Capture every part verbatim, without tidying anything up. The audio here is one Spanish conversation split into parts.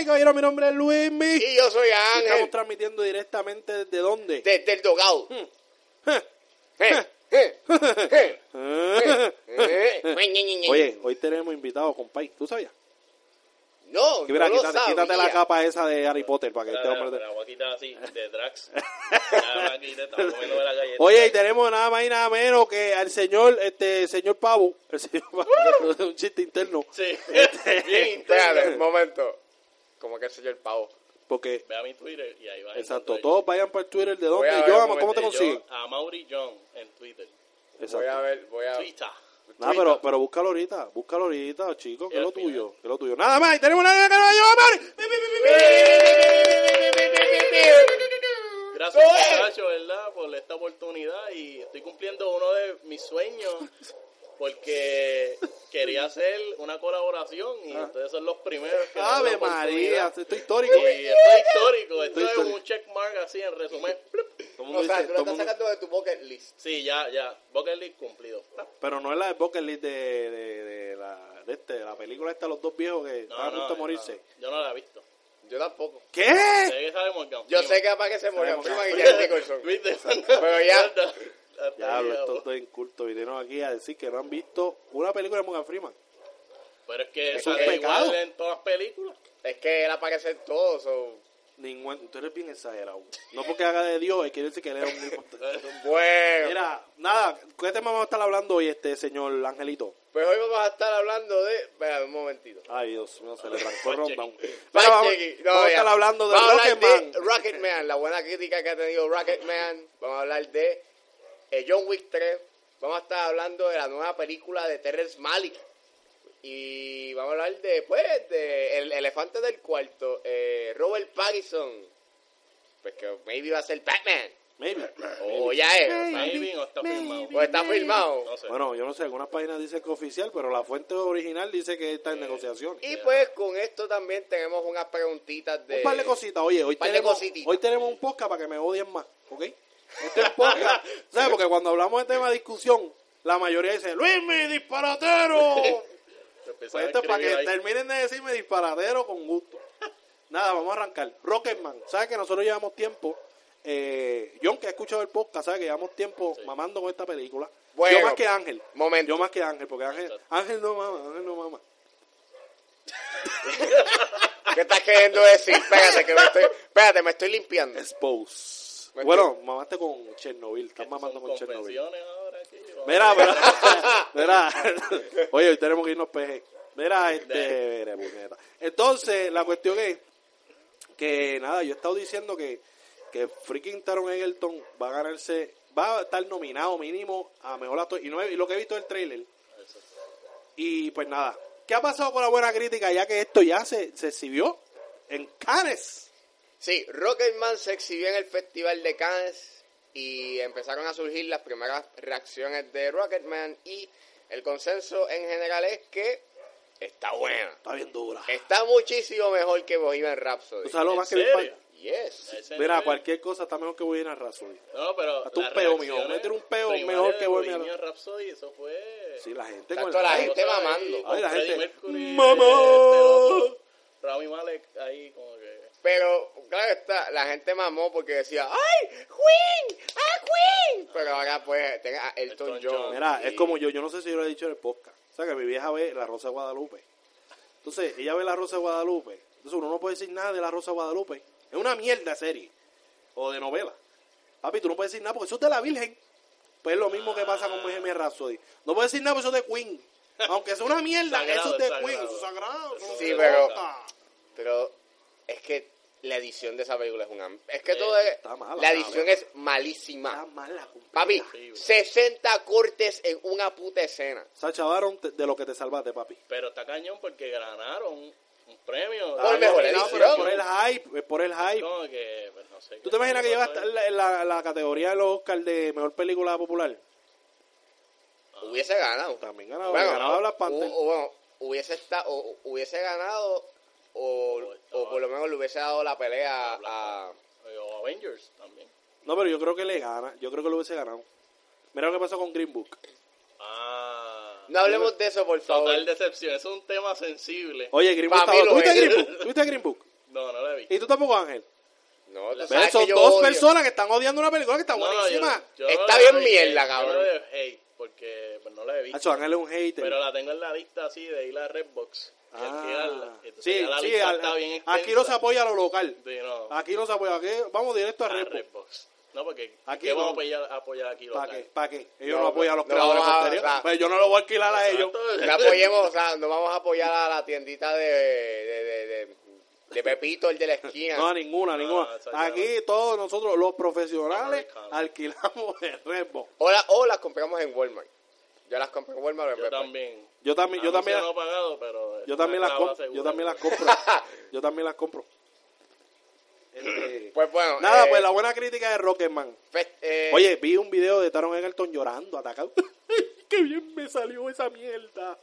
caballeros, mi nombre es Luismi. Y yo soy Ángel. Estamos transmitiendo directamente ¿desde dónde? Desde el dogado. Hmm. Eh, eh, eh, eh, eh. Oye, hoy tenemos invitados, compay. ¿Tú sabías? No, Que mira, no lo quítate, sabía. quítate la capa esa de Harry Potter para que Mira, este mira, hombre... mira, voy a quitar así, de Drax. Ya me quité, estaba comiéndome la galleta. Oye, y tenemos nada más y nada menos que al señor, este, señor Pavo. El señor Pavo, un chiste interno. Sí, Este, bien Espérate, intenso. un momento. Como que el señor Pavo. Porque, Ve a mi Twitter y ahí va. a exacto, encontrar todos vayan por Twitter. ¿De Voy dónde? a ver Yo, un amo, ¿cómo te momento, consiguen? A Mauri John en Twitter. Exacto. Voy a ver, voy a... Twitter. Nada, pero, pero búscalo ahorita, búscalo ahorita, chicos, que Y es lo al final. tuyo, que es lo tuyo. Nada más, y tenemos una que nos lleva a Mari. Gracias, muchachos, ¿verdad? Por esta oportunidad y estoy cumpliendo uno de mis sueños porque quería hacer una colaboración y Ah. ustedes son los primeros que me dan la Ave oportunidad. María, esto es histórico. Y esto es histórico, esto Estoy es histórico. un checkmark así en resumen. Todo el mundo O sea, dice- tú todo lo el estás mundo- sacando de tu bucket list. Sí, ya, ya, bucket list cumplido. Pero no es la de Bucket List de, de, de, la, de, este, de la película esta, los dos viejos que No, estaban a no, punto de morirse. no, yo no la he visto. Yo tampoco. ¿Qué? Sé que sale Morgan Yo Freeman. sé que para que se murió Sabemos Freeman que- y Jack Nicholson. ¿Viste? Pero ya- Diablo, estos dos incultos vinieron aquí a decir que no han visto una película de Morgan Freeman. Pero es que Es un sale pecado. igual en todas las películas. Es que él aparece en todo, so... Ningún, tú eres bien exagerado. No porque haga de Dios, es quiere decir que él era un mismo. Bueno, Mira, nada, ¿qué tema vamos a estar hablando hoy, este señor Angelito? pues hoy vamos a estar hablando de... Espera, un momentito. Ay, Dios mío, se le trancó el rundown. Fact Mira, vamos, checking. No, vamos a ya. estar hablando de Vamos a hablar Rocketman. de Rocketman, la buena crítica que ha tenido Rocketman. Vamos a hablar de eh, John Wick tres. Vamos a estar hablando de la nueva película de Terrence Malick. Y vamos a hablar de, pues, de El Elefante del Cuarto, eh, Robert Pattinson. Pues que maybe va a ser Batman. Maybe. O ya es. Maybe o está filmado. O está filmado. No sé. Bueno, yo no sé, algunas páginas dicen que oficial, pero la fuente original dice que está en negociación. Y pues con esto también tenemos unas preguntitas de... Un par de cositas. Oye, hoy Un par de tenemos, cosititas. hoy tenemos un podcast para que me odien más, ¿ok? Este es un podcast, ¿sabes? Porque cuando hablamos de tema de discusión, la mayoría dice, ¡Luis, mi disparatero! Empiezan Pues a esto es para que escribir ahí. terminen de decirme disparatero con gusto. Nada, vamos a arrancar. Rocketman, ¿sabes que nosotros llevamos tiempo? Eh, John, que ha escuchado el podcast, ¿sabes que llevamos tiempo Sí. mamando con esta película? Bueno, Yo más que Ángel. momento. Yo más que Ángel, porque Ángel, Exacto. Ángel no mama, Ángel no mama. ¿Qué estás queriendo decir? Espérate, que me estoy, espérate, me estoy limpiando. Expose. Me Bueno, mamaste con Chernobyl, estás Estos mamando son con Chernobyl. confesiones ahora aquí. Mira, pero, mira, oye, hoy tenemos que irnos peje. Mira, este, mira, puñeta. Entonces, la cuestión es que, nada, yo he estado diciendo que, que freaking Taron Egerton va a ganarse, va a estar nominado mínimo a mejor actor, y, no he- y lo que he visto del trailer. Y pues nada, ¿qué ha pasado con la buena crítica ya que esto ya se, se exhibió en Cannes? Sí, Rocketman se exhibió en el Festival de Cannes y empezaron a surgir las primeras reacciones de Rocketman y el consenso en general es que está buena. Está bien dura. Está muchísimo mejor que Bohemian Rhapsody. ¿Tú sabes lo ¿En más que me serio? impacta? Yes. Ese Mira, nivel. cualquier cosa está mejor que Bohemian Rhapsody. No, pero Hasta un las peo, mijo. reacciones Meter un peo primarias mejor que de Bohemian Bohemian Rhapsody, eso fue... Sí, la gente Tanto con el la hype. gente Cosa ahí, mamando. con Ay, la Freddie gente, Mercury, ¡mamá! este otro, Rami Malek ahí como que... Pero, claro está, la gente mamó porque decía, ¡ay, Queen! ¡Ah, Queen! Pero ahora pues, tenga a Elton Elton John. John. Mira, y- es como yo, yo no sé si yo lo he dicho en el podcast. O sea, que mi vieja ve La Rosa de Guadalupe. Entonces, ella ve La Rosa de Guadalupe. Entonces, uno no puede decir nada de La Rosa de Guadalupe. Es una mierda de serie. O de novela. Papi, tú no puedes decir nada porque eso es de la Virgen. Pues es lo mismo que pasa con Bohemian Rhapsody. No puedes decir nada porque eso es de Queen. Aunque sea una mierda, Sagrado, eso es de sagrado. Queen. Eso es sagrado. Eso no Sí, se pero- toca. Pero es que la edición de esa película es una... Es que Sí, todo es... está mala, la edición cabrón. es malísima. Está mala, completa. Papi, horrible. sesenta cortes en una puta escena. Sacha Baron, te- de lo que te salvaste, papi. Pero está cañón porque ganaron un premio. Por Ay, mejor no, edición. pero es por el hype, es por el hype. Como que, pues, no sé. ¿Tú qué te imaginas que pasó lleva a estar ahí. en la, en la- la categoría de los Oscars de mejor película popular? Hubiese ganado. También ganaba, Bueno, ganaba Black Panther. O, o bueno, hubiese, esta, o, hubiese ganado o, O estaba- o por lo menos le hubiese dado la pelea a... O Avengers también. No, pero yo creo que le gana. Yo creo que lo hubiese ganado. Mira lo que pasó con Green Book. Ah. No hablemos de eso, por favor. Total decepción. Es un tema sensible. Oye, Green Book Pa' mí estaba... lo ¿Tuviste es. Green Book? ¿Tuviste Green Book? No, no la he visto. ¿Y tú tampoco, Ángel? No, tú ¿Ves? sabes Son que yo dos odio. personas que están odiando una película que está No, no, buenísima. yo- yo Está no bien le doy mierda, hate, cabrón. Yo no le doy hate porque pues, no la he visto. Hacho, Ángel es un hater. Pero la tengo en la lista así de ir a Redbox. y Ah. alquilarla. Entonces Sí, ya la sí, lista al- está bien aquí no extensa. se apoya a lo local. Sí, no. Aquí no se apoya. Aquí vamos directo a a Redbox. Redbox. No, porque Aquí ¿qué no. vamos a apoyar, apoyar aquí ¿Para local? qué? ¿Para qué? Ellos No, no, apoyan a los no creadores de vamos a- contenido. o sea, Pues yo no lo voy a alquilar a ellos. Exacto. No apoyemos, o sea, no vamos a apoyar a la tiendita de, de, de, de, de Pepito, el de la esquina. No, ninguna, No, ninguna. esa ya Aquí todos nosotros, los profesionales, Americano. alquilamos el Redbox. O, la- o las compramos en Walmart. Yo las compré en Walmart o en Yo Best Buy. también. Yo también, yo también, No he pagado, pero yo también las la compro. segura. Yo también las compro. Yo también las compro. Este, Pues bueno. Nada, eh, pues la buena crítica de Rocketman. fest- eh, Oye, vi un video de Taron Egerton llorando, atacado. ¡Qué bien me salió esa mierda!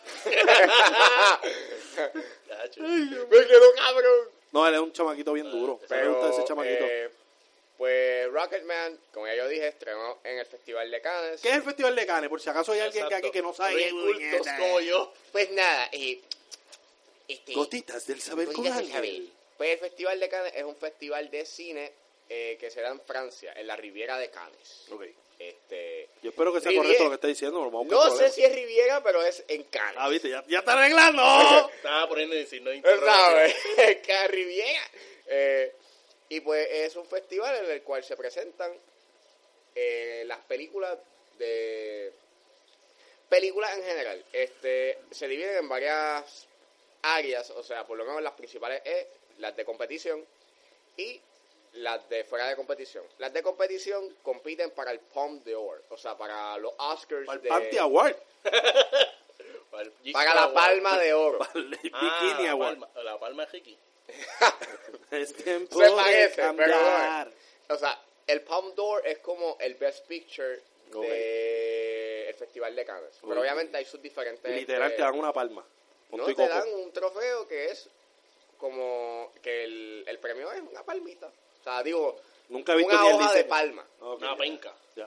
Chacho. me quedó cabrón. No, él es un chamaquito bien duro. Me Pero, gusta ese chamaquito. eh, pues Rocketman, como ya yo dije, estrenó en el Festival de Cannes. ¿Qué es el Festival de Cannes? Por si acaso hay alguien que Exacto. aquí que no sabe. Los incultos como yo. Pues nada, y... Este, Gotitas del saber con Gotitas del Ángel. saber. Pues el Festival de Cannes es un festival de cine eh, que se da en Francia, en la Riviera de Cannes. Ok. Este, Yo espero que sea Riviera. correcto lo que está diciendo. Vamos a buscar no sé problemas. si es Riviera, pero es en Cannes. Ah, viste, ya, ya está arreglando. Estaba poniendo el signo de ¿Sabes? interrogación. Que Riviera. Eh, y pues es un festival en el cual se presentan eh, las películas de... Películas en general. Este, se dividen en varias áreas, o sea, por lo menos las principales es las de competición y las de fuera de competición. Las de competición compiten para el Palme d'Or, o sea, para los Oscars Para el de... Panty Award. Para, el Gisco para la Award. Palma de Oro. Para el Ah, Bikini la Award. palma, la palma de Ricky. Es tiempo Se de parece, pero cambiar. no. O sea, el Palme d'Or es como el Best Picture Ok. de el Festival de Cannes. Pero Ok. obviamente hay sus diferentes... Literal, este, te dan una palma. Con no, tu y te coco. dan un trofeo que es como que el, el premio es una palmita. O sea, digo, Nunca he visto una ni el hoja de diseño. palma. Ok, Una ya. penca. Ya.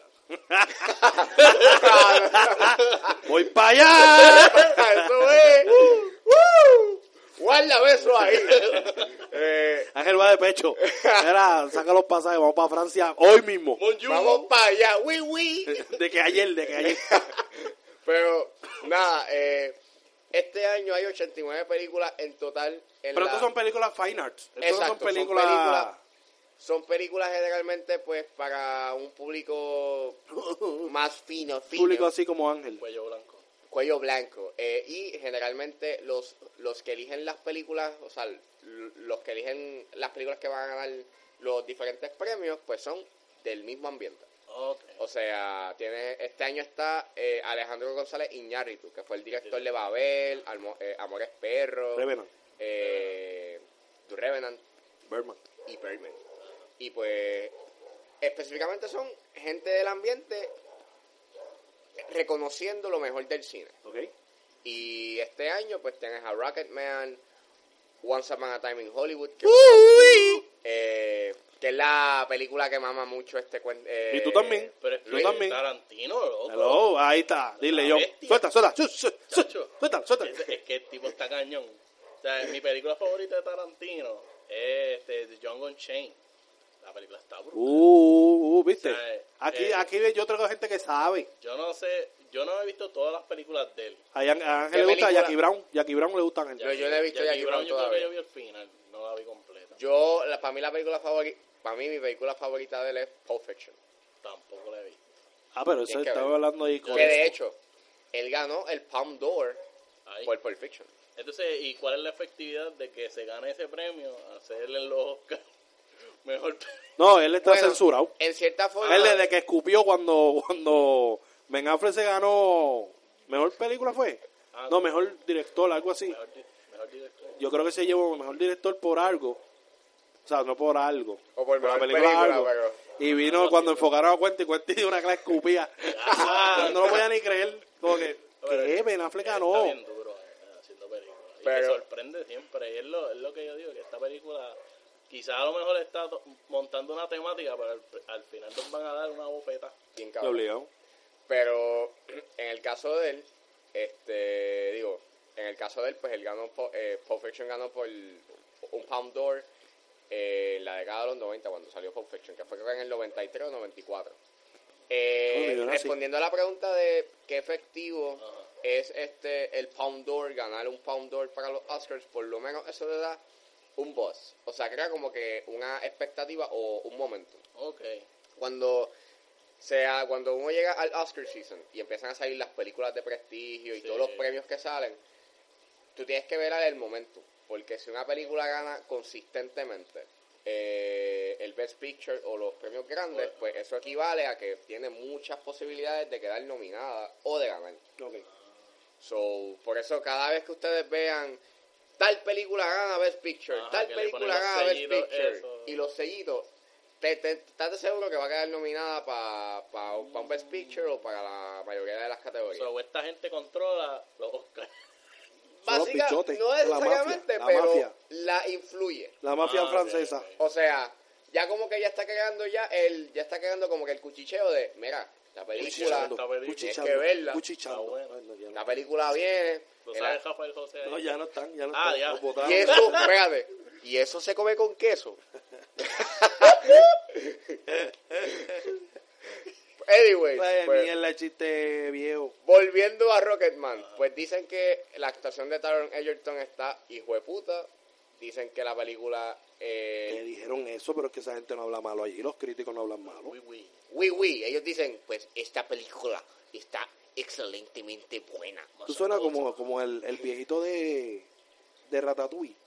Voy para allá. Eso es. ¡Uh! Guarda eso ahí. Eh, Ángel va de pecho. Mira, saca los pasajes, vamos para Francia hoy mismo. Bonjour. vamos para allá. Oui, oui. De que ayer, de que ayer. Pero, nada, eh, este año hay ochenta y nueve películas en total. En Pero la- estas son películas fine arts. Estas no Exacto, son son películas... películas- Son películas generalmente, pues, para un público más fino, fino. Público así como Ángel. Cuello blanco. Cuello blanco. Eh, y generalmente los, los que eligen las películas, o sea, l- los que eligen las películas que van a ganar los diferentes premios, pues son del mismo ambiente. Ok. O sea, tiene este año está eh, Alejandro González Iñárritu, que fue el director de Babel, Almo- eh, Amores Perros, Revenant. eh, The Revenant Berman. y Birdman. Y pues, específicamente son gente del ambiente reconociendo lo mejor del cine. Ok. Y este año, pues, tienes a Rocketman, Once Upon a Time in Hollywood, que, eh, que es la película que mama mucho este cuento. Y tú también. Pero es Yo que también. Tarantino, loco. Hello, ahí está. Dile La yo. bestia. Suelta, suelta. Su- su- su- Chacho. Suelta, suelta. Es, es que el tipo está cañón. O sea, mi película favorita de Tarantino es este, The Django Unchained. La película está brutal. Uh, uh, viste. O sea, Aquí, eh, aquí yo traigo gente que sabe. Yo no sé, yo no he visto todas las películas de él. A Ángel a Ángel ¿Qué le gusta película? Jackie Brown. Jackie Brown le gusta a Ángel. Yo- yo no he visto Jackie Brown Yo creo todavía. que yo vi el final, no la vi completa. Yo, la, para mí la película favorita, para mí mi película favorita de él es Pulp Fiction. Tampoco la he visto. Ah, pero eso Tienes que estaba ver. hablando ahí con... Que de hecho, él ganó el Palme d'Or Ahí. por Pulp Fiction. Entonces, ¿y cuál es la efectividad de que se gane ese premio? Hacerle en los Oscars mejor. No, él está Bueno, censurado. En cierta forma, Él desde que escupió cuando, cuando Ben Affleck se ganó... ¿Mejor película fue? Ah, No, mejor director, algo así. Mejor, di- mejor director. Yo creo que se llevó mejor director por algo. O sea, no por algo. o por la mejor película, película, algo. pero... Y vino cuando enfocaron a Cuenta y Cuenta y dio una clase escupida. Ah. No lo podía ni creer. Como que, ¿qué? Ben Affleck Él ganó. Está bien duro eh, haciendo películas. Y Pero- me sorprende siempre. Y es lo, es lo que yo digo, que esta película quizás a lo mejor está to- montando una temática, pero al, al final nos van a dar una bofeta. Bien Qué cabrón. obligado. Pero en el caso de él, este, digo, en el caso de él, pues él ganó, po- eh, Pulp Fiction ganó por un Pound d'Or eh, en la década de los noventa cuando salió Pulp Fiction, que fue creo que en el noventa y tres o noventa y cuatro. Eh, Oh, respondiendo a la pregunta de qué efectivo Ajá. es este el Pound d'Or, ganar un Pound d'Or para los Oscars, por lo menos eso le da un buzz. O sea, crea como que una expectativa o un momento. Okay. Cuando sea cuando uno llega al Oscar season y empiezan a salir las películas de prestigio y sí. todos los premios que salen, tú tienes que ver el momento, porque si una película gana consistentemente eh, el Best Picture o los premios grandes, pues eso equivale a que tiene muchas posibilidades de quedar nominada o de ganar. Okay. So, por eso cada vez que ustedes vean tal película gana Best Picture, Ajá, tal película gana Best Picture eso. Y los sellitos, te, te, estás seguro que va a quedar nominada para pa, pa un Best Picture o para la mayoría de las categorías. So, esta gente controla los Oscars. Básicamente, no necesariamente, la pero mafia. la influye. La mafia ah, francesa. Okay, okay. O sea, ya como que ya está creando ya el, ya está creando como que el cuchicheo de, mira, la película, tienes que verla. Cuchichando. Bueno. La película viene. ¿Lo sabes, Rafael José? No, ya no están, ya no ah, están. Ya. Y eso, espérate, y eso se come con queso. Anyway, pues, mierda, el chiste viejo. Volviendo a Rocketman, uh-huh. pues dicen que la actuación de Taron Egerton está hijo de puta. Dicen que la película... Eh, que dijeron eso, pero es que esa gente no habla malo allí, los críticos no hablan malo. Oui, oui. Oui, oui. Ellos dicen, pues esta película está excelentemente buena. Tú suenas como, como el, el viejito de, de Ratatouille.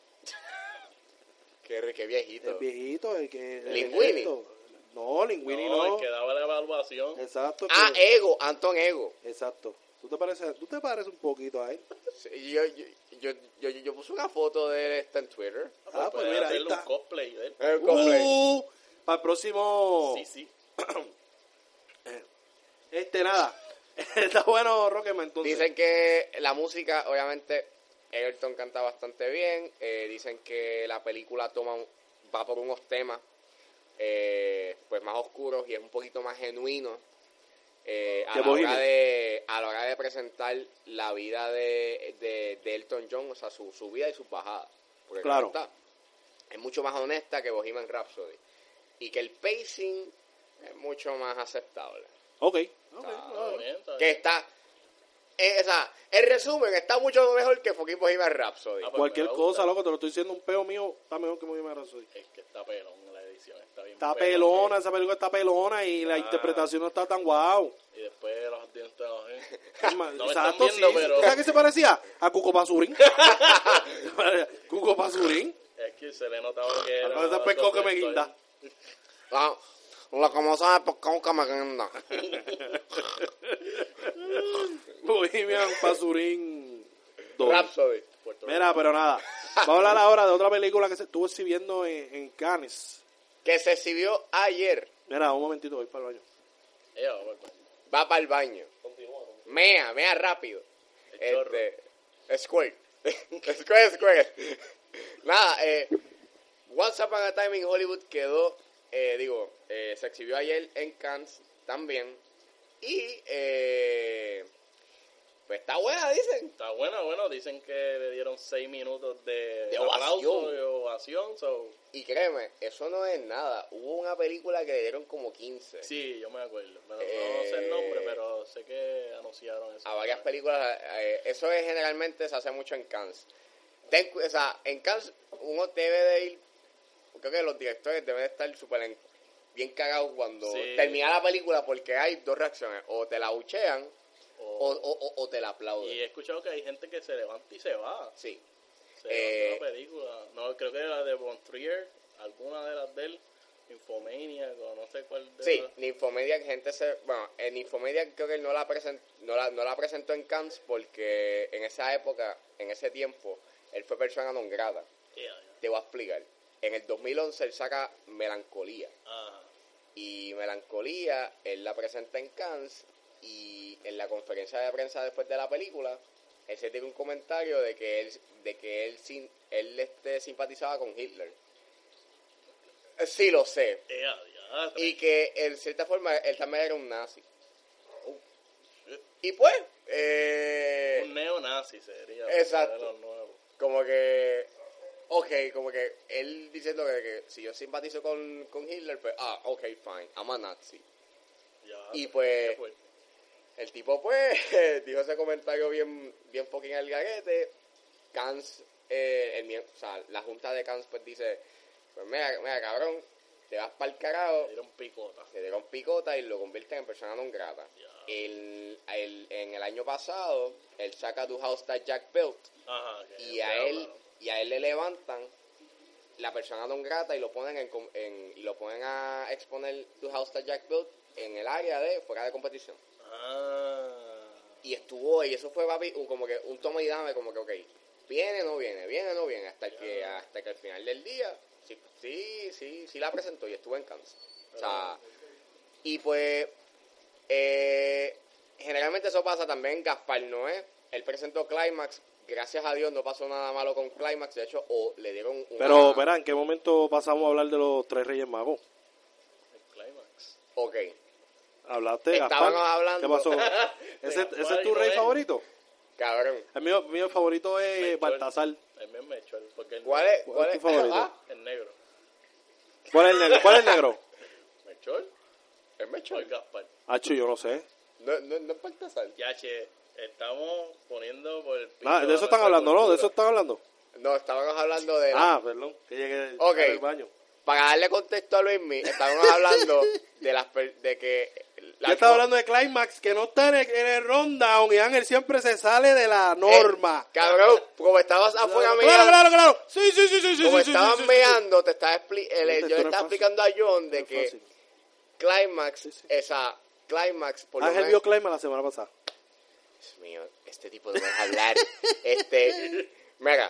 ¿Qué, qué viejito? El viejito, el que... Linguini. No, Linguini no. No, el que daba la evaluación. Exacto. Ah, que... Ego, Anton Ego. Exacto. ¿Tú te pareces, tú te pareces un poquito a él? Sí, yo, yo, yo, yo, yo, yo puse una foto de él esta en Twitter. Ah, pues mira, ahí está. Un cosplay de él. El cosplay. Uh, para el próximo... Sí, sí. Este, nada. Está bueno, Rocketman, entonces. Dicen que la música, obviamente, Egerton canta bastante bien. Eh, dicen que la película toma un, va por unos temas eh, pues más oscuros y es un poquito más genuino eh, a, la hora de, a la hora de presentar la vida de, de, de Elton John, o sea, su, su vida y sus bajadas. Porque claro. Está, es mucho más honesta que Bohemian Rhapsody. Y que el pacing es mucho más aceptable. Ok. Okay, está bien, está bien. Que está... Eh, o sea, en resumen, está mucho mejor que fucking Bohemian Rhapsody. Ah, pues Cualquier cosa, loco, te lo estoy diciendo, un peo mío está mejor que Bohemian Rhapsody. Es que está pelón la edición, está bien. Está pelona, esa película está pelona y ah, la interpretación no está tan guau. Y después los dientes de la gente. No exacto, viendo, sí. Pero... ¿Sabes qué se parecía? A Cuco Pasurín. Cuco Pasurín. Es que se le notaba que era... A ese pescado que me guinda. La, la famosa pescado que me guinda. Bohemian Pasurín dos. Rhapsody. Mira, pero nada. Vamos a hablar ahora de otra película que se estuvo exhibiendo en, en Cannes. Que se exhibió ayer. Mira, un momentito, voy para el baño. Ella va para el baño. Va para el baño. Continúa. Mea, mea rápido. El este, squirt. Squirt, squirt. Nada, eh, Once Upon a Time in Hollywood quedó, eh, digo, eh, se exhibió ayer en Cannes también. Y, eh, pues está buena, dicen. Está buena, bueno, dicen que le dieron seis minutos de, de aplauso, de ovación. So. Y créeme, eso no es nada. Hubo una película que le dieron como quince. Sí, yo me acuerdo. Pero eh, no sé el nombre, pero sé que anunciaron eso. A varias películas, eh, eso es generalmente se hace mucho en Cannes. Ten, o sea, en Cannes uno debe de ir, creo que los directores deben de estar súper bien cagados cuando sí. termina la película porque hay dos reacciones, o te la buchean o, o, o, o te la aplauden. Y he escuchado que hay gente que se levanta y se va. Sí. Se eh, levanta la película. No, creo que era la de Von Trier, alguna de las de él, Nymphomaniac o no sé cuál de Sí, las... Nymphomaniac, gente se... Bueno, en Nymphomaniac creo que él no la, present, no, la, no la presentó en Cannes porque en esa época, en ese tiempo, él fue persona non grata. Yeah, yeah. Te voy a explicar. En el dos mil once él saca Melancolía. Ajá. Y Melancolía, él la presenta en Cannes y en la conferencia de prensa después de la película, él se tiene un comentario de que él, de que él, él, él este, simpatizaba con Hitler. Sí, lo sé. Yeah, yeah, y que en cierta forma él también era un nazi. Oh, y pues... Eh, un neonazi sería. Exacto. Como que... ok, como que él diciendo que, que si yo simpatizo con, con Hitler, pues, ah, ok, fine, I'm a Nazi. Ya, Y pues, qué fuerte. el tipo pues dijo ese comentario bien, bien fucking al garete. Kans, eh, el, mie- o sea, la junta de Kans pues dice, pues mira, mira cabrón, te vas para el carajo, Era un picota. se dieron picota y lo convierten en persona non grata. Ya. El, el- en el año pasado, él saca Tu House That Jack Built Ajá. que y se a habla, él ¿no? y a él le levantan la persona non grata y lo ponen en, com- en- y lo ponen a exponer Tu House That Jack Built en el área de fuera de competición. Ah. Y estuvo, y eso fue papi, un- como que un toma y dame, como que ok, viene no viene, viene no viene, hasta que Ya. hasta que al final del día sí, sí, sí, sí la presentó y estuvo en Kansas. O sea, y pues eh, generalmente eso pasa también. Gaspar Noé, él presentó Climax, gracias a Dios no pasó nada malo con Climax, de hecho, o le dieron una... Pero, espera, ¿en qué momento pasamos a hablar de los tres Reyes Magos? El Climax. Ok, ¿Hablaste de Gaspar? Estábamos hablando- ¿Qué pasó? ¿Ese, Gaspar ese es tu y rey Noel. favorito? cabrón. El mío, mío favorito es Melchor. Baltasar. El mío es Melchor, porque el, ¿Cuál es? ¿Cuál ¿Cuál es es? tu favorito? Ah, el negro. ¿Cuál es el negro? ¿Cuál es el negro? Melchor es o Melchor. el Gaspar. Hacho, yo no sé. No, no, no es Baltasar. Ya, che, estamos poniendo por el piso Ah, de eso nuestra están hablando, ¿no? De eso cultura. están hablando. No, estábamos hablando de... la- Ah, perdón, que llegué Ok. al baño. Para darle contexto a Luismi, estábamos hablando de las per- de que... la- Yo estaba hablando de Climax, que no está en el, en el rundown y Ángel siempre se sale de la norma. Eh, cabrón, como estabas afuera claro, meando, claro, claro. Sí, sí, sí, sí, sí. como sí, sí, estabas sí, sí, meando, te estaba expli- el- Esto yo no le es estaba fácil. explicando a John No de es que fácil. Climax, sí. esa Climax, por lo Ángel menos... vio Climax la semana pasada. Dios mío, este tipo no deja hablar. este, mira,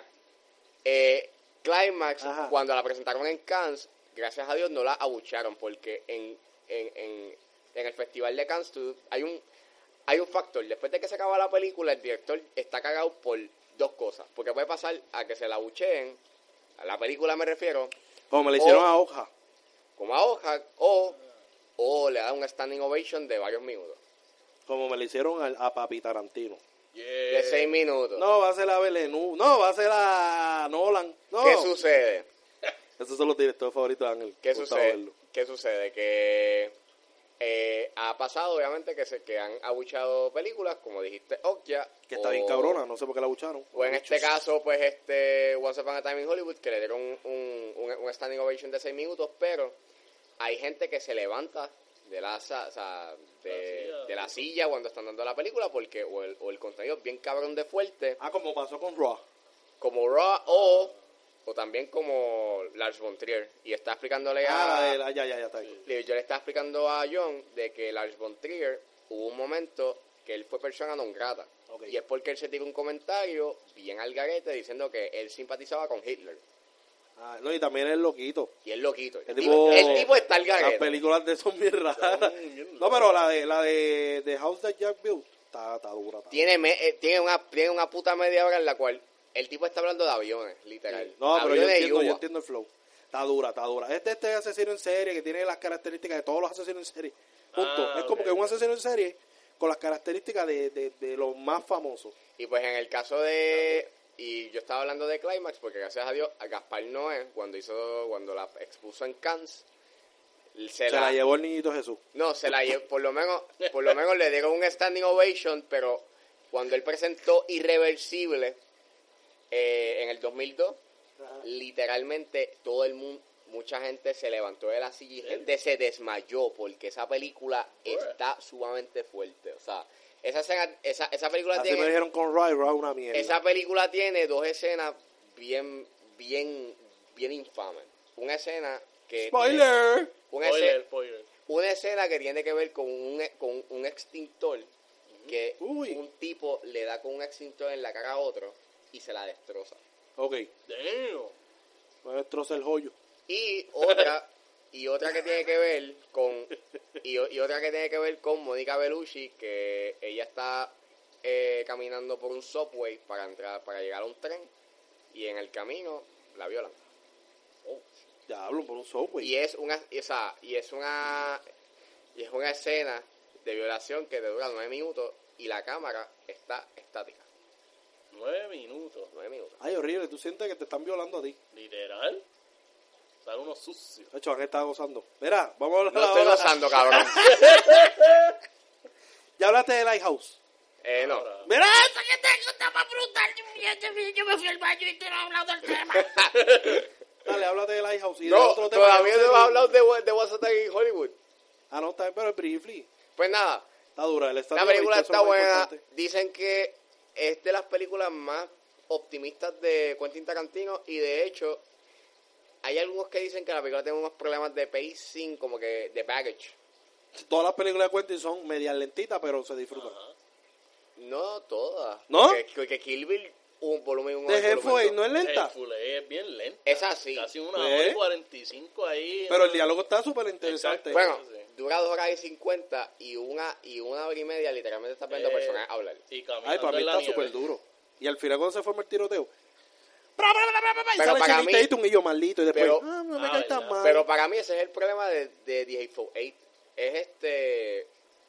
eh, Climax, Ajá. cuando la presentaron en Cannes, gracias a Dios no la abucharon, porque en, en, en, en el festival de Cannes tú- hay un hay un factor. Después de que se acaba la película, el director está cagado por dos cosas. Porque puede pasar a que se la abucheen, a la película me refiero, Como me le hicieron O- a Hoja. como a hoja, o, o le da un standing ovation de varios minutos. Como me le hicieron al- a, Papi Tarantino. Yeah. De seis minutos. No, va a ser a Belenú. No, va a ser a Nolan. No. ¿Qué sucede? Esos son los directores favoritos de Ángel. ¿Qué Me gustaba sucede? verlo. ¿Qué sucede? Que eh, ha pasado, obviamente, que se que han abuchado películas, como dijiste, Okja. Que está o- bien cabrona, no sé por qué la bucharon. O en este caso, pues, este Once Upon a Time in Hollywood, que le dieron un, un, un, un standing ovation de seis minutos, pero hay gente que se levanta de la, sa- o sea, de, La silla. de la silla cuando están dando la película, porque o el, o el contenido es bien cabrón de fuerte, Ah, como pasó con Raw. como Raw, o, o también como Lars von Trier. Y está explicándole Ah, a... la de la, ya, ya, ya está ahí. Le- Yo le estaba explicando a John de que Lars von Trier hubo un momento que él fue persona non grata. Ok. Y es porque él se tiró un comentario bien al garete diciendo que él simpatizaba con Hitler. Ah, no, y también es loquito. Y él loquito. El, El tipo, tipo, el tipo está al Las garete. películas de son bien raras. bien No, pero la de la de, de House That Jack Built está, está dura. Está. Tiene, me- eh, tiene, una, tiene una puta media hora en la cual el tipo está hablando de aviones, literal. No, pero yo Aviones y entiendo, yo uvas. entiendo el flow. Está dura, está dura. Este, este asesino en serie que tiene las características de todos los asesinos en serie. Punto. Ah, es como ok. que un asesino en serie con las características de, de, de los más famosos. Y pues en el caso de... Y yo estaba hablando de Climax porque gracias a Dios a Gaspar Noé, cuando hizo cuando la expuso en Cannes, se, Se la, llevó el niñito Jesús. No, se la lle- por lo menos por lo menos le dieron un standing ovation, pero cuando él presentó Irreversible eh, en el dos mil dos, literalmente todo el mundo, mucha gente se levantó de la silla y gente se desmayó porque esa película está sumamente fuerte. O sea, esa escena- esa, esa película Así me tiene dijeron con Ray, Ray una mierda. esa película tiene dos escenas bien bien bien infames. Una escena que ¡Spoiler! tiene- una, Spoiler, escena, spoiler. una escena que tiene que ver con un, con un extintor que Uy. un tipo le da con un extintor en la cara a otro y se la destroza. Ok, Damn. me destroza el joyo. Y otra y otra que tiene que ver con y, o- y otra que tiene que ver con Mónica Bellucci, que ella está eh, caminando por un subway para entrar para llegar a un tren y en el camino la violan. Ya hablo por un software. Y es una y, o sea, y es una y es una escena de violación que te dura nueve minutos y la cámara está estática. Nueve minutos. Nueve minutos. Ay, horrible, tú sientes que te están violando a ti. Literal. Sale uno sucio. De hecho, Ángel está gozando. Mira, vamos a hablar No estoy ahora. gozando, cabrón. Ya hablaste de Lighthouse. Eh, no. Ahora, Mira, Eso que tengo está más brutal. Yo, yo me fui al baño y te no he hablado del tema. dale, háblate de Lighthouse. Y de No, otro tema todavía que no sé hemos ni- hablado de, de What's Up in Hollywood. Ah, no, está bien, pero es briefly. Pues nada, Está dura. El la estadio película veinte, eso está es lo más buena. importante. Dicen que es de las películas más optimistas de Quentin Tarantino y de hecho hay algunos que dicen que la película tiene unos problemas de pacing, como que de baggage. Todas las películas de Quentin son medias lentitas, pero se disfrutan. No todas. ¿No? Porque, porque Kill Bill, un volumen uno. De y volumen Headway dos. no es lenta, el Full A es bien lento. Es así. Casi una ¿Eh? hora y cuarenta y cinco ahí. pero el ¿no? diálogo está súper interesante. Exacto. Bueno, Sí. dura dos horas y cincuenta y una, y una hora y media literalmente estás viendo Eh, personas hablar. Y caminando Ay, para mí en la está nieve. súper duro. Y al final cuando se forma el tiroteo, bra, bra, bra, bra, bra, y Pero sale para Channing mí- Tatum y yo maldito. Y después, pero- ah, no me Ah, cae tan verdad. mal. Pero para mí ese es el problema de, de The Hateful Eight. Es este...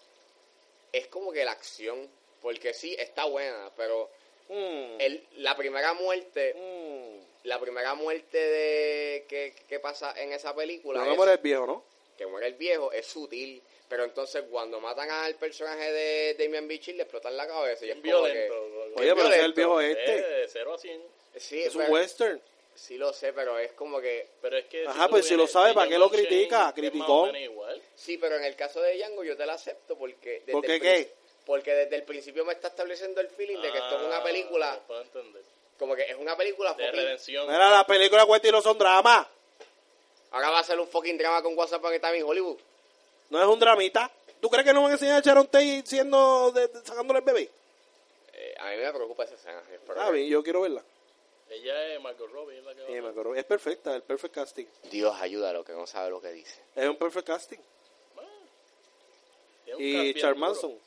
Es como que la acción. Porque sí, está buena, pero Mm, el, la primera muerte... mm. La primera muerte de que, que pasa en esa película Pero no es muere el viejo, ¿no? que muere el viejo, es sutil. Pero entonces cuando matan al personaje de Damian Bichir le explotan la cabeza y es Bien como violento. que... Oye, pero ese es el violento. viejo Eh, este. de cero a cien. Sí, Es un pero- western. sí lo sé, pero es como que... Pero es que Ajá, tú pues si lo vienes sabe, de ¿para qué lo Django critica? Unchained, que es más o Criticón. menos igual. Sí, pero en el caso de Django yo te la acepto porque... Desde ¿Por qué el qué? princi- Porque desde el principio me está estableciendo el feeling de que esto es una Ah, película... puedo entender. Como que es una película De fucking... redención. Mira, las películas de Quentin no son drama. Ahora va a ser un fucking drama con WhatsApp que está en Hollywood. No es un dramita. ¿Tú crees que no van a enseñar a Sharon Tate siendo de, de- sacándole el bebé? Eh, a mí me preocupa esa escena. espero Ah, que- bien, yo quiero verla. Ella es Margot Robbie, es la que va Sí, a me hacer. acuerdo. Es perfecta, el perfect casting. Dios ayúdalo, que no sabe lo que dice. Es un perfect casting. Bueno, tiene un Y cast bien Charles duro. Manson.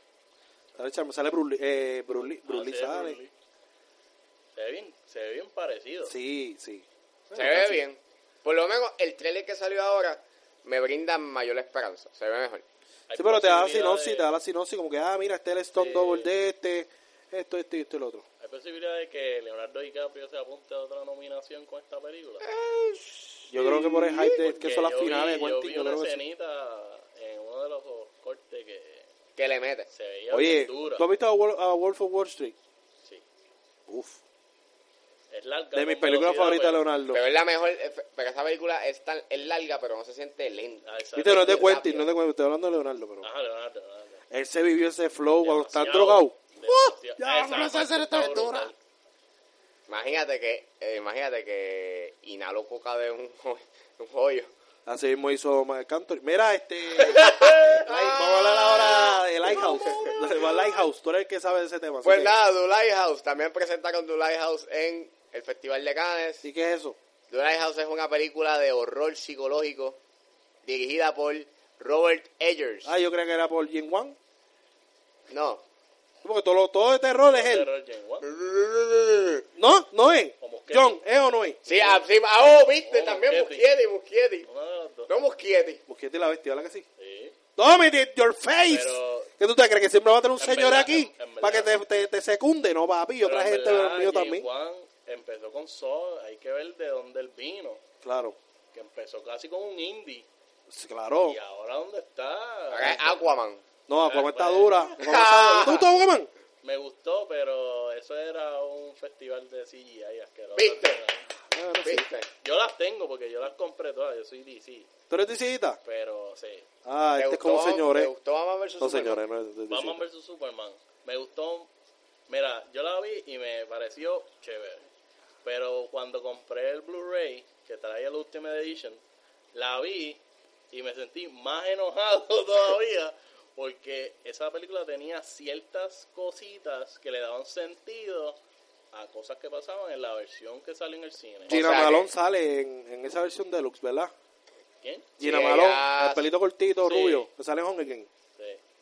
Sale, Char- sale Bruce Lee, eh, Bruce Lee, Ah, Bruce Lee sí, sale. Bruce Lee. Se ve bien, se ve bien parecido. Sí, sí. Se Bueno, ve casi. bien. Por lo menos el trailer que salió ahora me brinda mayor esperanza. Se ve mejor. Hay Sí, pero te da la posibilidad sinopsis, de- te da la sinopsis como que, ah, mira, este es el Stone Sí. Double de este, esto, esto y esto y lo otro. Hay posibilidad de que Leonardo DiCaprio se apunte a otra nominación con esta película. Yo creo que por el hype de que Porque son las yo vi- finales de Yo Quentin, vi yo una creo que sí. escenita en uno de los cortes que Que le mete. se veía Oye, bien dura. ¿tú has visto a Wolf, a Wolf of Wall Street? Sí. Uf. Es larga. De mis con películas velocidad, favoritas de pero- Leonardo. Pero es la mejor. eh, Pero esa película es, tan, es larga, pero no se siente lenta. Ah, exacto. Viste, no es de rápido. Quentin, no es de Quentin, estoy hablando de Leonardo, pero Ajá, Leonardo, Leonardo. él se vivió ese flow cuando está Demasiado, drogado. demasiado. ya, Esa no sé parte hacer esta está aventura. brutal. Imagínate que, eh, imagínate que inhaló coca de un, jo- un joyo. Así mismo hizo Marc Anthony. Mira, este... Light- vamos a hablar ahora de Lighthouse. De Lighthouse, tú eres el que sabe de ese tema. así Pues que- nada, The Lighthouse. También presentaron The Lighthouse en el Festival de Cannes. ¿Y qué es eso? The Lighthouse es una película de horror psicológico dirigida por Robert Eggers. Ah, yo creía que era por Jin Wan. No. Porque todo, lo- todo de terror es él. Terror Gen One. ¿No? ¿No es? O Muschietti. John, ¿es o no es? Sí, ah, sí, ah, oh, viste, Oh, también Muschietti. Muschietti, Muschietti. Una de las dos. No Muschietti. Muschietti la bestia, ¿verdad que sí? Sí. ¡Dominate your face! Pero- ¿Qué tú te crees? ¿Que siempre va a tener un En señor verdad, aquí en- en para que verdad. te, te, te secunde? No, papi, otra Pero en gente verdad, mío James también. Wan empezó con Saw, hay que ver de dónde él vino. Claro, Que empezó casi como un indie. sí, claro. Y ahora dónde está. Ahora es Aquaman. No, Aquaman está Bueno. dura. Aquaman está- ¿No te gustó Aquaman? Me gustó, pero eso era un festival de C G I asqueroso. ¿Viste? Ah, no, sí. ¿Viste? Yo las tengo porque yo las compré todas, yo soy D C, ¿Tú eres DCita? pero sí. Ah, ¿Te este es gustó- como señores. ¿Te gustó Batman versus No, Superman? señores, no es de Batman D C. versus Superman. Me gustó. Mira, yo la vi y me pareció chévere. Pero cuando compré el Blu-ray, que traía el Ultimate Edition, la vi y me sentí más enojado todavía. Porque esa película tenía ciertas cositas que le daban sentido a cosas que pasaban en la versión que salió en el cine. Gina O sea Malone que- sale en, en esa versión deluxe, ¿verdad? ¿Quién? Gina Sí, Malone, ella- el pelito cortito, Sí. rubio, que sale en Hunger Games. Sí.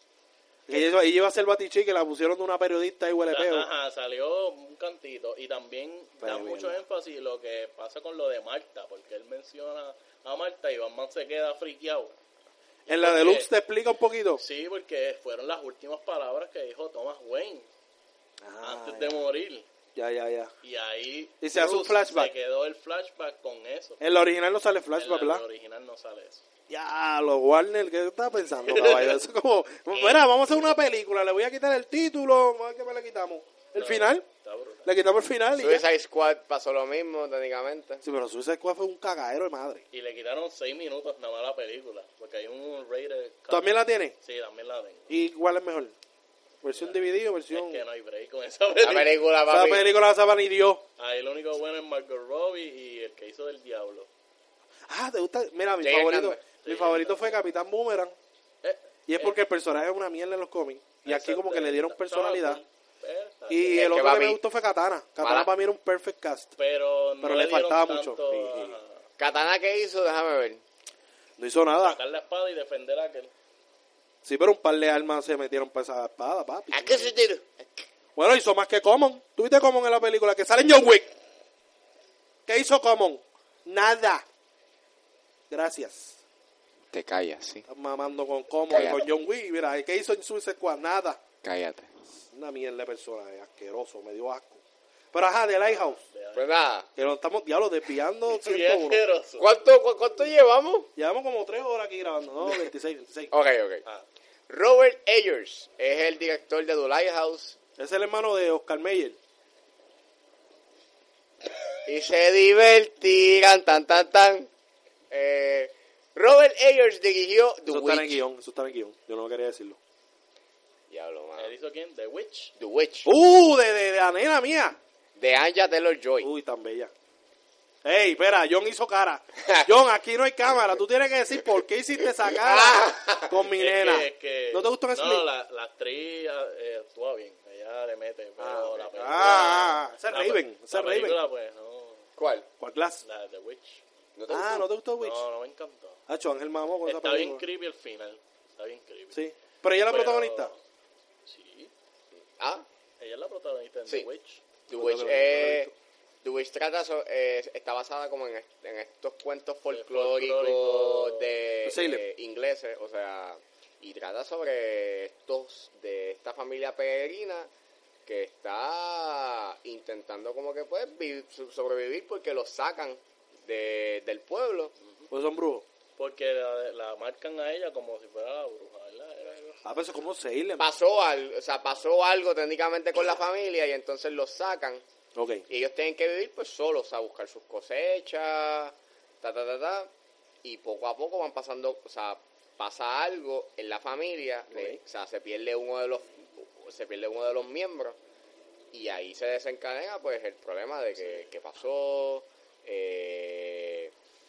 Y ella, ella iba a ser Batichi, que la pusieron de una periodista y huele peo. Ajá, salió un cantito y también da Pero mucho bien. énfasis lo que pasa con lo de Marta, porque él menciona a Marta y Batman se queda friqueado. En la Porque- deluxe te explica un poquito. Sí, porque fueron las últimas palabras que dijo Thomas Wayne. Ah, antes ya. de morir. Ya, ya, ya. Y ahí Y se hace un Bruce flashback. se quedó el flashback con eso. En la original no sale En flashback, la ¿verdad? original no sale eso. Ya, los Warner, ¿qué estás pensando, caballo? Eso es como, mira, vamos a hacer una película, le voy a quitar el título, vamos a ver qué me le quitamos. El No, final, Está brutal. le quitamos el final y ya. Suicide Squad pasó lo mismo, técnicamente. Sí, pero Suicide Squad fue un cagadero de madre. Y le quitaron seis minutos nada más a la película. Porque hay un rated cut. ¿También la tiene? Sí, también la tengo. ¿Y cuál es mejor? ¿Versión D V D o versión...? Es que no hay break con esa La película. película, Esa papi. película la sabe ni Dios. Ahí lo único bueno es Margot Robbie y el que hizo del Diablo. Ah, ¿te gusta? Mira, mi Jay favorito, Hernández. mi Sí, favorito fue Capitán Boomerang. Eh, Y es eh, porque el personaje es una mierda en los cómics. Y aquí como que le dieron Estaba personalidad. cool. Eh, está Y bien. Es el que otro que papi- me gustó fue Katana. Katana Para- para mí era un perfect cast. Pero, no pero le dieron faltaba tanto mucho. Sí, sí. a Katana, ¿qué hizo? Déjame ver. No hizo nada. sacar la espada y defender a aquel. Sí, pero un par de armas se metieron para esa espada, papi. ¿A qué se tira? Bueno, hizo más que Common. ¿Tuviste Common en la película? Que sale en John Wick. ¿Qué hizo Common? Nada. Gracias. Te callas, sí. Estás mamando con Common y Cállate. con John Wick. Mira, ¿qué hizo en Suicide Squad? Nada. Cállate. Una mierda de personaje, asqueroso, me dio asco. Pero ajá, de Lighthouse. Pues nada. Que nos estamos, diablo, desviando Bien ciento uno. asqueroso. ¿Cuánto, cu- cuánto llevamos? Llevamos como tres horas aquí grabando. No, veintiséis, veintiséis. Ok, ok. Ah, Robert Eggers es el director de The Lighthouse Es el hermano de Oscar Mayer. y se divertirán tan tan tan. Eh, Robert Eggers dirigió The Eso está en el Witch. guión, eso está en el guión. Yo no quería decirlo. Diablo, mano. ¿él hizo quién? The Witch. The Witch. ¡Uh! De, de, de la nena mía. De Anya Taylor-Joy. Uy, tan bella. Ey, espera, John hizo cara. John, aquí no hay cámara. Tú tienes que decir por qué hiciste esa cara con mi Es nena. que- es que- ¿No te gustó ese No, clip? la, la actriz eh, actúa bien. Ella le mete. Pero Ah, ok. la película. Ah, ah, ese es la Raven, pe- ese la es Raven. película, pues, no. ¿Cuál? ¿Cuál clase? La de The Witch. ¿No te Ah, gustó? ¿no te gustó Witch? No, no me encantó. Hacho, Ángel mamó con esa Está bien película. creepy el final. Está bien creepy. Sí. Pero ella es la Pero- protagonista. Sí. Ah, Ella es la protagonista en Sí. The Witch. The No, Witch, no, no, no, no, eh, no. The Witch trata so- eh, está basada como en, est- en estos cuentos folclóricos folclórico de de Salem. eh, ingleses, o sea, y trata sobre estos de esta familia peregrina que está intentando como que pues vi- so- sobrevivir porque los sacan de, del pueblo. Pues son brujos. Porque la, la marcan a ella como si fuera la bruja, ¿verdad? Era algo así. Ah, pues eso es como Salem. Pasó algo, o sea, pasó algo técnicamente con la familia y entonces los sacan. Ok. Y ellos tienen que vivir pues solos, a buscar sus cosechas, ta, ta, ta, ta. Y poco a poco van pasando, o sea, pasa algo en la familia, le- o sea, se pierde uno de los, se pierde uno de los miembros. Y ahí se desencadena pues el problema de que, que pasó, eh,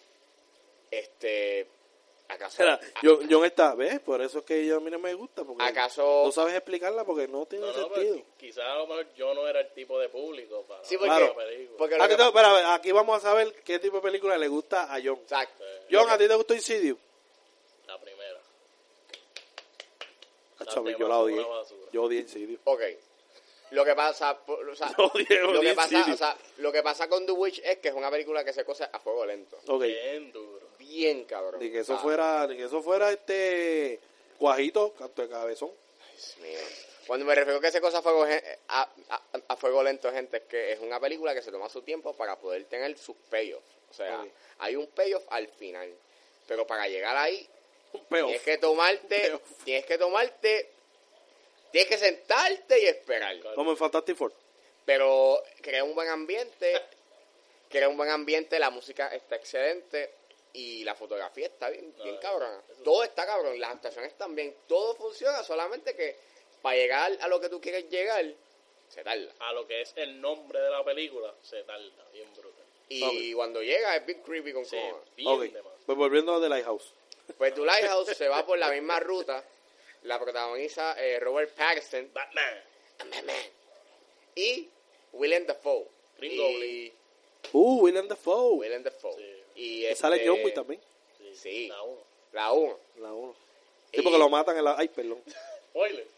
este, acaso, Mira, yo, John está, ¿ves? Por eso es que ella a mí no me gusta. Porque ¿Acaso- no sabes explicarla porque no tiene No, no, sentido. pero quizás a lo mejor yo no era el tipo de público para sí, porque, Claro. la película. porque A lo ti que- te- espera, aquí vamos a saber qué tipo de película le gusta a John. exacto. John, ¿a ti te gustó Insidious? La primera. Acho, a mí demás yo la son odié. una basura. Yo odié Insidious. Ok. Lo que pasa, por- o sea, Yo odié, lo odié que pasa, Insidious. o sea, lo que pasa con The Witch es que es una película que se cose a fuego lento. Ok. Bien duro. Bien cabrón. Ni que eso O sea, fuera, ni que eso fuera este Guajito, canto de cabezón. Dios mío. Cuando me refiero a que se cosa a fuego, gen- a, a- a fuego lento, gente, es que es una película que se toma su tiempo para poder tener sus payoffs. O sea, Ok. hay un payoff al final. Pero para llegar ahí, Un peo. tienes que tomarte, Payoff. tienes que tomarte, tienes que sentarte y esperar. Como en Fantastic Four. Pero crea un buen ambiente, crea un buen ambiente, la música está excelente y la fotografía está bien, bien No, cabrona. eso Todo está cabrón, las actuaciones están bien, todo funciona, solamente que para llegar a lo que tú quieres llegar, se tarda. A lo que es el nombre de la película, se tarda. Bien brutal. Y cuando llega es bien creepy con Sí, cojones. bien Ok. de más. Pues volviendo a The Lighthouse. Pues The Lighthouse se va por la misma ruta, la protagoniza eh, Robert Pattinson Batman. y Willem Dafoe. Green Y Goblin. Uh, Willem Dafoe. Willem Dafoe. Sí. Y Que este, sale John Wick también. Sí. Sí. La uno. La uno. La uno. Y- Sí, porque lo matan en la... Ay, perdón. Spoiler.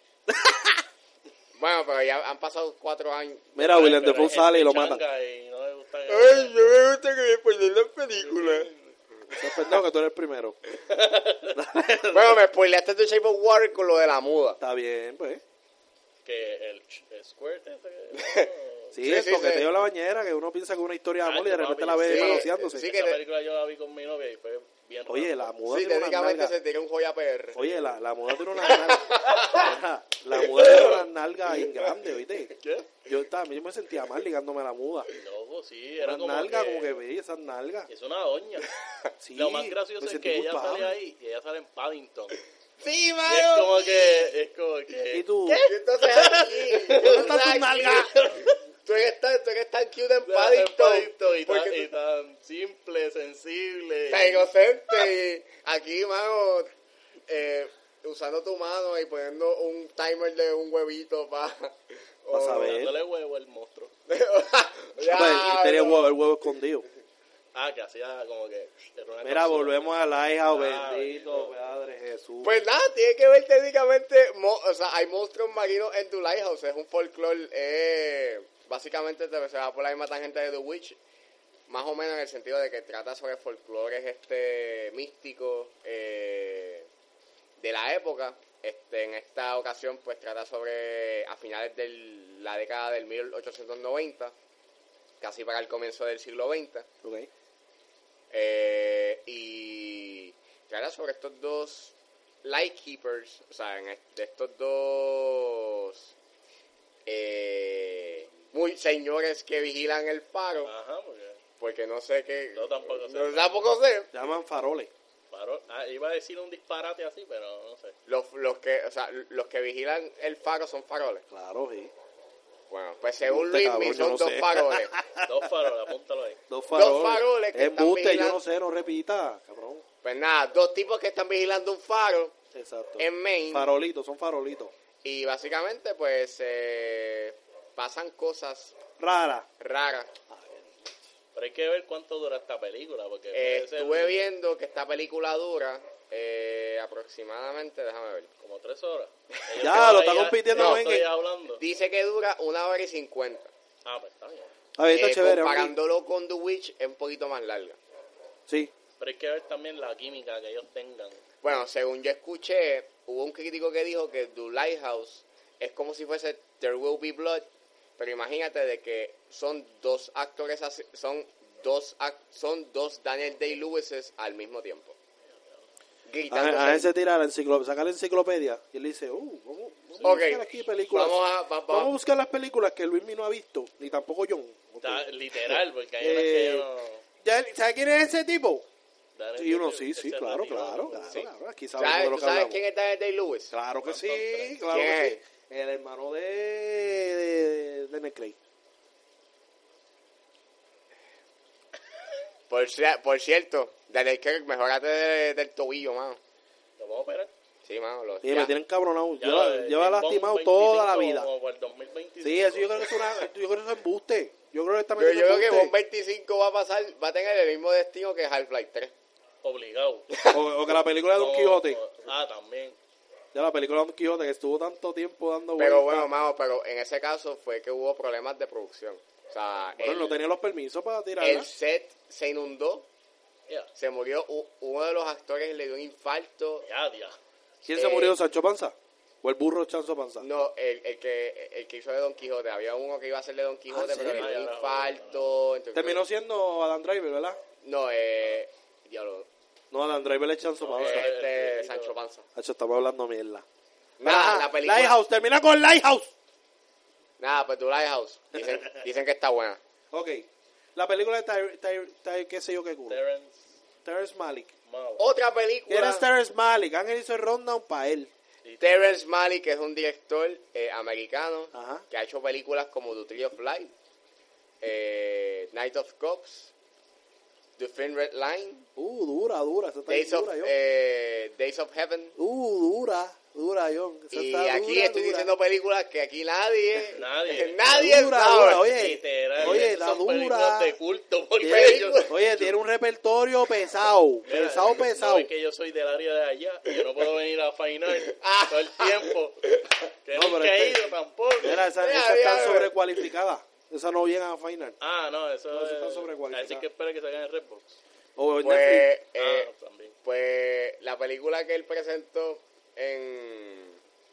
Bueno, pero ya han pasado cuatro años. Mira, Ay, Willem pero Dafoe es sale y que lo changa matan. y no le gusta que- Ay, no me gusta que me spoilen las películas. Se pendejo que tú eres el primero. Bueno, me spoileaste The Shape of Water con lo de la muda. Está bien, pues. Que el, el squirt ese que... Sí, Sí, el sí, toqueteo sí. en la bañera, que uno piensa que es una historia de amor y de Ay, repente papi, la ve sí, manoseándose. sí, Esa que te- película yo la vi con mi novia y fue bien Oye, raro. la muda Sí, tiene una técnicamente nalga. se tira un joya P R. Oye, la, la muda tiene una nalga. La muda tiene una nalga bien grande, ¿oíste? ¿Qué? Yo también me sentía mal ligándome a la muda. Loco, sí, era Una como nalga, que... como que veía esas nalgas. Es una doña. Sí, Lo más gracioso me es sentí que ella culpable. sale ahí y ella sale en Paddington. Sí, Y es mano. como que... Es como que... ¿Y tú? Y entonces aquí, ¿Dónde están tus nalgas? Tú eres tan, tú eres tan cute en En Paddington. Paddington y, porque tan, y tú tan simple, sensible. estás inocente. Y aquí, mano, eh, usando tu mano y poniendo un timer de un huevito para... Pa' saber. Dándole huevo al monstruo. Ya, Pues, y tenía el no. huevo, el huevo escondido. Ah, que hacía como que... era una Mira, cápsula. volvemos a Lighthouse, Ah, bendito, bendito. Padre Jesús. Pues nada, tiene que ver técnicamente, mo- o sea, hay monstruos marinos en The Lighthouse, es un folclore, eh, básicamente te- se va por la misma tangente de The Witch, más o menos en el sentido de que trata sobre folclores este, místicos eh, de la época. Este, en esta ocasión pues trata sobre a finales de la década del mil ochocientos noventa, casi para el comienzo del siglo veinte. Ok. Eh, y trata sobre estos dos lightkeepers, o sea, en est- de estos dos eh, muy señores que vigilan el faro, Ajá, porque... porque no sé qué. Yo tampoco sé. No, tampoco sé. Se llaman faroles. Paró- ah, iba a decir un disparate así, pero no sé. Los, los que, o sea, los que vigilan el faro son faroles. Claro, sí. Bueno, pues según Embuste, Luismi cabrón, yo son no dos sé. faroles. Dos faroles, apúntalo ahí. Dos faroles. faroles que están Embuste, yo vigilando. no sé, no repita, cabrón. Pues nada, dos tipos que están vigilando un faro Exacto. en Maine. Farolitos, son farolitos. Y básicamente, pues, eh, pasan cosas Rara. raras. Pero hay que ver cuánto dura esta película, porque... Eh, puede ser estuve viendo que esta película dura eh, aproximadamente, déjame ver. Como tres horas. Ellos Ya, lo está todavía- compitiendo no, con estoy Endgame. hablando. Dice que dura una hora y cincuenta. Ah, pues está bien. A ver, está Eh, chévere. ok. comparándolo con The Witch, es un poquito más larga. Sí. Pero hay que ver también la química que ellos tengan. Bueno, según yo escuché, hubo un crítico que dijo que The Lighthouse es como si fuese There Will Be Blood, pero imagínate de que son dos actores, así- son dos ac- son dos Daniel Day-Lewises al mismo tiempo. Gritando. A, a ese tira la enciclopedia, saca la enciclopedia y él dice, uh, vamos, vamos a Ok, buscar aquí películas. vamos a- va- va- Vamos a buscar las películas que Luismi no ha visto, ni tampoco John. Ok. Está literal, porque hay unas que Eh, yo no... ¿Ya- ¿Sabe quién es ese tipo? Daniel Y uno, Day- sí, sí, ese claro, retiró, claro, ¿no? claro, Sí. claro. Aquí sabemos ¿Sabes, de lo ¿Tú que sabes hablamos. quién es Daniel Day-Lewis? Claro que sí, ¿Quién claro es? que sí. El hermano de, de, de Ned Clay. Por, ci- por cierto, Daniel Craig, mejorate de- del tobillo, mano. ¿Lo vamos a operar? Sí, mano. Lo, Sí, ya. me tienen cabronado. Ya, Lleva, eh, lleva James lastimado Bond toda la veinticinco vida. Como para el dos mil veinticinco. Sí, eso yo creo que es una, yo creo que eso es embuste. Yo creo que está Yo, yo metiendo creo que embuste. Bond veinticinco va a pasar, va a tener el mismo destino que Half-Life tres. Obligado. O, o que la película de Don Como- Quijote. Ah, también. Ya la película de Don Quijote que estuvo tanto tiempo dando Pero vueltas. bueno, mano, pero en ese caso fue que hubo problemas de producción. O sea, Bueno, el, no tenía los permisos para tirarla. el set se inundó, Ya, se murió, u- uno de los actores le dio un infarto. ya, ya. ¿Quién se eh, murió? ¿Sancho Panza? ¿O el burro Chanzo Panza? No, el, el que el que hizo de Don Quijote, había uno que iba a ser de Don Quijote, ¿en pero le serio? dio un Ah, ya, infarto. entonces- Terminó siendo Adam Driver, ¿verdad? No, eh, diablo, No, Adam Driver es Chanzo No, Panza. eh, este el- Sancho Panza. Hacho, estamos hablando mierda. Nada, Ajá, la película. Lighthouse, termina con Lighthouse. Nada, pues The Lighthouse. Dicen, dicen que está buena. Ok. La película de Tyre, Tyre, Tyre- qué sé yo qué culo. Terrence Terrence Malick. Malick. Otra ¿Quién película. es Terrence Malick? Ángel hizo el rundown para él. Terrence Malick, que es un director eh, americano Ajá. que ha hecho películas como The Tree of Life, eh, Night of Cops, The Thin Red Line, Uh, dura, dura. Esa está bien Days of, dura, John. eh, Days of Heaven. Uh, dura, dura, John. Esa Y está aquí dura, estoy dura. diciendo películas que aquí nadie, Nadie. nadie Dura, sabe. dura, oye. Literal, Oye, esas está son películas dura. de culto. Porque Tiene- yo, oye, tiene un repertorio pesado. Mira, pesado, no, pesado. es que yo soy del área de allá. Yo no puedo venir a Fine Art todo el tiempo. Que No, nunca pero he este- ido tampoco. Mira, esa, Mira, esa mira, está mira. sobrecualificada. Esa no viene a final. Ah, no, eso, No, eso está es... sobrecualificado. Así que espera que salgan en Redbox. O en Pues, Netflix. eh, ah, también. pues la película que él presentó en,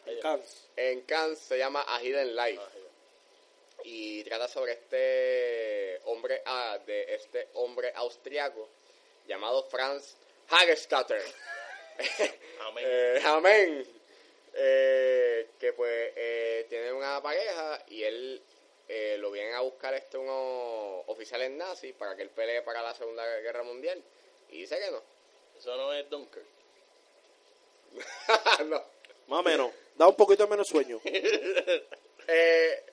En Cannes. en Cannes, se llama A Hidden Life. Ah, sí. Y trata sobre este hombre, ah, de este hombre austriaco llamado Franz Hagestatter. Amén. Eh, amén. Eh, que pues eh, tiene una pareja y él eh, lo vienen a buscar este unos oficiales nazis para que él pelee para la Segunda Guerra Mundial. Y dice que no. Eso no es Dunkirk. no. Más o menos. Da un poquito menos sueño. Eh,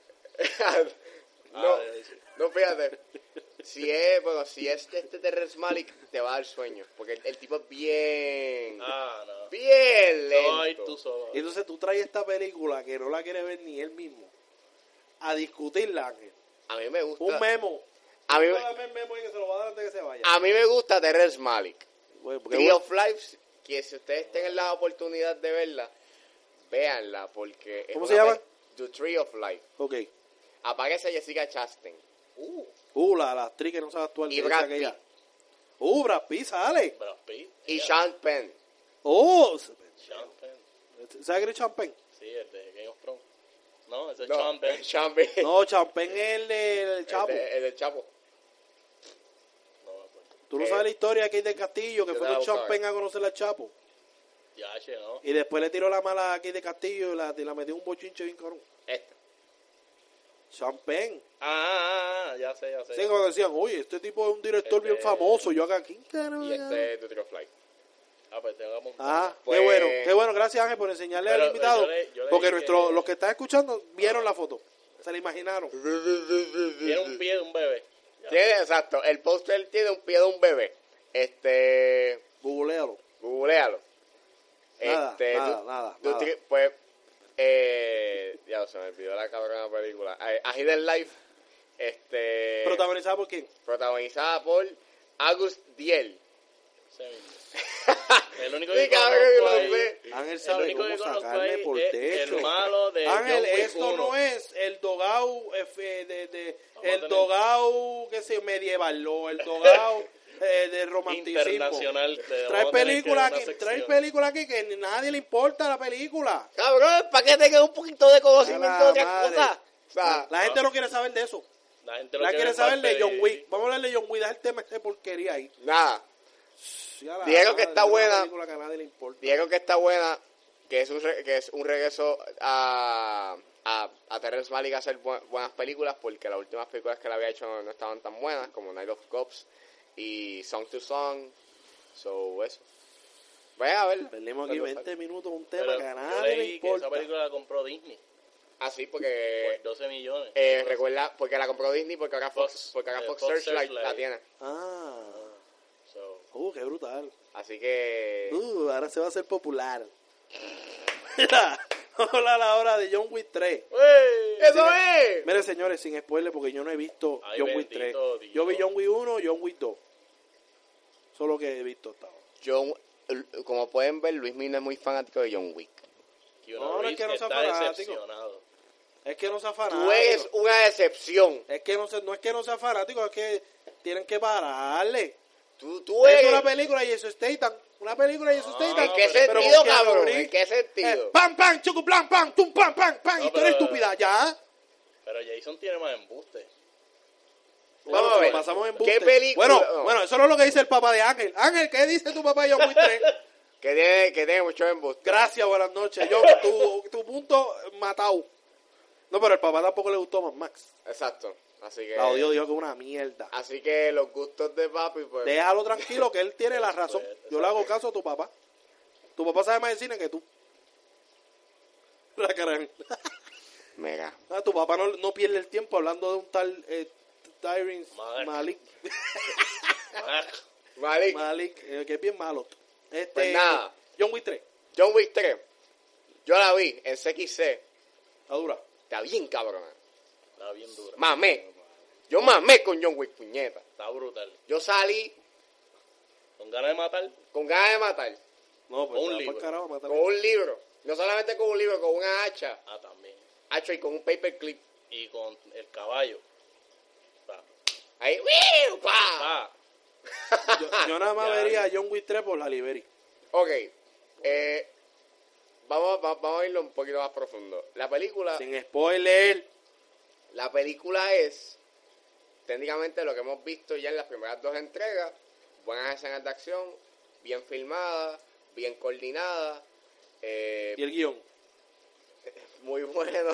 no, Ah, sí. no, fíjate. Si es, bueno, si es de este Terrence Malick, te va a dar sueño. Porque el, el tipo es bien, Ah, no. bien No vas a ir lento. tú solo. Y entonces tú traes esta película que no la quiere ver ni él mismo a discutirla, Ángel. A mí me gusta. Un memo. A mí, Tú me- dame el memo y que se lo va a dar antes de que se vaya. a mí me gusta Terrence Malick. Güey, porque Tree bueno, of Life, que si ustedes tienen la oportunidad de verla, véanla, porque... es ¿Cómo una se llama? pe- The Tree of Life. Ok. Aparece Jessica Chastain. Uh, Uh, la, la actriz que no sabe actuar. Y que Brad dice aquella. Uh, Brad Pitt, sale. Brad Pitt. Y ella, Sean Penn. Oh, Sean Penn. ¿sabes quién es Champagne? Sí, el de Game of Thrones. No, ese es No, Sean Penn. Sean Penn. No, Champagne es el del El Chapo. de- el del Chapo. No me acuerdo. Tú no eh, sabes la historia que hay del Castillo, que yo fue te la con busco, Champagne a conocer al Chapo. Ya, che, ¿no? Y después le tiró la mala aquí de Castillo y la, y la metió un bochinche bien cabrón. Esta. Champagne. Ah, ah, ah, ya sé, ya sé. Sí, cuando decían, oye, este tipo es un director bien Este- famoso. Yo acá, ¿quién carajo? Y este es The Tree of Life. Ah, pues tengo que apuntar. Ah, Pues- qué bueno, qué bueno. Gracias, Ángel, por enseñarle Pero, al invitado. yo le- yo le porque dije nuestro, que- los que están escuchando vieron la foto. Se la imaginaron. Tiene un pie de un bebé. Ya. Tiene, exacto, el póster tiene un pie de un bebé. Este, Googlealo. googlealo. Nada, este, nada, du- nada, du- nada. tri- Pues, eh, ya se me olvidó la cabrona película. Eh, A Hidden Life, este, ¿Protagonizada por quién? protagonizada por August Diel. Ese mismo. El único Sí, que cabrón, conozco lo ahí- sé. Ángel el sabe único cómo que conozco sacarme ahí por es techo. el malo de Ángel, John Wick esto uno. no es el dogao, eh, fe- de, de- Vamos a el tener- dogao, qué sé yo, medieval, o el dogao eh, de romanticismo. Internacional. de- Trae vamos a tener película que aquí, una trae sección. película aquí que ni nadie le importa la película. Cabrón, para que tenga un poquito de conocimiento A la de otras madre. cosas. O sea, La gente no quiere saber de eso. La gente lo La quiere saber de ver John y- Wick. Vamos a hablar de John Wick, deja el tema de porquería ahí. nada. Sí, a la Dijeron que madre, está es una buena. película que a nadie le importa. Dijeron que está buena, que es un, re- que es un regreso a, a, a Terrence Malick a hacer bu- buenas películas, porque las últimas películas que él había hecho no, no estaban tan buenas, como Night of Cops y Song to Song. So, eso. Vayan a ver. Perdimos aquí veinte minutos un tema Pero que a yo nadie le leí que importa. esa película la compró Disney Así, por porque... doce millones. Eh, recuerda, porque la compró Disney, porque ahora Fox, Fox, porque ahora eh, Fox, Fox Searchlight, Searchlight. la tiene. Ah, So, uh, qué brutal. Así que... Uh, ahora se va a hacer popular. Mira, vamos a hablar ahora de John Wick tres. ¡Ey! ¡Eso es! Miren, señores, sin spoiler, porque yo no he visto Ay, John Wick tres. bendito Dios. Yo vi John Wick uno, John Wick dos. Solo que he visto hasta ahora. John, como pueden ver, Luis Mina es muy fanático de John Wick. Keanu No, no es Reeves que no sea está fanático. decepcionado. Es que no sea fanático. Tú eres una decepción. Es que no, se- no es que no sea fanático, es que tienen que pararle. Tú, tú Es eres... una película y eso Statham. Una película y eso No, Statham. ¿En qué pero- pero sentido, con Keanu cabrón? Reeves. ¿En qué sentido? Eh, pam, pam, chucu, plan, pam, tum, pam, pam, pam. No, y tú eres pero- estúpida, ya. Pero Jason tiene más embuste. Vamos Bueno, a se ver. lo pasamos en ¿Qué buste. película? Bueno, No. bueno, eso no es lo que dice el papá de Ángel. Ángel, ¿qué dice tu papá de John Wick tres? Que tiene, que tiene mucho embuste. Gracias, buenas noches. Yo, tu, tu punto matado. No, pero el papá tampoco le gustó más Max. Exacto. Así que... La odió, dijo que es una mierda. Así que los gustos de papi, pues... Déjalo tranquilo, que él tiene la razón. Pues, Yo le hago caso a tu papá. Tu papá sabe más de cine que tú. La cara. Mega. Ah, tu papá no, no pierde el tiempo hablando de un tal eh, Tyrese Malik. Malik. Ah, Malik, Malik, eh, que es bien malo. Este, Pues nada. John Wick tres. John Wick tres. Yo la vi en C X C. Está dura. Está bien cabrona. está bien dura. Mamé. Yo mamé con John Wick, puñeta. Está brutal. Yo salí Con ganas de matar. con ganas de matar. No, pues Un te va libro. pa'l carajo, mátame. Con un libro. No solamente con un libro, con una hacha. Ah, también. Hacha y con un paperclip. Y con el caballo. Pa, Ahí. ¡wiu! ¡Pa! pa. Yo, yo nada más Ya, vería a John Wick tres por la Liberi. Ok. Eh, vamos, va- vamos a irlo un poquito más profundo. La película, Sin spoiler. la película es técnicamente lo que hemos visto ya en las primeras dos entregas. Buenas escenas de acción, bien filmadas, bien coordinadas, eh, Y el guión. muy bueno.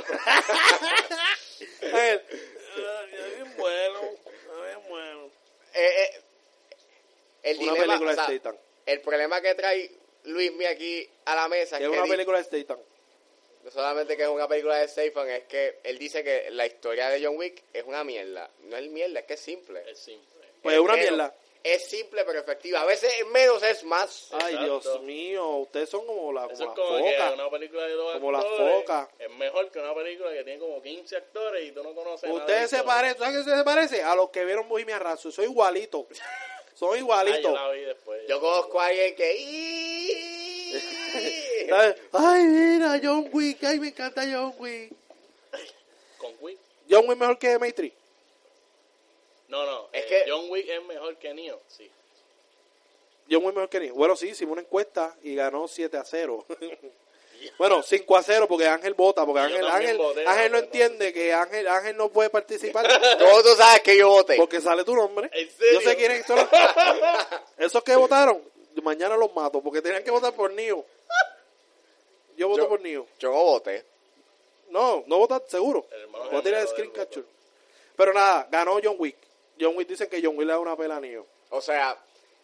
A ver, ay, bien bueno, bien bueno. Eh, eh, el Una dilema, película o sea, de Statham. el problema que trae Luismi aquí a la mesa Que es es que una di- película de Statham. no solamente que es una película de Statham, es que él dice que la historia de John Wick es una mierda. No es mierda, es que es simple. Es simple. Pues es una menos. mierda. Es simple pero efectiva. A veces menos es más. Ay, Exacto. Dios mío, ustedes son como la, Eso como es la como que foca. una película de dos Como la actores foca. es mejor que una película que tiene como quince actores y tú no conoces nada de Ustedes se historia. parecen, ¿sabes qué se parece? A los que vieron Bohemian Rhapsody. Soy igualito. Son Ah, yo igualitos. la vi después. Yo conozco a alguien que... ¿Sabes? Ay, mira, John Wick. Ay, me encanta John Wick. Con Wick. John Wick mejor que Matrix. No, no. Es eh, que- John Wick es mejor que Neo, sí. John Wick mejor que Neo. Bueno, sí, hicimos una encuesta y ganó siete a cero. Bueno, cinco a cero porque Ángel vota, porque Yo Ángel, también Ángel, voté, Ángel no pero no. entiende que Ángel, Ángel no puede participar ¿Cómo tú sabes que yo voté? porque sale tu nombre. ¿En serio? Yo sé quiénes son los- esos que votaron. Mañana los mato porque tenían que votar por Neo. Yo voto Yo- por Neo. Yo no voté. No, no votas seguro. El hermano Voy a tirar el gemelo screen del voto. capture. Pero nada, ganó John Wick. John Wick dicen que John Wick le da una pela a Neo. O sea,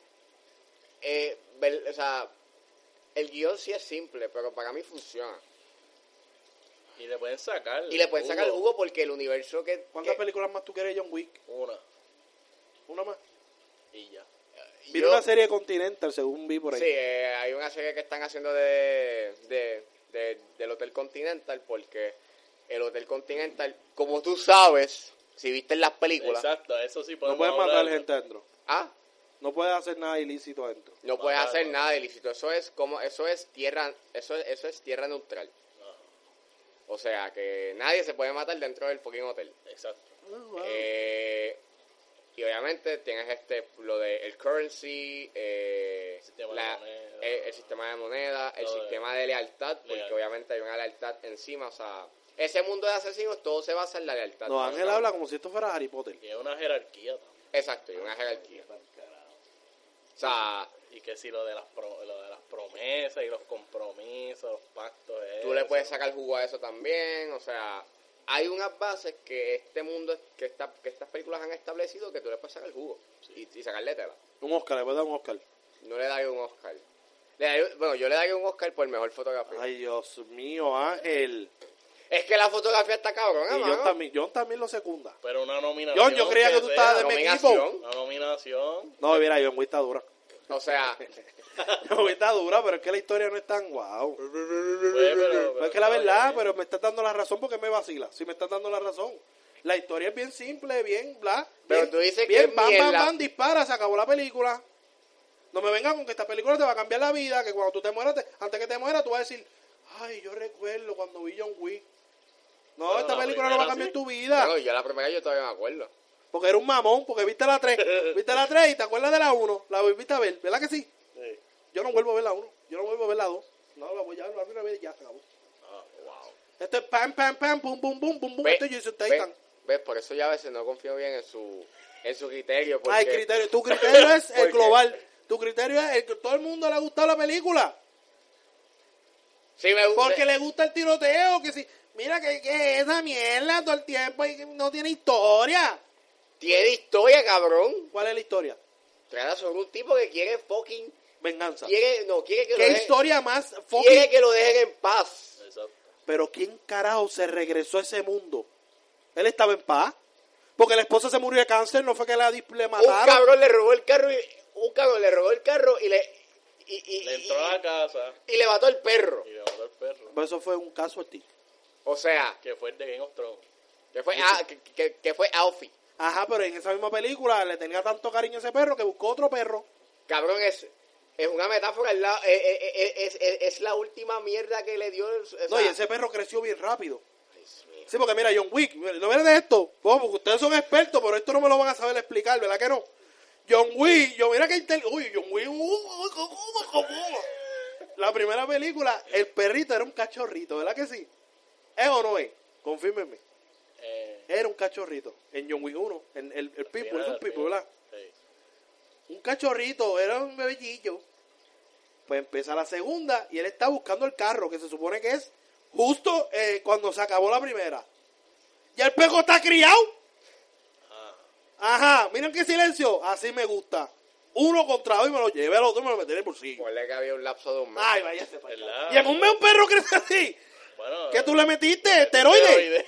eh, ver- o sea, el guión sí es simple, pero para mí funciona. Y le pueden sacar. Y le pueden sacar el jugo porque el universo que... ¿Cuántas que- películas más tú quieres de John Wick? Una. Una más. Y ya. Vino yo- una serie de Continental, según vi por ahí. Sí, eh, hay una serie que están haciendo de, de, de- del Hotel Continental porque el Hotel Continental, como tú sabes, si viste en las películas, Exacto, eso sí No podemos puedes matar hablar. gente adentro. ah, No puedes hacer nada ilícito adentro. no puedes Matar, hacer ¿no? nada ilícito. Eso es como, eso es tierra, eso es, eso es tierra neutral. Ajá, O sea que nadie se puede matar dentro del fucking hotel. exacto. Eh, y obviamente tienes este lo de el currency, eh, Sistema de la- moneda. eh, el sistema de moneda, el Lo de- sistema de lealtad, porque Leal. obviamente hay una lealtad encima, o sea, ese mundo de asesinos todo se basa en la lealtad. No, Ángel ¿no? habla como si esto fuera Harry Potter. Y es una jerarquía también. Exacto, y una jerarquía. O sea, Y que si lo de las pro- lo de las promesas y los compromisos, los pactos. tú le eso. puedes sacar jugo a eso también, o sea, hay unas bases que este mundo, que, esta, que estas películas han establecido que tú le puedes sacar jugo y, y sacarle tela. Un Oscar, le puedes dar un Oscar. No le daría un Oscar. Le daría- bueno, yo le daría un Oscar por mejor fotografía. Ay, Dios mío, Ángel. Es que la fotografía está cabrona, Y mano. John también, John también lo secunda. Pero una nominación. John, yo creía que tú sea, estabas de mi nominación. equipo. Una nominación. No, mira, John Wick está dura. O sea, John Wick está dura, pero es que la historia no es tan guau. Pues, pero- Pues es que la pero- verdad, pero me estás dando la razón porque me vacila. Si me estás dando la razón. La historia es bien simple, bien, bla. Pero bien, tú dices que bien, es bam, bam, mierda. bam, dispara, se acabó la película. No me vengan con que esta película te va a cambiar la vida, que cuando tú te mueras, te- antes que te mueras, tú vas a decir, ay, yo recuerdo cuando vi John Wick. No, Pero esta la película no va a primera cambiar sí. tu vida. bueno, yo la primera yo todavía me acuerdo. Porque era un mamón, porque viste la tres, viste la tres y te acuerdas de la uno, la volviste a ver, ¿verdad que sí? Sí. Yo no vuelvo a ver la uno, yo no vuelvo a ver la dos. No, la voy a ver la primera vez y ya se acabó. Ah, wow. Esto es pam, pam, pam, pum, pum, pum, pum, pum. Ve- Esto es Jason ve- Statham. ¿Ves? Por eso ya a veces no confío bien en su, en su criterio. Porque, Ay, criterio. Tu criterio es el porque- global. Tu criterio es el que todo el mundo le ha gustado la película. Sí me gusta. Porque le gusta el tiroteo. Que si, mira que, que es esa mierda todo el tiempo y que no tiene historia. Tiene historia, cabrón. ¿Cuál es la historia? Trata sobre un tipo que quiere fucking... Venganza. Quiere, no, quiere que lo ¿Qué dejen, historia más quiere fucking? que lo dejen en paz. Exacto. Pero ¿quién carajo se regresó a ese mundo? Él estaba en paz. Porque la esposa se murió de cáncer, no fue que la, le Un mataron. cabrón le robó el carro y... Un cabrón le robó el carro y le... Y, y, Le y- entró a la casa y le mató el perro. y le mató el perro. Pues eso fue un caso a ti. O sea, Que fue el de Game of Thrones. que fue, ah, que, que, que fue Alfie. Ajá, pero en esa misma película le tenía tanto cariño a ese perro que buscó otro perro. Cabrón, es, es una metáfora. Es la, eh, eh, eh, es, es, es la última mierda que le dio... O sea, No, y ese perro creció bien rápido. Dios mío. Sí, porque mira, John Wick, no ven de esto, oh, porque ustedes son expertos, pero esto no me lo van a saber explicar, ¿verdad que no? John Wick, yo mira que intel... Uy, John Wick... uh, uh, uh, uh, uh, la primera película, el perrito era un cachorrito, ¿verdad que sí? ¿Es o no es? Confírmenme. Eh, Era un cachorrito. En John Wick uno. En el, el Pipo, final, es un al Pipo, final. ¿verdad? Sí. Un cachorrito, era un bebillillo. Pues empieza la segunda y él está buscando el carro, que se supone que es justo eh, cuando se acabó la primera. Ya el perro está criado. Ah, Ajá, miren qué silencio. Así me gusta. Uno contra dos y me lo llevé, el otro me lo metí en el bolsillo. Ponle que había un lapso de un mes. Ay, váyase para allá. ¿verdad? Y en un mes un perro crece así. bueno. ¿Qué tú le metiste? ¿Esteroide?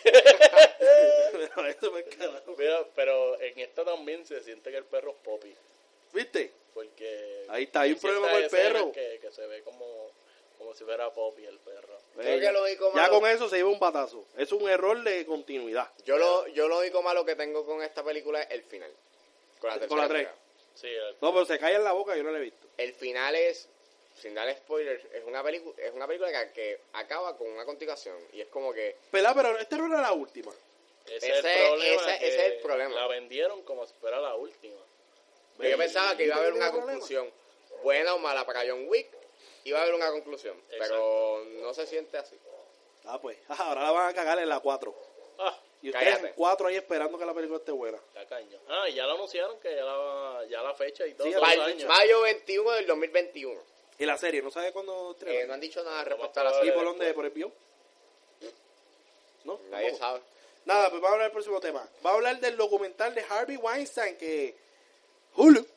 Eso me encanta. Mira, pero en esta también se siente que el perro es Poppy. ¿Viste? Porque... Ahí está, hay un ciertas problema con el escenas perro. Que, que se ve como, como si fuera Poppy el perro. Creo que lo único Ya malo- con eso se lleva un batazo. Es un error de continuidad. Yo lo, yo lo único malo que tengo con esta película es el final. Con la Con tercera la tres. entrega. Sí, el- No, pero se cae en la boca, yo no lo he visto. El final es, sin dar spoilers, es una película, es una película que, que acaba con una continuación. Y es como que, ¿Verdad? Pero esta no era la última. ese, Ese- es el problema. ese- que ese es el problema. La vendieron como si fuera la última. yo pensaba que iba a haber una ¿Tiene problema? conclusión. Buena o mala para John Wick, iba a haber una conclusión. Pero no se siente así. Ah, pues. Ajá, ahora la van a cagar en la cuatro. Ah, Y ustedes Cállate. en cuatro ahí esperando que la película esté buena. la caña. Ah, y ya lo anunciaron que ya la, ya la fecha y todo. Sí, todos Para los el años. mayo veintiuno del dos mil veintiuno. Y la serie, ¿no sabe cuándo Eh, estrena? no han dicho nada Lo respecto más a la ¿Y probable- serie. por dónde? ¿Por el bio? ¿No? Nadie Vamos. sabe. Nada, pues vamos a hablar del próximo tema. Va a hablar del documental de Harvey Weinstein que Hulu, Hulu,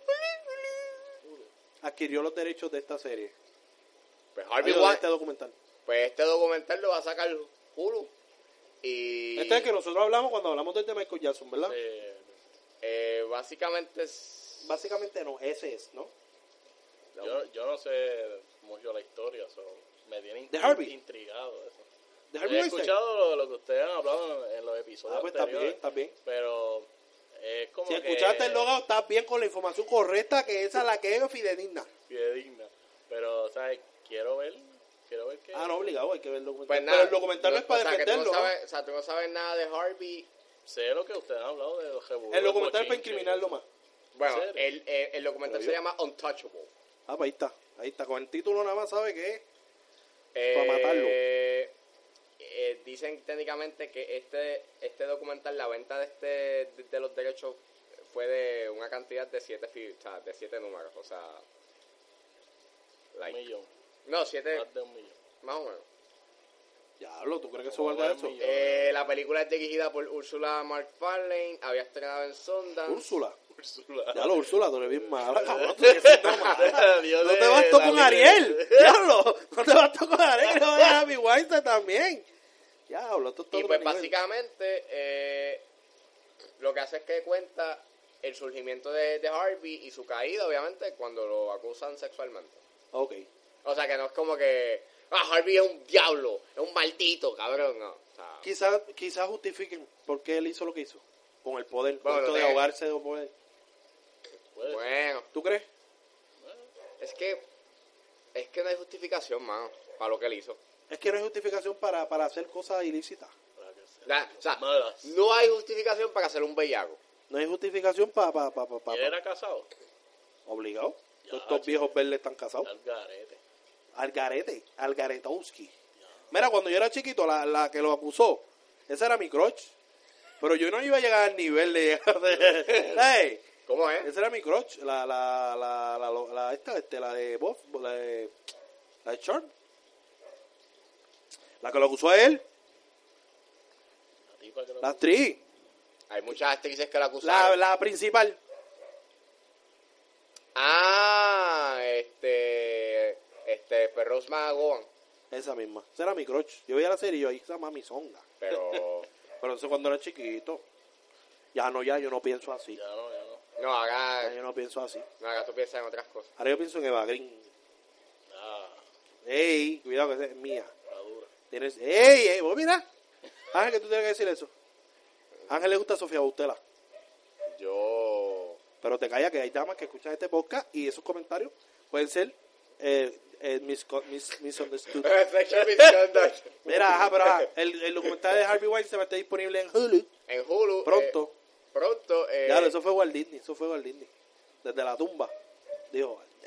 Hulu, Hulu, adquirió los derechos de esta serie. Pues Harvey Digo, de Weinstein, este documental. pues este documental lo va a sacar Hulu. Y Este es el que nosotros hablamos cuando hablamos del de Michael Jackson, ¿verdad? Sí. eh, básicamente es... Básicamente no, ese es, ¿no? Yo, yo no sé mucho la historia, so, me tiene ¿De Harvey? intrigado eso. De He Harvey Weinstein. escuchado lo, lo que ustedes han hablado en, en los episodios Ah, pues está bien, anteriores, está bien. pero es como Si que escuchaste el logado, estás bien con la información correcta, que esa es la que es fidedigna. fidedigna. Pero, ¿sabes? Quiero ver, quiero ver que... Ah, no, obligado, hay que ver el documental. Pues nada, Pero el documental no, es para o sea, que tú no defenderlo. ¿no? sabes- o sea, tú no sabes nada de Harvey. Sé lo que ustedes han hablado de los rebudos, El documental es para bochinches. incriminarlo más. Bueno, ¿En serio? el, el, el documental Pero se yo- llama Untouchable. Ah, pues ahí está, ahí está. Con el título nada más sabe que es. Eh, Para matarlo. eh, dicen técnicamente que este este documental, la venta de este de, de los derechos fue de una cantidad de siete, fi- o sea, de siete números, o sea, Un like, millón, no, siete, más de un millón. más o menos. Diablo, ¿tú crees que eso Como valga un eso? millón. Eh, la película es dirigida por Ursula McFarlane, había estrenado en Sundance. Úrsula. Úrsula. Diablo, Úrsula, tú eres bien mala, cabrón. tú eres bien mala. Dios No de te bastó la con libre. Ariel. Diablo, no te bastó con Ariel. No de Harvey Weinstein también. Diablo, esto está Y otro pues nivel. básicamente eh, lo que hace es que cuenta el surgimiento de, de Harvey y su caída, obviamente, cuando lo acusan sexualmente. Ok. O sea, que no es como que, ah, Harvey es un diablo, es un maldito, cabrón, no. O sea, Quizás quizá justifiquen por qué él hizo lo que hizo. Con el poder. Con Bueno, esto de de- ahogarse de poder. Puede ser. bueno, ¿Tú crees? es que, es que no hay justificación, mano, para lo que él hizo. Es que no hay justificación para, para hacer cosas ilícitas. Para que sea. La- o sea, Malas. no hay justificación para hacer un bellaco. No hay justificación para... Pa, pa, pa, pa- ¿Y él era casado? Obligado. Ya, Todos estos chico. viejos verdes están casados. Al garete. Algarete, Algaretowski. Mira, cuando yo era chiquito, la, la que lo acusó, esa era mi crush. Pero yo no iba a llegar al nivel de... de hey, ¿Cómo es? esa era mi crush. La, la, la, la, la, la- esta, este, la de Bob, la de... La de Sharp. La que lo acusó a él, La tipa que lo la actriz. Hay muchas actrices que la La, acusaron. la principal. Ah, este, este, pues Rose McGowan, Esa misma. Esa era mi crush. Yo veía la serie y yo, ahí esa mami zonga. pero Pero eso cuando era chiquito. Ya no, ya yo no pienso así. Ya no, ya no. no, Ya haga, yo no pienso así. no haga, tú piensas en otras cosas. Ahora yo pienso en Eva Green. Ah, Ey, cuidado que esa es mía. la dura. Tienes, ey, ey, vos mira. Ángel, que tú tienes que decir eso. A Ángel le gusta Sofía Bustela. Yo, Pero te calla que hay damas que escuchan este podcast y esos comentarios pueden ser eh, eh, misco- mis, misunderstood. Sexual misconduct. Mira, ajá, pero ajá, el, el documental de Harvey Weinstein está disponible en Hulu En Hulu, pronto. eh, pronto, eh, Claro, eso fue Walt Disney, eso fue Walt Disney. Desde la tumba. Dijo, "Este cabrón.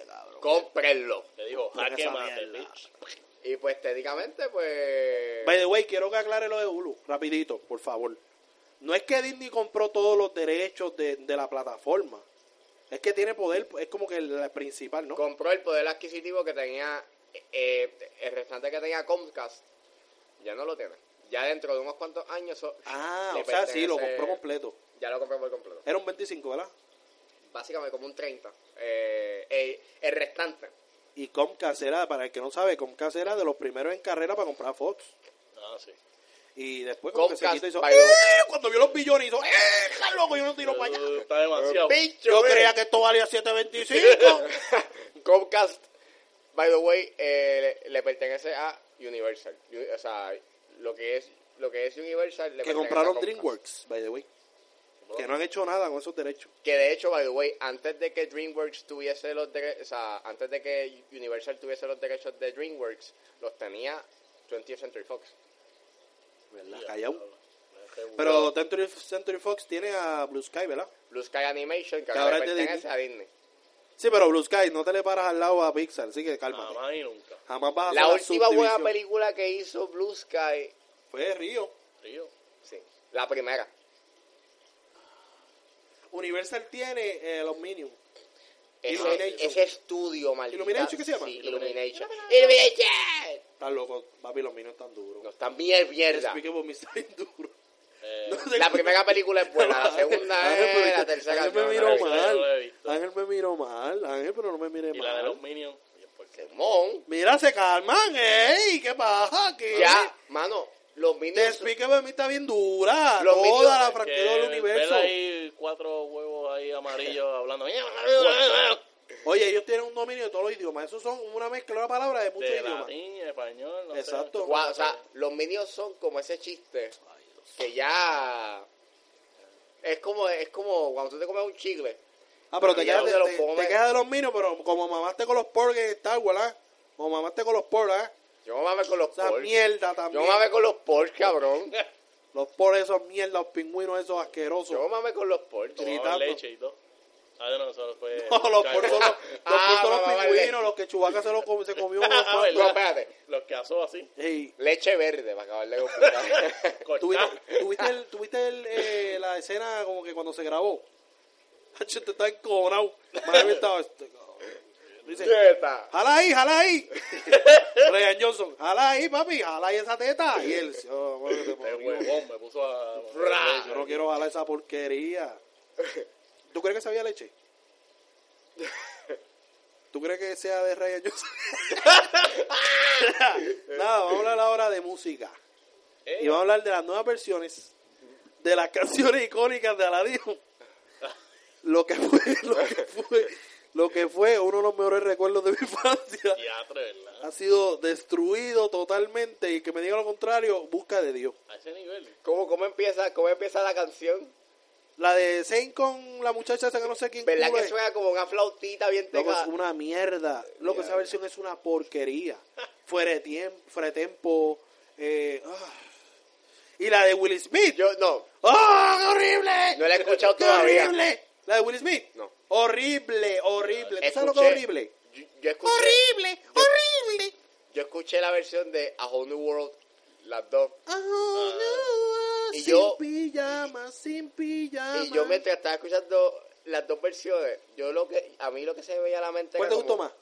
cómprenlo. Le dijo, Mira jaque esa mate, mierda. bitch. Y pues técnicamente, pues... By the way, quiero que aclare lo de Hulu, rapidito, por favor. No es que Disney compró todos los derechos de, de la plataforma. Es que tiene poder, es como que el, el principal, ¿no? compró el poder adquisitivo que tenía, eh, el restante que tenía Comcast, ya no lo tiene. Ya dentro de unos cuantos años... so- Ah, le o sea, sí, lo pertenece- compró completo. Ya lo compró por completo. Era un veinticinco, ¿verdad? Básicamente como un treinta. Eh, eh, el restante. Y Comcast era, para el que no sabe, Comcast era de los primeros en carrera para comprar Fox. Ah, sí. Y después como que se Comcast, quitó y hizo... by the way. ¡Eh! Cuando vio los billones hizo... ¡Eh! ¡Está loco! Yo no tiro para allá. Uh, está demasiado. Bicho, Yo eh. creía que esto valía siete veinticinco. Comcast, by the way, eh, le, le pertenece a Universal. U- O sea, lo que es lo que es Universal le Que pertenece compraron a Comcast. DreamWorks, by the way. Que no han hecho nada con esos derechos. Que de hecho, by the way, antes de que DreamWorks tuviese los derechos, o sea, antes de que Universal tuviese los derechos de DreamWorks, los tenía twentieth Century Fox. ¿Verdad? Ya, Callao. Pero, Pero Century, Century Fox tiene a Blue Sky, ¿verdad? Blue Sky Animation, que Que ahora ahora le es de pertenece a Disney. Sí, pero Blue Sky, no te le paras al lado a Pixar, así que cálmate. Jamás y nunca. Jamás vas a La hacer última buena subdivisión. película que hizo Blue Sky, Fue Río. Río. sí, la primera. Universal tiene eh, los Minions. Ese, Illumination. ese estudio, maldita. Illumination, ¿qué se llama? Sí, Illumination. Illumination. Illumination. Estás loco, papi, los Minions están duros. No, están bien mierda. Despicable Me está bien duro. Eh, No sé La cómo- primera película es buena, la segunda Ángel, pero es, la es que tercera Ángel no, me no miró la he visto. no la he mal. visto. Ángel me miró mal. Ángel, pero no me mire y la de los mal. Minions. bien porquería. Simón, Mira, se calman, ey. ¿Qué pasa? ¿Qué? ya, mano, los Minions... Despicable Me está bien dura. Los Toda Minions- la Que franquicia del ver universo. ahí cuatro huevos ahí amarillos hablando Oye, ellos tienen un dominio de todos los idiomas. Esos son una mezcla, una palabra de muchos de idiomas. latín, español, no Exacto. sé. Gua- o sea, los Minions son como ese chiste que ya... Es como, es como cuando tú te comes un chicle. Ah, pero te Y ya quedas de, de los te, fome- te quedas de los Minions, pero como mamaste con los porgs en Star Wars, ¿ah? Como mamaste con los porgs, ¿ah? Yo me mamé con los Esa porks. mierda Yo también. me mamé con los porks, cabrón. Los porgs esos mierdas, los pingüinos esos asquerosos. Yo me mamé con los porks. Tomaban gritando. leche y todo. Ah, no, eso fue... No, los porgs son los, los, Ah, porgs son los mamá, pingüinos, vale. los que Chewbacca se, lo com- se comió unos Ah, No, cuantos. espérate. Los que asó así. Ey, Leche verde, para acabar de complicar. ¿tuviste, Cortado. tuviste, el, tuviste el, eh, la escena como que cuando se grabó? Hacho, te está encojonado. Madre mía, estaba este, cabrón. Dice, Teta. jala ahí, jala ahí. Ryan Johnson, jala ahí, papi, jala ahí esa teta. Y él, oh, bueno, te El parió. huevón me puso a... Fra. Yo no quiero jalar esa porquería. ¿Tú crees que sabía leche? ¿Tú crees que sea de Ryan Johnson? Nada, vamos a hablar ahora de música. Y vamos a hablar de las nuevas versiones de las canciones icónicas de Aladdin. Lo que fue, lo que fue, lo que fue uno de los mejores recuerdos de mi infancia. Teatro, ¿verdad? Ha sido destruido totalmente y que me diga lo contrario, busca de Dios. A ese nivel. ¿Cómo, cómo, empieza, ¿Cómo empieza la canción? La de Zayn con la muchacha esa que no sé quién ¿Verdad culo que es. suena como una flautita bien Loco, es tecada? una mierda. Loco, esa versión es una porquería. Fuera de tiempo, fuera de tempo. Eh, ah. Y la de Will Smith. Yo, no, ¡Oh, qué horrible! no la he escuchado ¡Qué todavía. horrible! ¿La de Will Smith? No. Horrible, horrible. ¿Tú sabes lo que Escuché- es horrible? Yo, yo escuché, ¡Horrible, horrible! yo escuché la versión de A Whole New World, las dos. Oh, no, Y sin yo- pijama, sin pijama. Y yo mientras estaba escuchando las dos versiones, yo lo que, a mí lo que se me veía a la mente ¿Cuál era te gustó como-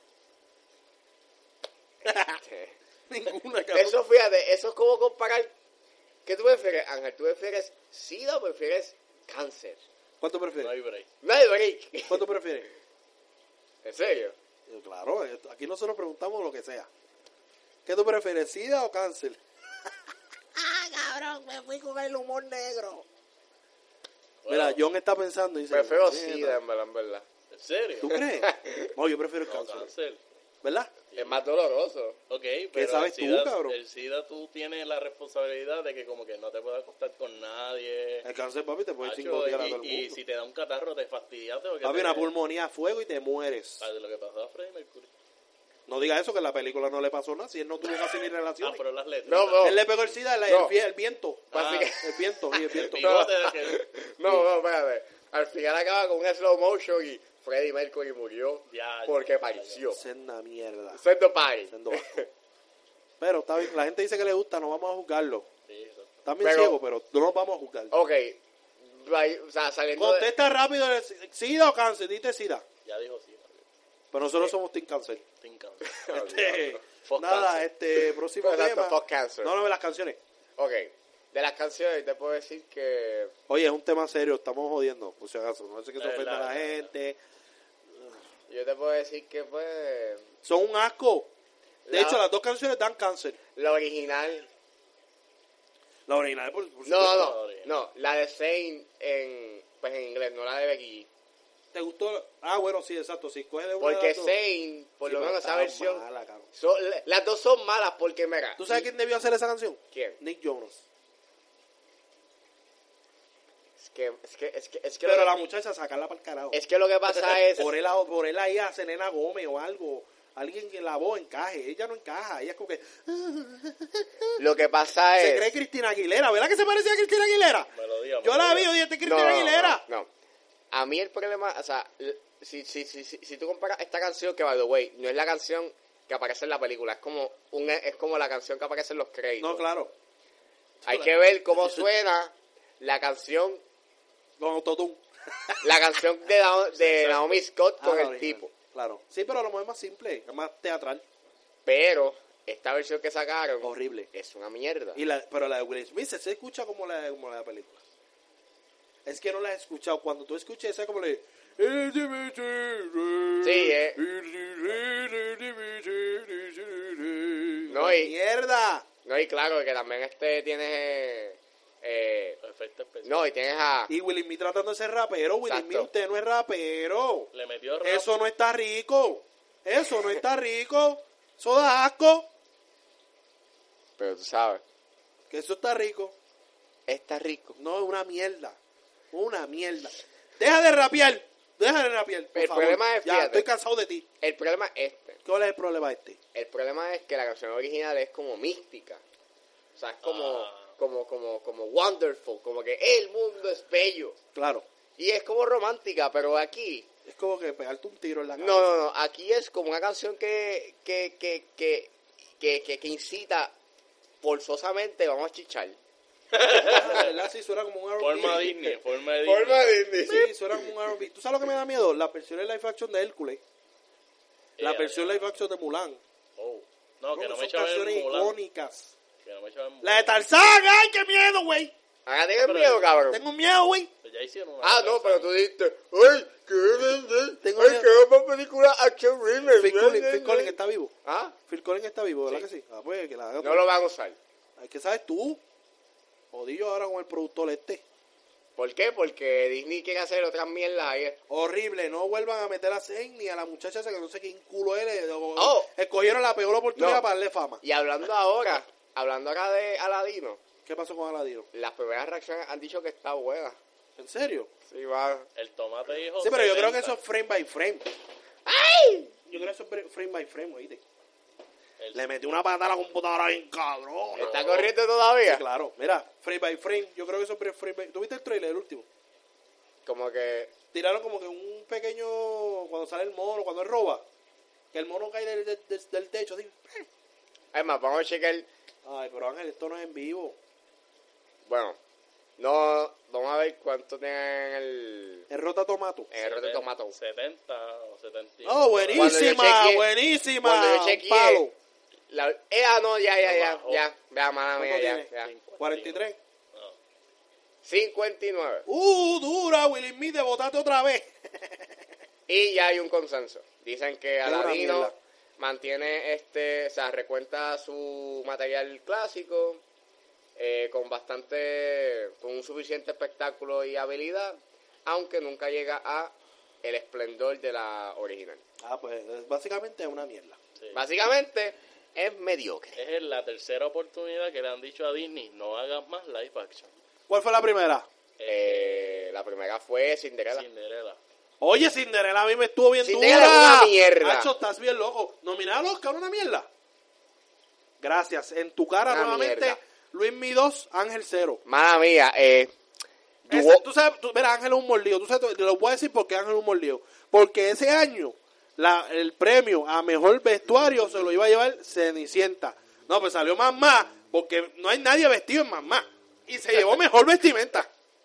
más? Ninguna, cabrón. Eso, fíjate, eso es como comparar. ¿Qué tú prefieres, Ángel? ¿Tú prefieres SIDA o prefieres cáncer? ¿Cuál tú No prefieres? hay break. No hay break. ¿Cuál tú prefieres? ¿En serio? Yo, claro, esto- aquí nosotros preguntamos lo que sea. ¿Qué tú prefieres, SIDA o cáncer? Ah, cabrón, me fui con el humor negro. Mira, John está pensando y dice... Prefiero "Mierda". SIDA, en verdad, en verdad. ¿En serio? ¿Tú crees? No, yo prefiero el No, cáncer. cáncer. ¿Verdad? Es más doloroso. Ok, pero sabes el tú, SIDA, cabrón? el SIDA tú tienes la responsabilidad de que como que no te puedas acostar con nadie. El cáncer, papi, te puede Macho, chingotear a todo el y, y mundo. si te da un catarro te fastidiaste. Porque Papi, te, una pulmonía a fuego y te mueres. ¿Sabes lo que pasó a Freddie Mercury? No diga eso, que en la película no le pasó nada, si él no tuvo casi ni Ah, relaciones. pero las letras. No, no. Él le pegó el SIDA, el, No. el, el viento. Ah. El viento, sí, el viento. El bigote de que... No, no, espérate. Al final acaba con un slow motion y Freddie Mercury murió Ya, porque ya, pareció. Senda mierda. Sendo Party. Sendo asco. Pero está bien, la gente dice que le gusta, no vamos a juzgarlo. Sí, eso. Están bien Pero- ciegos, pero no nos vamos a juzgar. Ok. Right, o sea, saliendo de... Contesta rápido, ¿sida o cáncer? Dite sida. Ya dijo sí. Pero nosotros somos team cáncer. Team Cancer. Este, Fuck nada, cáncer. este, próximo Exacto, tema. fuck cancer. No, no, las canciones. Ok. De las canciones te puedo decir que... Oye, es un tema serio, estamos jodiendo, por si acaso. No sé que se Es ofenda a la verdad, es gente. Yo te puedo decir que pues... Son un asco. De La- hecho, las dos canciones dan cáncer. La original... La original, por, por No, supuesto. no, no. No, la de Zayn en... Pues en inglés, no la de Becky G. ¿Te gustó? Ah, bueno, sí, exacto. Si coges de una de Porque las dos. Zayn, por Sí, lo pero menos esa está versión... mala, cabrón. son- las dos son malas porque, mira... ¿Tú sabes quién debió hacer esa canción? ¿Quién? Nick Jonas. Es que, es que, es que, es que, Pero lo, la muchacha sacarla para el carajo. es que lo que pasa es... Por él, a- por él ahí a Selena Gómez o algo. Alguien que la voz encaje. Ella no encaja. Ella es como que... Lo que pasa Se es... cree Cristina Aguilera. ¿Verdad que se parecía a Cristina Aguilera? Melodía, Yo la vi, melodía. oye, este es No, Cristina no, Aguilera. no, no. A mí el problema, o sea, l- si, si, si, si, si tú comparas esta canción, que by the way, no es la canción que aparece en la película, es como un es como la canción que aparece en los créditos. No, claro. Hay que ver cómo suena la canción, Con autotune. la canción de, Nao- de Naomi Scott Ah, con la el original. tipo. Claro. Sí, pero a lo mejor es más simple. Es más teatral. Pero esta versión que sacaron Horrible. es una mierda. Y la, pero la de Will Smith se escucha como la, como la de la película. Es que no la he escuchado. Cuando tú escuches esa como le... Sí, eh. No, No, y- mierda. No, y claro que también este tiene eh, Efecto especial. no, y tienes a Y Will Smith tratando de ser rapero. Will Exacto. Smith, usted no es rapero. Le metió rap. Eso no está rico. Eso no está rico. Eso da asco. pero tú sabes, Que eso está rico. está rico. No, es una mierda. Una mierda. Deja de rapear. Deja de rapear. Por El favor. problema es, Ya, fíjate. estoy cansado de ti. El problema es este. ¿Cuál es el problema este? El problema es que la canción original es como mística. O sea, es como, Ah. como, como, como wonderful, como que el mundo es bello. Claro. Y es como romántica, pero aquí, Es como que pegarte un tiro en la no, cabeza. no, no, aquí es como una canción que, que, que, que, que, que, que incita forzosamente, vamos a chichar. Ah, ¿verdad? Sí, suena como un R and B. Forma Disney, forma de Disney. Forma Disney. Sí, suena como un R and B. ¿Tú sabes lo que me da miedo? La versión live action de Hércules. La Eh, versión ya. live action de Mulan. Oh. No, que no me son echaban canciones el Mulan. icónicas. Que no me echaban La de Tarzán, ¡ay, qué miedo, güey! Ahora tienes Pero- miedo, cabrón. Tengo miedo, güey. Pues ya hicieron una. Ah, no, pero tú dijiste, ¡ay, qué bien! Tengo ¡Ay, miedo. qué buena película action remake! Phil Collins, Phil Collins está vivo. ¿Ah? Phil Collins está vivo, ¿verdad Sí. que sí? Ah, pues que la haga. No lo van a usar. Ay, ¿qué sabes tú? Jodillo ahora con el productor este. ¿Por qué? Porque Disney quiere hacer otras mierdas ahí. Horrible, no vuelvan a meter a Zen ni a la muchacha esa que no sé quién culo eres. Oh. Escogieron la peor oportunidad No. para darle fama. Y hablando ahora, hablando ahora de Aladino, ¿Qué pasó con Aladino? las primeras reacciones han dicho que está buena. ¿En serio? Sí, va. El tomate dijo. Sí, pero yo creo que setenta. eso es frame by frame. ¡Ay! Yo creo que eso es frame by frame, oíste. El- Le metí una pata a la computadora bien cabrón. ¿Está corriendo todavía? Sí, claro. Mira, frame by frame. Yo creo que eso es frame by... ¿Tú viste el trailer, el último? Como que... Tiraron como que un pequeño... Cuando sale el mono, cuando él roba. Que el mono cae del, del, del- del techo, así. Es más, vamos a checar... Ay, pero Ángel, esto no es en vivo. Bueno, no... Vamos a ver cuánto tiene el... Es rota tomato. En el rote tomato. setenta o setenta. Oh, buenísima, Cuando yo chequeé- buenísima. cuando yo un chequeé- palo. La, eh, ah, no, ya, ya, ya, Abajo. ya. Ya, mala ¿Cuánto mía, ya, tiene? ya. cuarenta y tres. No. cincuenta y nueve. Uh, dura, Will Smith, de botate otra vez. Y ya hay un consenso. Dicen que Es una Aladino mierda. mantiene este, o sea, recuenta su material clásico eh, con bastante, con un suficiente espectáculo y habilidad, aunque nunca llega a el esplendor de la original. Ah, pues eh, básicamente es una mierda. Sí. Básicamente es mediocre. Es la tercera oportunidad que le han dicho a Disney: no hagas más live action. ¿Cuál fue la primera? Eh, la primera fue Cinderella. Cinderella. Oye, Cinderella a mí me estuvo bien Cinderella dura. es una mierda. Nacho, estás bien loco. Nominar a los Oscar, una mierda. Gracias. En tu cara Una nuevamente, mierda. Luis Mi dos, Ángel cero. Mala mía, eh, Ese, tú sabes, tú, mira, Ángel es un mordido. Tú sabes, te lo voy a decir porque Ángel es un mordido. Porque ese año, la, el premio a mejor vestuario se lo iba a llevar Cenicienta. No, pues salió Mamá, porque no hay nadie vestido en Mamá. Y se llevó mejor vestimenta.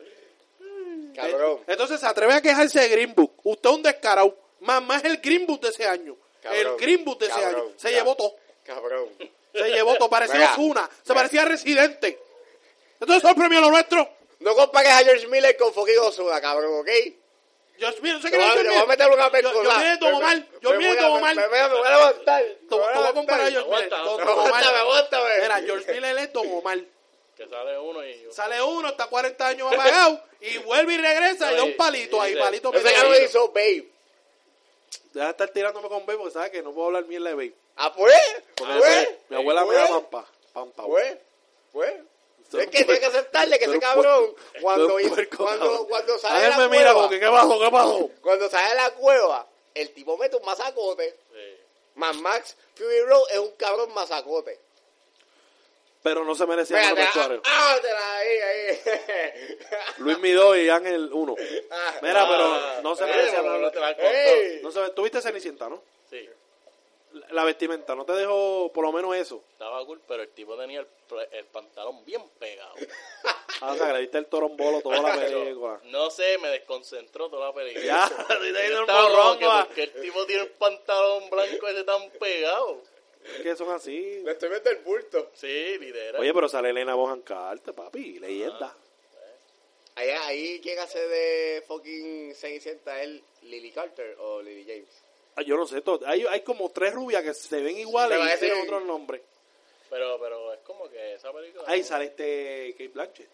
Cabrón. Entonces se atreve a quejarse de Green Book. Usted es un descarado. Mamá es el Green Book de ese año. Cabrón, el Green Book de ese cabrón, año. Se cabrón, llevó todo. Cabrón. Se llevó todo. Parecía Mira, Ozuna. Se mira. parecía Residente. Entonces son premios lo nuestro. No compares a George Miller con fucking Ozuna, cabrón, ¿ok? Yo, mira, no sé Te qué voy a- le te voy a meter una Yo, yo película. mire Don Omar. Yo Me mire voy a- Don me- Omar. Me me- me voy a levantar. Te me voy te voy a comparar a levantar. George Miller Aguanta, con Me Don Omar. aguántame, aguántame. Mira, George Miller es Don Omar. Que sale uno y yo. Sale uno, está cuarenta años apagado y vuelve y regresa y da un palito ahí, Dice, palito Ese medio. cabrón hizo Babe. Deja de estar tirándome con Babe porque sabes que no puedo hablar mierda de Babe. Ah, pues. Porque Ah, pues. mi abuela me pues, da pampa. Pampa. Pues. Pues. Tú Es que tienes que aceptarle que tú ese eres cabrón, puerco. cuando, Tú eres puerco, cuando, cabrón. cuando sale de Ángel la me mira como cueva, que, ¿qué pasó? ¿Qué pasó? cuando sale de la cueva, el tipo mete un masacote. Sí. Mad Max Fury Road es un cabrón masacote. Pero no se merecía menos Espérate, vestuario. ah, ah, te la ahí, ahí. Luis Midó y Ángel uno. Ah, Mira, Ah, pero no se eh, merecía bueno, menos. no te la contó. Ey. No se, tuviste Cenicienta, ¿no? Sí, La, la vestimenta, no te dejó por lo menos eso. estaba cool, pero el tipo tenía el, ple- el pantalón bien pegado. Ah, o sea, que le diste el torombolo toda la película. No sé, me desconcentró toda la película. Ya, te Yo diste el estaba como morrón, que, va. ¿por qué el tipo tiene el pantalón blanco ese tan pegado? Es que son así. Le estoy viendo el bulto. Sí, literal. Oye, pero sale Elena Bonham Carter, papi, leyenda. Ahí, ahí, ¿quién hace de fucking Cenicienta? ¿Él, Lily Carter o Lily James? Ah, yo no sé, todo. Hay, hay como tres rubias que se ven iguales Me y parece- tienen otros nombres. Pero, pero es como que esa película... Ahí sale este Kate Blanchett.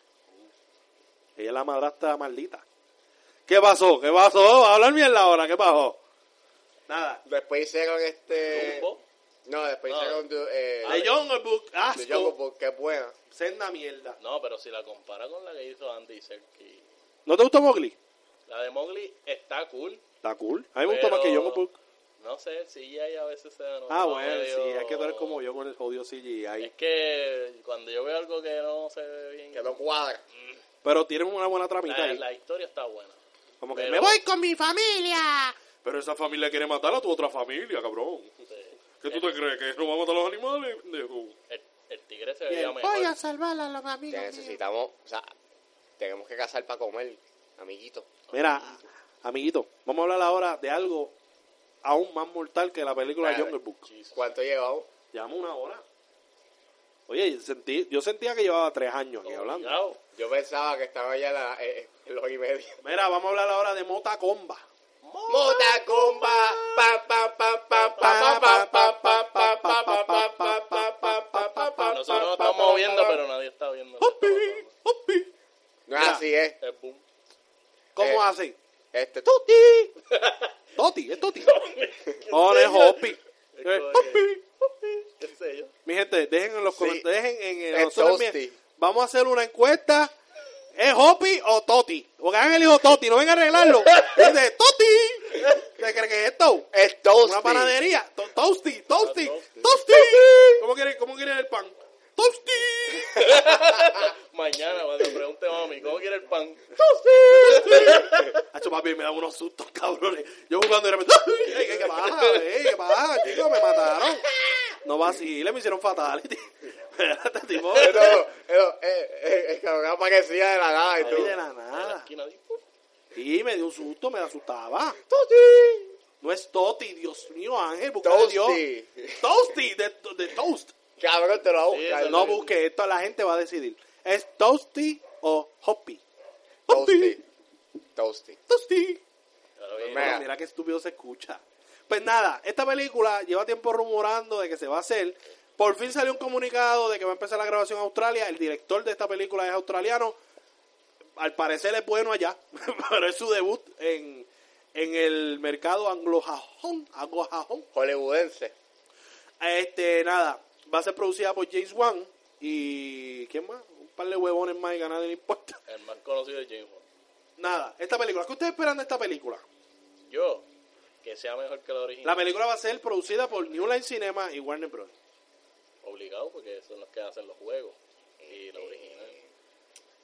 Ella es la madrastra maldita. ¿Qué pasó? ¿Qué pasó? Va a hablar mierda ahora, ¿qué pasó? Nada. Después hicieron este... Dumbo. No, después No. hicieron eh, The Jungle Book, The Jungle asco. Book, que es buena. Senda mierda. No, pero si la compara con la que hizo Andy Serkis, ¿No te gustó Mowgli? la de Mowgli está cool. Está cool. A mí me gustó más que Pero- Jungle Book. No sé, el C G I a veces se nota Ah, bueno, medio- sí, es que tú eres como yo con el jodido C G I. Es que cuando yo veo algo que no se ve bien... Que no cuadra. Pero tienen una buena tramita la, ahí. la historia está buena. Como que pero- me voy con mi familia. Pero esa familia quiere matar a tu otra familia, cabrón. Sí. ¿Qué tú te crees? ¿Que no va a matar a los animales? pendejo? El, el tigre se Y veía él, mejor. voy a salvar a los Que amigos míos. necesitamos, o sea, tenemos que cazar para comer, amiguito. Mira, amiguito, vamos a hablar ahora de algo aún más mortal que la película de Espérate. Jungle Book. ¿Cuánto llevamos? Llevamos una hora. Oye, sentí, yo sentía que llevaba tres años aquí hablando. Obligado. Yo pensaba que estaba ya en la, eh, en los y medio. Mira, vamos a hablar ahora de Mota Comba. Mota comba, pa pa pa pa pa pa pa pa pa pa pa pa pa pa pa pa pa. Nosotros nos estamos moviendo, pero nadie está viendo. lo que está Hopi, hopi. No es Mira. así, ¿eh? pasando. Es boom. ¿Cómo Eh. hacen? Este, Toti. Toti, es Toti. Oh, no es Hopi. Es Eh, como Hopi, que- Hopi. ¿Qué sé yo? Mi gente, dejen en los Sí. comentarios, dejen en el Es nosotros Tosti. bien, vamos a hacer una encuesta. ¿Es Hopi o Toti? Porque hagan el hijo Toti, no vengan a arreglarlo. Dice Toti. ¿Qué crees que es esto? es toasty. Una panadería. To- Toasty, Toasty, Ah, toasty. Toasty. ¿Cómo quieren, cómo quieren el pan? Toasty. Mañana cuando pregunte a mami, ¿cómo quiere el pan? Hacho, papi, me dan unos sustos, cabrones. Yo jugando y de repente, ¡ay, qué, qué pasa! ey, ¿Qué pasa, chicos? Me mataron. No vaciles, me hicieron fatality. Espérate, tipo. Pero, pero, eh, eh, el cabrón aparecía de la nada y Ay, tú. de la En la nada. esquina, así, ¡puf! Y me dio un susto, me asustaba. Toasty. No es Toti, Dios mío, Ángel, busca a Dios. Toasty. Toasty, de, de toast. Cabrón, te lo voy a Sí, buscar. eso No sí. busque, esto la gente va a decidir. ¿Es Toasty o Hoppy? Toasty. Toasty. Toasty. Pero bien, Mira. Mira qué estúpido se escucha. Pues nada, esta película lleva tiempo rumorando de que se va a hacer. Por fin salió un comunicado de que va a empezar la grabación en Australia. El director de esta película es australiano. Al parecer es bueno allá, pero es su debut en, en el mercado anglosajón. anglosajón. Hollywoodense. Este, nada, va a ser producida por James Wan y ¿quién más? Un par de huevones más y a nadie le importa. el más conocido es James Bond. Nada, esta película, ¿qué ustedes esperan de esta película? Yo, que sea mejor que la original. La película va a ser producida por New Line Cinema y Warner Bros. Obligado, porque son los que hacen los juegos. Y la original.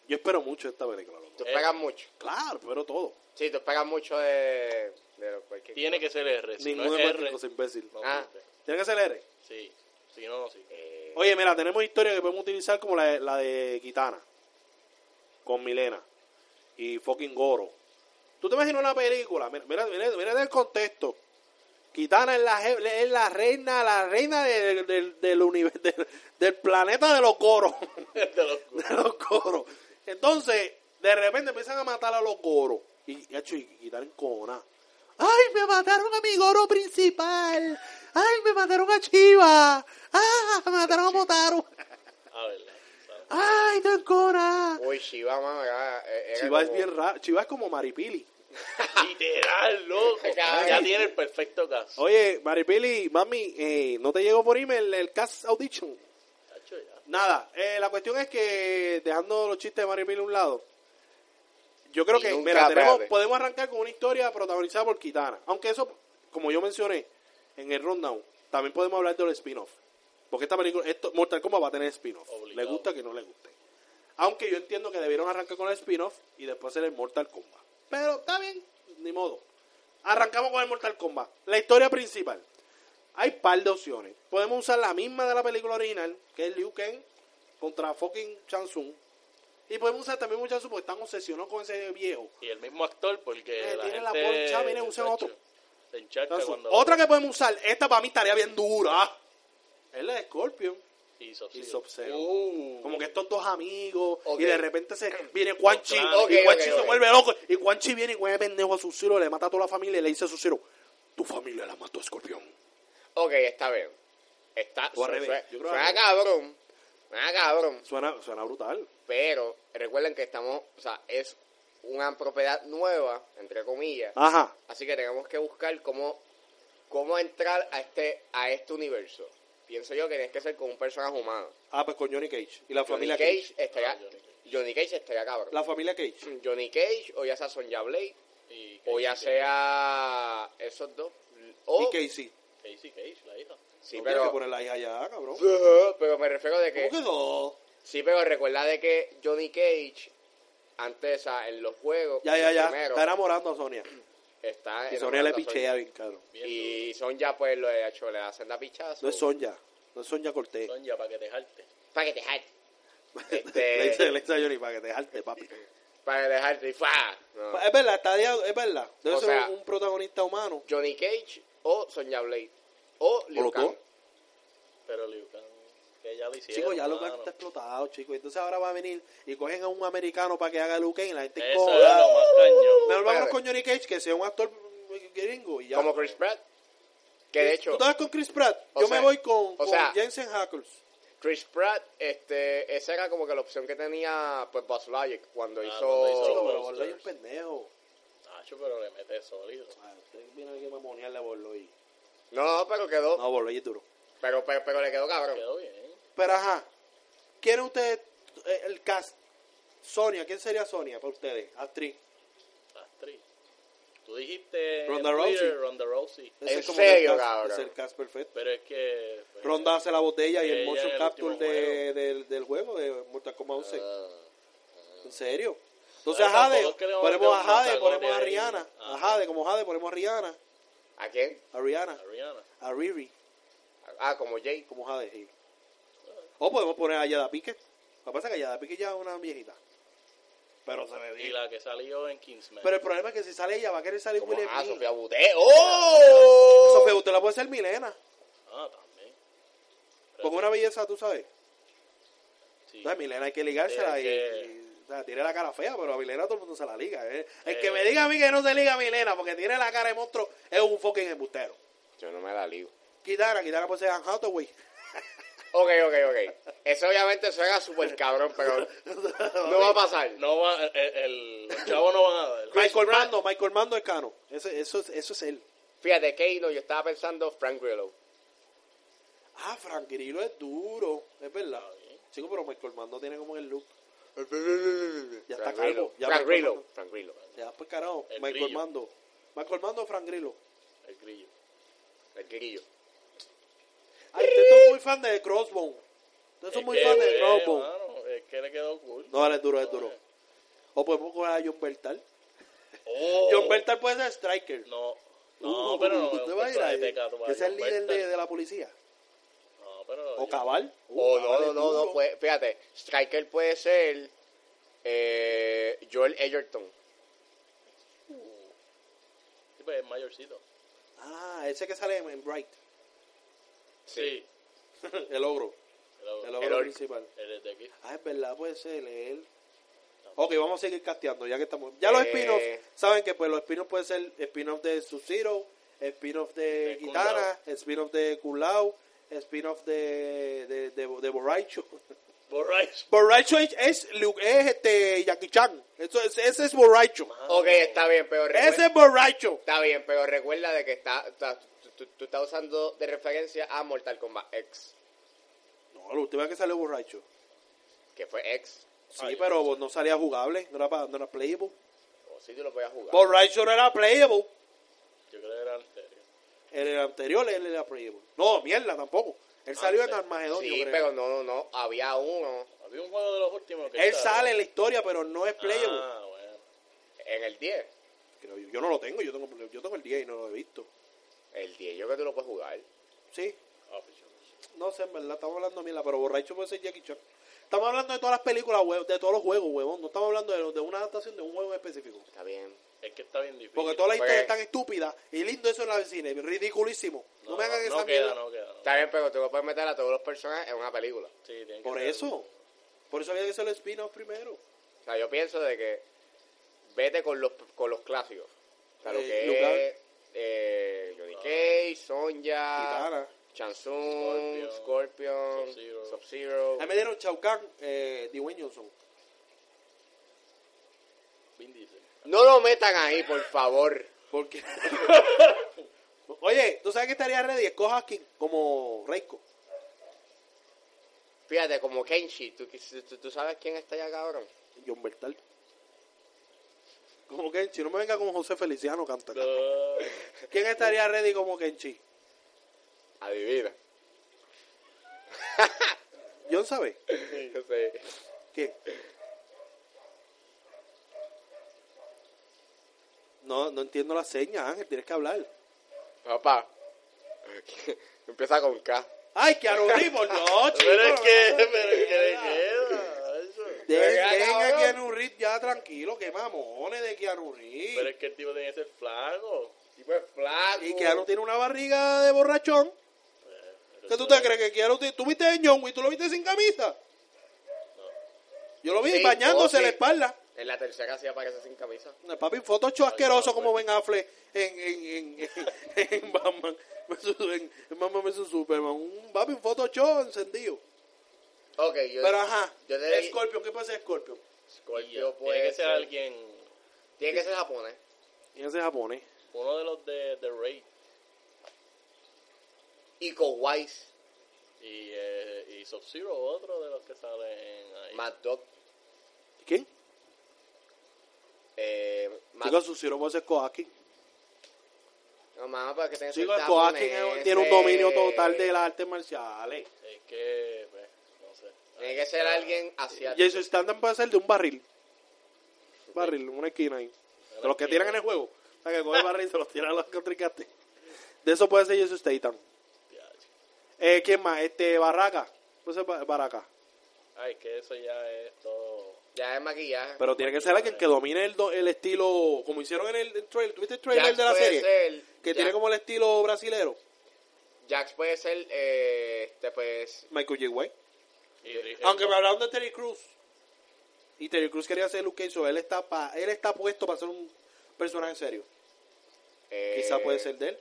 Yo espero mucho de esta película, loco. Tú Eh. esperas mucho. Claro, espero todo. Sí, tú esperas mucho de... de lo- cualquier Tiene que ser R. Si Ninguno no es es más R, que cosa imbécil. no Ah. existe. Tiene que ser R. Sí. Si no, no sí. Eh, Oye, mira, tenemos historias que podemos utilizar como la de, la de Kitana. Con Milena. Y fucking Goro. ¿Tú te imaginas una película? Mira, mira, mira, mira el contexto. Kitana es la, je- es la reina, la reina del, del, del, universo, del, del planeta de los Goros. De los- De los Goros. Entonces, de repente empiezan a matar a los Goros. Y, y, hecho, y Kitana en cona. ¡Ay, me mataron a mi Goro principal! ¡Ay, me mataron a Chiva! ¡Ah, me mataron a Motaro! Ah, verdad. ¿sabes? ¡Ay, no en cona! Uy, Shiva, mano, era, era Chiva es como- bien raro. Chiva es como Maripili. Literal, loco. Cabrón. Ya tiene el perfecto caso. Oye, Maripili, mami, eh, ¿no te llegó por email el cast audition? Tacho, ya. Nada, eh, la cuestión es que, dejando los chistes de Maripili a un lado, yo creo Y que, nunca mira, tenemos, pierde. podemos arrancar con una historia protagonizada por Kitana. Aunque eso, como yo mencioné en el rundown, también podemos hablar de los spin-off. Porque esta película, esto, Mortal Kombat va a tener spin-off. Le Obligado. gusta que no le guste. Aunque yo entiendo que debieron arrancar con el spin-off y después hacer el Mortal Kombat. Pero está bien, ni modo. Arrancamos con el Mortal Kombat. La historia principal. Hay par de opciones. Podemos usar la misma de la película original, que es Liu Kang contra fucking Shang Tsung. Y podemos usar también muchas porque están obsesionados con ese viejo. Y el mismo actor, porque Eh, la tiene la gente... poncha, miren, usen tacho, otro. Se encharca Shang Tsung. cuando... Otra que podemos usar, esta para mí estaría bien dura. Es la de Scorpion Y y Sub-Zero. Sub-Zero. Uh. Como que estos dos amigos, Ok. y de repente se viene Quan Chi, Claro. y Ok, Quan ok, Chi ok. se vuelve loco, y Quan Chi viene y coge pendejo a Sub-Zero, le mata a toda la familia y le dice a Sub-Zero, tu familia la mató a Scorpion. Ok, está bien. Está, O al revés, suena, yo creo suena al revés. cabrón. Suena cabrón. Suena, suena brutal. Pero recuerden que estamos, o sea, es una propiedad nueva, entre comillas. Ajá. Así que tenemos que buscar cómo, cómo entrar a este, a este universo. Pienso yo que tienes que ser con un personaje humano. Ah, pues con Johnny Cage. Y la Johnny familia Cage, Cage. estaría, Ah, Johnny Cage. Johnny Cage estaría cabrón. La familia Cage. Johnny Cage, o ya sea Sonya Blade, Y o ya Casey sea esos dos. O, Y Casey. Cage. Casey Cage, la hija. sí, no pero, tienes que poner la hija ya, cabrón. pero me refiero de que... ¿Cómo quedó? Sí, pero recuerda de que Johnny Cage, antes, o sea, en los juegos, Ya, ya, ya. primero, Está enamorando a Sonia. está Y Sonia le enamorando a pichea bien, cabrón. Bien Y Sonja, pues, lo ha hecho, le hacen la pichazo. No es Sonja. No es Sonja Cortés. duro. Sonia, para que te jalte. Para que te jale. le, Este, dice, le dice a Johnny para que te jalte, papi. para que dejarte y ¡fa! No. Es verdad, está dia- es verdad. Debe O ser sea- un, un protagonista humano. Johnny Cage o Sonya Blade. O Liu los Kang. dos. Pero Liu Kang, que ya lo hicieron. Chicos, ya lo que mano. está explotado, chicos. Entonces ahora va a venir y cogen a un americano para que haga Liu Kang y la gente Eso es lo coja. más cañón. Mejor vámonos Espérate. con Johnny Cage, que sea un actor gringo y ya. Como Chris Pratt. Que de hecho, ¿Tú te vas con Chris Pratt? O Yo sea- me voy con, o con sea- Jensen Ackles. Chris Pratt, este, esa era como que la opción que tenía, pues, Buzz Logic cuando Ah, hizo... cuando hizo- Chico, pero Monsters. Borloy es un pendejo. Nacho, pero le mete sólido. Ah, usted viene aquí a mamonearle a Borloy. No, pero quedó, No, Borloy es duro. pero, pero, pero le quedó cabrón. Quedó bien. Pero ajá, ¿quién es usted, eh, el cast? Sonia, ¿quién sería Sonia para ustedes? Actriz. Actriz. Tú dijiste Ronda en Twitter, Rousey. Ronda Rousey. Ese ¿En es como serio, el cast, cabrón? Es el cast perfecto. Pero es que... pues, Ronda hace la botella y el Ella motion en el capture último de, juego. del, del juego de Mortal Kombat once. Ah, ¿En serio? Entonces Pero a Jade, tampoco es que le vamos a ponemos a meter un Jade, mazacote ponemos a ahí. Rihanna. A Ajá. Jade, como Jade, ponemos a Rihanna. ¿a quién? A Rihanna. a Rihanna. A Riri, Ah, como Jay. como Jade. Sí. O podemos poner a Yada Pique. Lo que pasa es que Yada Pique ya es una viejita. Pero se ve Y bien. la que salió en Kingsman. Pero el problema es que si sale ella va a querer salir Como, Will ah, Smith. Sofía Buté. ¡Oh! Sofía, usted la puede ser Milena. Ah, también. Pero Con una belleza, tú sabes. sí. O sea, Milena hay que ligársela Sí, y, es que- y- o sea, tiene la cara fea, pero a Milena todo el mundo se la liga. ¿eh? El Eh. que me diga a mí que no se liga a Milena porque tiene la cara de monstruo es un fucking embustero. Yo no me la ligo. Kitara, Kitara puede ser Anne Hathaway. Ok, ok, ok. Eso obviamente suena súper cabrón, pero no va a pasar. No va, el, el- los chavos no van a ver. Michael Mando, Michael Mando es Cano. Eso, eso, es- eso es él. Fíjate, Keino, yo estaba pensando Frank Grillo. Ah, Frank Grillo es duro. Es verdad. Ah, bien. Chico, pero Michael Mando tiene como el look. Ya está Frank calvo. Grillo. Ya Frank Michael Grillo. Mando. Frank Grillo. Ya, pues carajo. El Michael Grillo. Mando. Michael Mando o Frank Grillo. El grillo. El grillo. Ay, ustedes son muy fan de Crossbone. Ustedes son Es muy que, fan de pues, Crossbone. mano, es que le quedó cool. No, él es duro, es duro. O podemos coger a John Bertal. Oh. John Bertal puede ser striker. No, no, Uh, pero no. ¿usted un va a ir ahí? personaje tecato para Ese es el John líder de, Bertal. de la policía. No, pero... O Cabal. Uh, O Cabal no, es no, no, duro. no, pues, fíjate, Striker puede ser eh, Joel Edgerton. Sí, pues es mayorcito. Ah, ese que sale en, en Bright. Sí. El ogro. El ogro. El ogro El ogro. principal. Él es de aquí. Ah, es verdad, puede ser él. Ok, vamos a seguir casteando, ya que estamos... Ya los Eh. spin-offs, saben que pues los spin-offs pueden ser spin-off de Sub-Zero, spin-off de De Kitana, spin-off de Kulao, spin-off de, de, de, de Borracho. Borracho. Borracho es, es, Lu- es este Jackie Chan. Eso, es- ese es Borracho. Ok, está bien, pero recuerda, Ese es Borracho. está bien, pero recuerda de que está, está- tú, tú- tú estás usando de referencia a Mortal Kombat X, No, la última vez que salió Borracho. que fue X. Sí, Ay, pero no salía jugable, no era, pa- no era playable. O si tú lo podías jugar. Borracho no era playable. Yo creo que era anterior. En el anterior él era playable. No, mierda, tampoco. Él salió en Antes. Armagedón, yo Sí, creo. pero no, no, no, había uno Había un juego de los últimos que Él estaba- sale en la historia, pero no es playable. Ah, bueno. en el diez. Creo yo. Yo no lo tengo, yo tengo, yo tengo el diez y no lo he visto. El diez yo creo que tú lo puedes jugar. Sí, Ah, pues yo- no sé, en verdad, estamos hablando de mierda, pero Borracho puede ser Jackie Chan. Estamos hablando de todas las películas, hue- de todos los juegos, huevón. No estamos hablando de, de una adaptación de un juego específico. Está bien. Es que está bien difícil. Porque todas las Pues- historias están estúpidas y lindo eso en la cine, ridiculísimo. No, me hagan esa no queda, mierda. no queda. No. Está bien, pero tú lo puedes meter a todos los personajes en una película. Sí, tiene que Por ser- eso. Por eso había que hacer el spin-off primero. O sea, yo pienso de que vete con los, con los clásicos. O sea, lo Eh, que Lugar. es eh, Johnny Cage, Sonja, Kitana. Chansung, Scorpion, Scorpion, Sub-Zero. Sub-Zero. Ahí me dieron Shao Kahn, eh, Dwayne Johnson. Vin Diesel. No lo metan ahí, por favor. Porque... Oye, ¿tú sabes que estaría ready? Escoja aquí como Reiko. Fíjate, como Kenshi, ¿tú, tú, tú sabes quién está allá, cabrón? John Bertal. Como Kenchi, no me venga como José Feliciano canta. No. ¿Quién estaría ready como Kenchi? Adivina. ¿John sabe? Yo sé. ¿Quién? No, no entiendo la seña, Ángel, tienes que hablar. Papá. Empieza con K. ¡Ay, Keanu Reeves, por Dios, chico! Pero es no que, me pero es que le jodas. queda. Eso. Dejen Venga, dejen a cabrón. Keanu Reeves ya tranquilo, que mamones de Keanu Pero Reeves. es que el tipo tiene que ser flaco. Tipo es flaco. Y Keanu tiene una barriga de borrachón. Pero ¿Qué tú eso- te crees que Keanu te... ¿Tú viste en John Wick? ¿Tú lo viste sin camisa? Yo lo vi Sí, bañándose oh, sí. la espalda. En la tercera sí aparece sin camisa. Papi, Photoshop asqueroso como Ben Affleck en, en, en, en, en Batman. En, en Batman versus Superman. Un papi, un Photoshop encendido. Ok, yo... Pero ajá, yo te- Scorpion, ¿qué puede ser Scorpion? Scorpio Tiene puede que ser ser- alguien, Tiene que ser japonés. Y ese japonés. uno de los de, de Raid. Iko Wise, Y, eh, y Sub-Zero, otro de los que salen ahí. Mad Dog. ¿Quién? Eh, Mad... Chicos, su Ciro puede ser Koakin. No, mamá, pero que tiene que Chicos, ser Koakin japonés, tiene un eh, dominio total de las artes marciales. Es que, pues, no sé. Tiene que ser alguien asiático. Jason Statham puede ser de un barril. Un barril, una esquina ahí. De los que tiran en el juego. O sea, que coge el barril y se los tira a los contrincantes. De eso puede ser Jason Statham. Eh, ¿Quién más? Este, Barraca. Puede ser Ba- Barraca. Ay, que eso ya es todo. Ya es maquillaje. Pero tiene que ser alguien que domine el, do- el estilo, como hicieron en el, el trailer. ¿Tuviste el trailer Jax de la puede serie? ser- Que Jax- tiene como el estilo brasilero. Jax puede ser, eh, este, pues... Michael J. White. Y Ri- Aunque me hablaron de Terry Crews. Y Terry Crews quería ser Luke Cage, so él está pa, él está puesto para ser un personaje serio. eh, Quizá puede ser de él.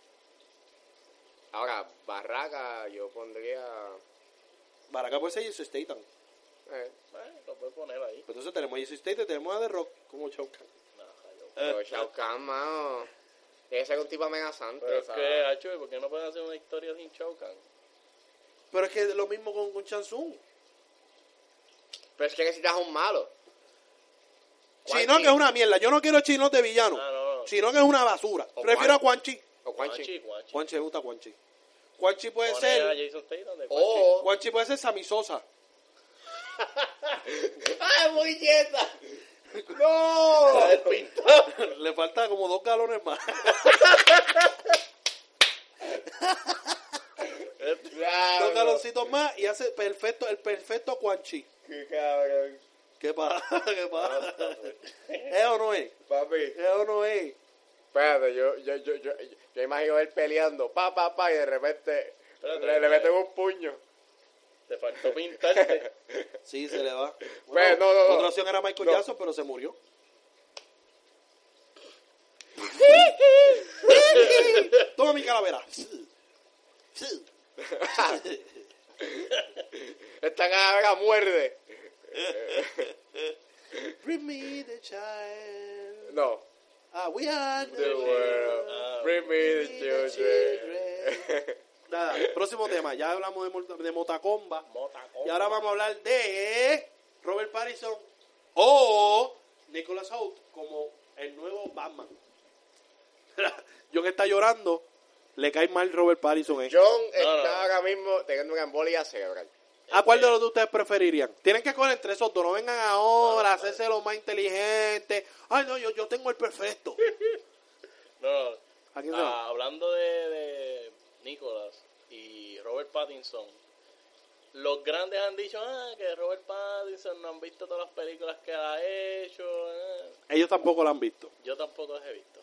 Ahora, Barraca, yo pondría... Baraka puede ser Jason Statham. Eh, Bueno, lo puedes poner ahí. Pues entonces tenemos a Jason Statham, tenemos a The Rock como Shao Kahn. No, yo- pero Shao Kahn, mano... Tiene que ser un tipo amenazante. Pero o es sea, que, Hacho, ¿por qué no pueden hacer una historia sin Shao Kahn? Pero es que es lo mismo con, con Chansung. pero es que necesitas un malo. Quan Chino Chi. que es una mierda. Yo no quiero chinos de villano. Ah, no, no. Chino que es una basura. O Prefiero Quan- a Quan Chi. O Quan Chi. Guanchi, Guanchi. Quan Chi, me gusta Quan Chi. Quan Chi puede Pone a ser... Jason Statham de O... Quan Chi puede ser Sammy Sosa. ¡Ay, muñeca! ¡No! La despintado. Le falta como dos galones más. Diablo. Dos galoncitos más y hace perfecto, el perfecto Quanchi. ¡Qué cabrón! ¿Qué pasa? ¿Qué pasa? ¿Es o no es? Papi, ¿Es o no es? espérate, yo, yo, yo, yo, yo imagino él peleando, pa, pa, pa, y de repente Espérate, le, le espérate. meten un puño. Te faltó pintarte. Sí, se le va. Pues, no, no, no. Otra opción era Michael No. Jackson, pero se murió. Toma mi calavera. Esta cabra muerde. Bring me the child. No. Ah, we are the, The world. Ah, Bring me the Bring me the children. children. Nada, próximo tema. Ya hablamos de, Mota- de Motacomba. Motacomba. Y ahora vamos a hablar de Robert Pattinson o Nicholas Hoult como el nuevo Batman. John está llorando. Le cae mal Robert Pattinson. ¿eh? John No, está no. ahora mismo teniendo una embolia cerebral. ¿A cuál de los de ustedes preferirían? Tienen que escoger entre esos dos. No vengan ahora a hacerse los más inteligentes. Ay, no, yo, yo tengo el perfecto. No, no. ¿A quién se Ah, va? hablando de, de Nicholas y Robert Pattinson, los grandes han dicho ah, que Robert Pattinson no han visto todas las películas que ha hecho. eh. Ellos tampoco lo han visto. Yo tampoco las he visto.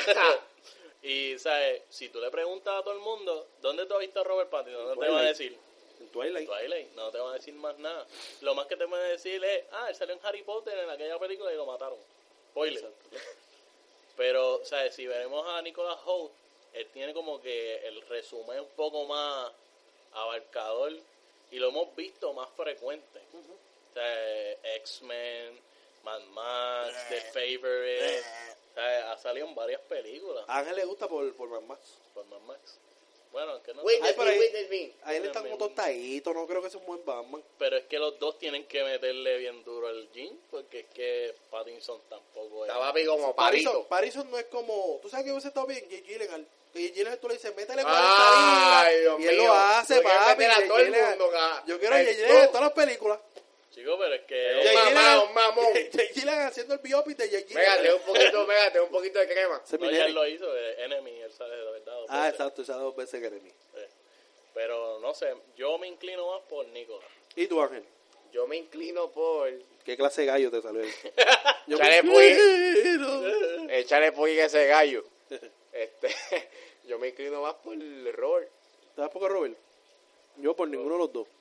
Y, ¿sabes? Si tú le preguntas a todo el mundo, ¿dónde tú has visto a Robert Pattinson? No te van a Twilight. decir En Twilight. Twilight, no te van a decir más nada. Lo más que te van a decir es, ah, él salió en Harry Potter en aquella película y lo mataron. Spoiler. Exacto. Pero, ¿sabes? Si veremos a Nicholas Hoult, él tiene como que el resumen un poco más abarcador y lo hemos visto más frecuente. O sea, X-Men, Mad Max, The Favorite. O sea, ha salido en varias películas A Ángel le gusta por, por Mad Max. por Mad Max. Bueno, es que no Witness Ay, pero me, ahí- witness me. A él está como También. tostadito. No creo que sea un buen Batman. pero es que los dos tienen que meterle bien duro al jean, porque es que Pattinson tampoco es... Está papi como Pattinson, parito. Pattinson no es como... ¿Tú sabes que hubiese estado bien? Jake Gyllenhaal. Que Jake Gyllenhaal tú le dices, métele Ay, cuarenta Dios libras. Y él mío. lo hace, Tú quieres papi. meter a Jake todo el Gyllenhaal. mundo, ca- Yo quiero a Jake Esto- Gyllenhaal en todas las películas. Chico, pero es que... Un Jake mamón, Gyllenhaal- un mamón. Jake Gyllenhaal haciendo el biopic de Jake Mégate Gyllenhaal. un poquito, mégate un poquito de crema. Ese es mi No, ya nene. él lo hizo, eh, Enemy, él sale de la verdad. dos Ah, veces. exacto. Esas dos veces que eres mí. Eh, Pero no sé, yo me inclino más por Nicolas. ¿Y tú, Ángel? Yo me inclino por ¿Qué clase de gallo te salió ahí? Yo Chale, me pues. inclino. echarle pollo a ese gallo. Este, yo me inclino más por Robert. ¿Sabes por qué, Robert? Yo por ninguno de los dos.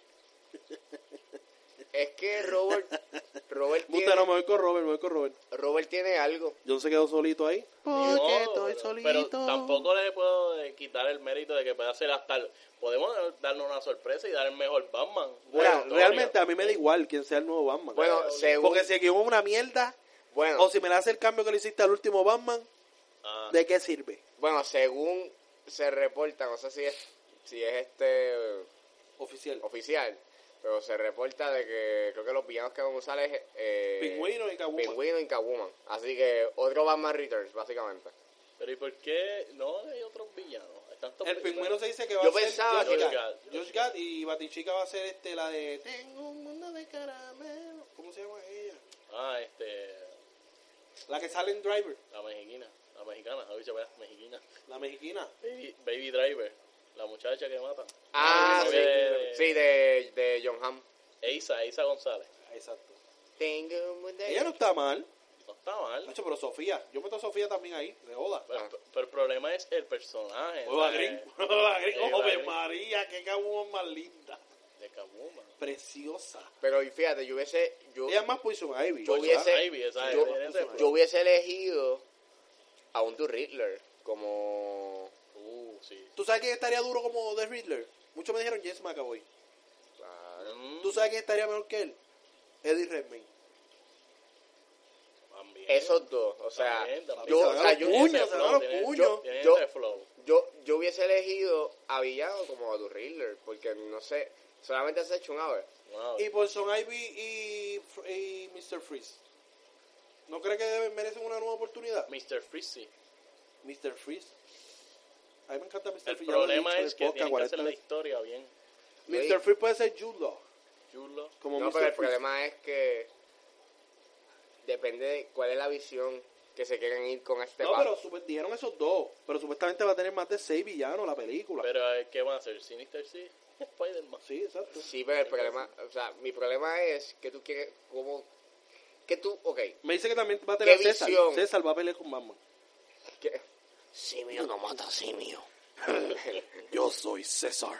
Es que Robert, Robert Puta, tiene, no, me voy con Robert, me voy con Robert. Robert tiene algo. John se quedó solito ahí. No, Porque estoy pero- solito. Pero tampoco le puedo eh, quitar el mérito de que pueda ser hasta... el- podemos darnos una sorpresa y dar el mejor Batman. Mira, Bueno, realmente a mí me da igual quién sea el nuevo Batman. Bueno, Pero- según, Porque si aquí hubo una mierda, bueno, o si me le hace el cambio que le hiciste al último Batman, Ah, ¿de qué sirve? bueno, según se reporta, no sé si es, si es este Oficial. oficial, pero se reporta de que creo que los villanos que van a usar es eh, Pingüino y Catwoman. Pingüino y Catwoman. Así que otro Batman Returns, básicamente. pero ¿y por qué no hay otros villanos? Hay tantos El villanos. pingüino se dice que va Yo a ser pensaba Josh que- Gad. Josh Gad y Batichica va a ser este, la de Tengo un mundo de caramelo. ¿Cómo se llama ella? Ah, este... La que sale en Driver. La mexicana. La mexicana, a ver, mexicana. La mexicana. Baby, Baby Driver. La muchacha que matan. Ah, Ah, sí, de- sí, de, de John Hamm. Eisa, Eisa González. Exacto. Tengo un mundo de- Ella no está mal. No está mal. Macho, pero Sofía. Yo meto a Sofía también ahí. De joda. Pero, Ah. pero el problema es el personaje. Hola, ¿sabes? Green. Hola, Green. Hola, Ove Green. María, qué Catwoman más linda. De Catwoman. Preciosa. Pero y fíjate, yo hubiese, yo, Ella es más Poison Ivy. Yo ¿verdad? hubiese- Ivy, esa yo- es- ese yo hubiese elegido a un The Riddler como... Uh, sí. ¿Tú sabes quién estaría duro como The Riddler? Muchos me dijeron James McAvoy. Claro. Mm, ¿Tú sabes quién estaría mejor que él? Eddie Redmayne. también. Esos dos, o sea, También, también. yo, Se o van sea, los yo, puños, Tiene se ese van los flow, tiene- puños. Tiene Yo- ese flow. yo, yo hubiese elegido a villano como a The Riddler, porque no sé, solamente se ha hecho una vez. Wow. Y Poison Ivy y, y mister Freeze. ¿No crees que deben, merecen una nueva oportunidad? mister Freeze. mister Freeze. A mí me encanta mister El Freeze. ya lo he problema dicho en es el que podcast tienen que hacer cuarenta la veces. historia bien. mister Freeze puede ser Jude Law. chulo. Como No, mister pero el Freeze. problema es que depende de cuál es la visión que se quieren ir con este No, pa- pero supe- dijeron esos dos. Pero supuestamente va a tener más de seis villanos la película. Pero, eh, ¿qué van a hacer? ¿Sinister sí? Spider-Man. Sí, exacto. Sí, pero el problema, o sea, mi problema es que tú quieres, como, que tú, ok, Me dice que también va a tener a ¿Qué César. visión? César va a pelear con Batman. que, Simio no mata simio. Yo soy César.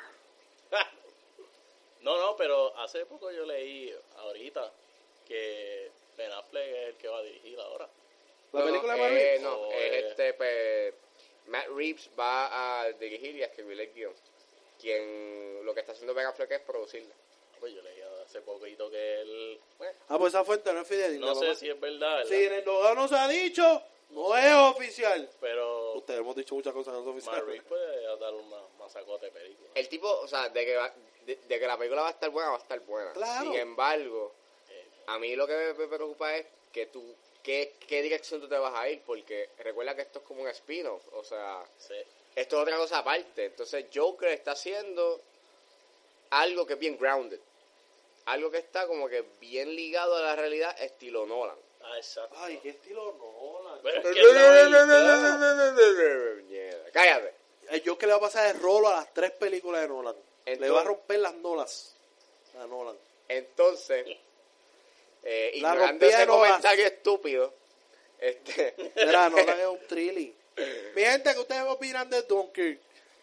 No, no, pero hace poco yo leí ahorita que Ben Affleck es el que va a dirigir ahora. La no, película no, de Marvel. eh, no, O, es eh, este, pues, Matt Reeves va a dirigir y a escribir el guión. Quien, lo que está haciendo Ben Affleck es producirla. Pues yo leí hace poquito que él... bueno, Ah, pues esa fuente no es fidedigna. no sé papá. si es verdad, ¿verdad? Si en el lugar no se ha dicho, no es oficial. Pero Ustedes hemos dicho muchas cosas que no son Matt oficiales. Reeves puede dar una masacote de película. El tipo, o sea, de que, va- de, de que la película va a estar buena, va a estar buena. Claro. Sin embargo, Eh, a mí lo que me, me preocupa es que tú, qué, qué dirección tú te vas a ir, porque recuerda que esto es como un spin-off, o sea, sí. esto es otra cosa aparte. Entonces Joker está haciendo algo que es bien grounded, algo que está como que bien ligado a la realidad, estilo Nolan. Ah, exacto. Ay, qué estilo Nolan. Pero es que es la verdad. Mierda, cállate. El Joker le va a pasar el rolo a las tres películas de Nolan. le Entonces- va a romper las nolas a Nolan. Entonces, eh, La ignorando rompía ese de Nolan. comentario estúpido, este, Mira, Nolan es un trilly. Mi gente, ¿qué ustedes opinan de Dunkirk?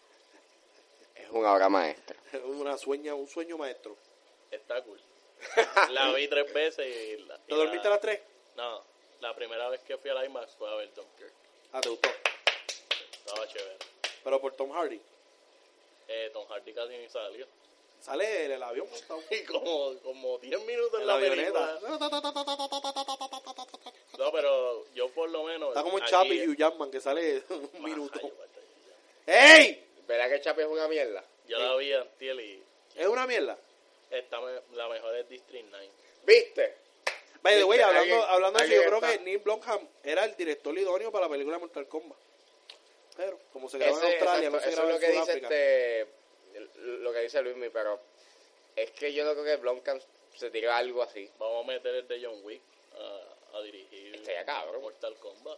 es una obra maestra. Una sueña, un sueño maestro. Está cool. La vi tres veces y... La, y ¿Te dormiste a la- las tres? No, la primera vez que fui al IMAX fue a ver Dunkirk. Ah, te gustó. Estaba chévere. Pero por Tom Hardy. Eh, Tom Hardy casi ni salió. Sale el, el avión montado. Y como, como diez minutos en En la, la avioneta. película. No, pero yo por lo menos... Está como en aquí- Chappie y Hugh Jackman que sale un Más, minuto. ay, guarda, ya. ¡Ey! ¿Verdad que Chapi es una mierda? Yo la vi antier y Es una mierda. esta me- la mejor es District nueve. ¿Viste? By the way, ¿Viste? hablando, Alguien- hablando de eso, yo alguien creo está- que Neil Blomkamp era el director idóneo para la película de Mortal Kombat. Pero, como se graba en Ese- Australia, exacto, no se eso graba es en lo que dice Sudáfrica. este, lo que dice Luismi, pero es que yo no creo que Blomkamp se tire algo así. Vamos a meter el de John Wick a, a dirigir Estaría cabrón. Mortal Kombat.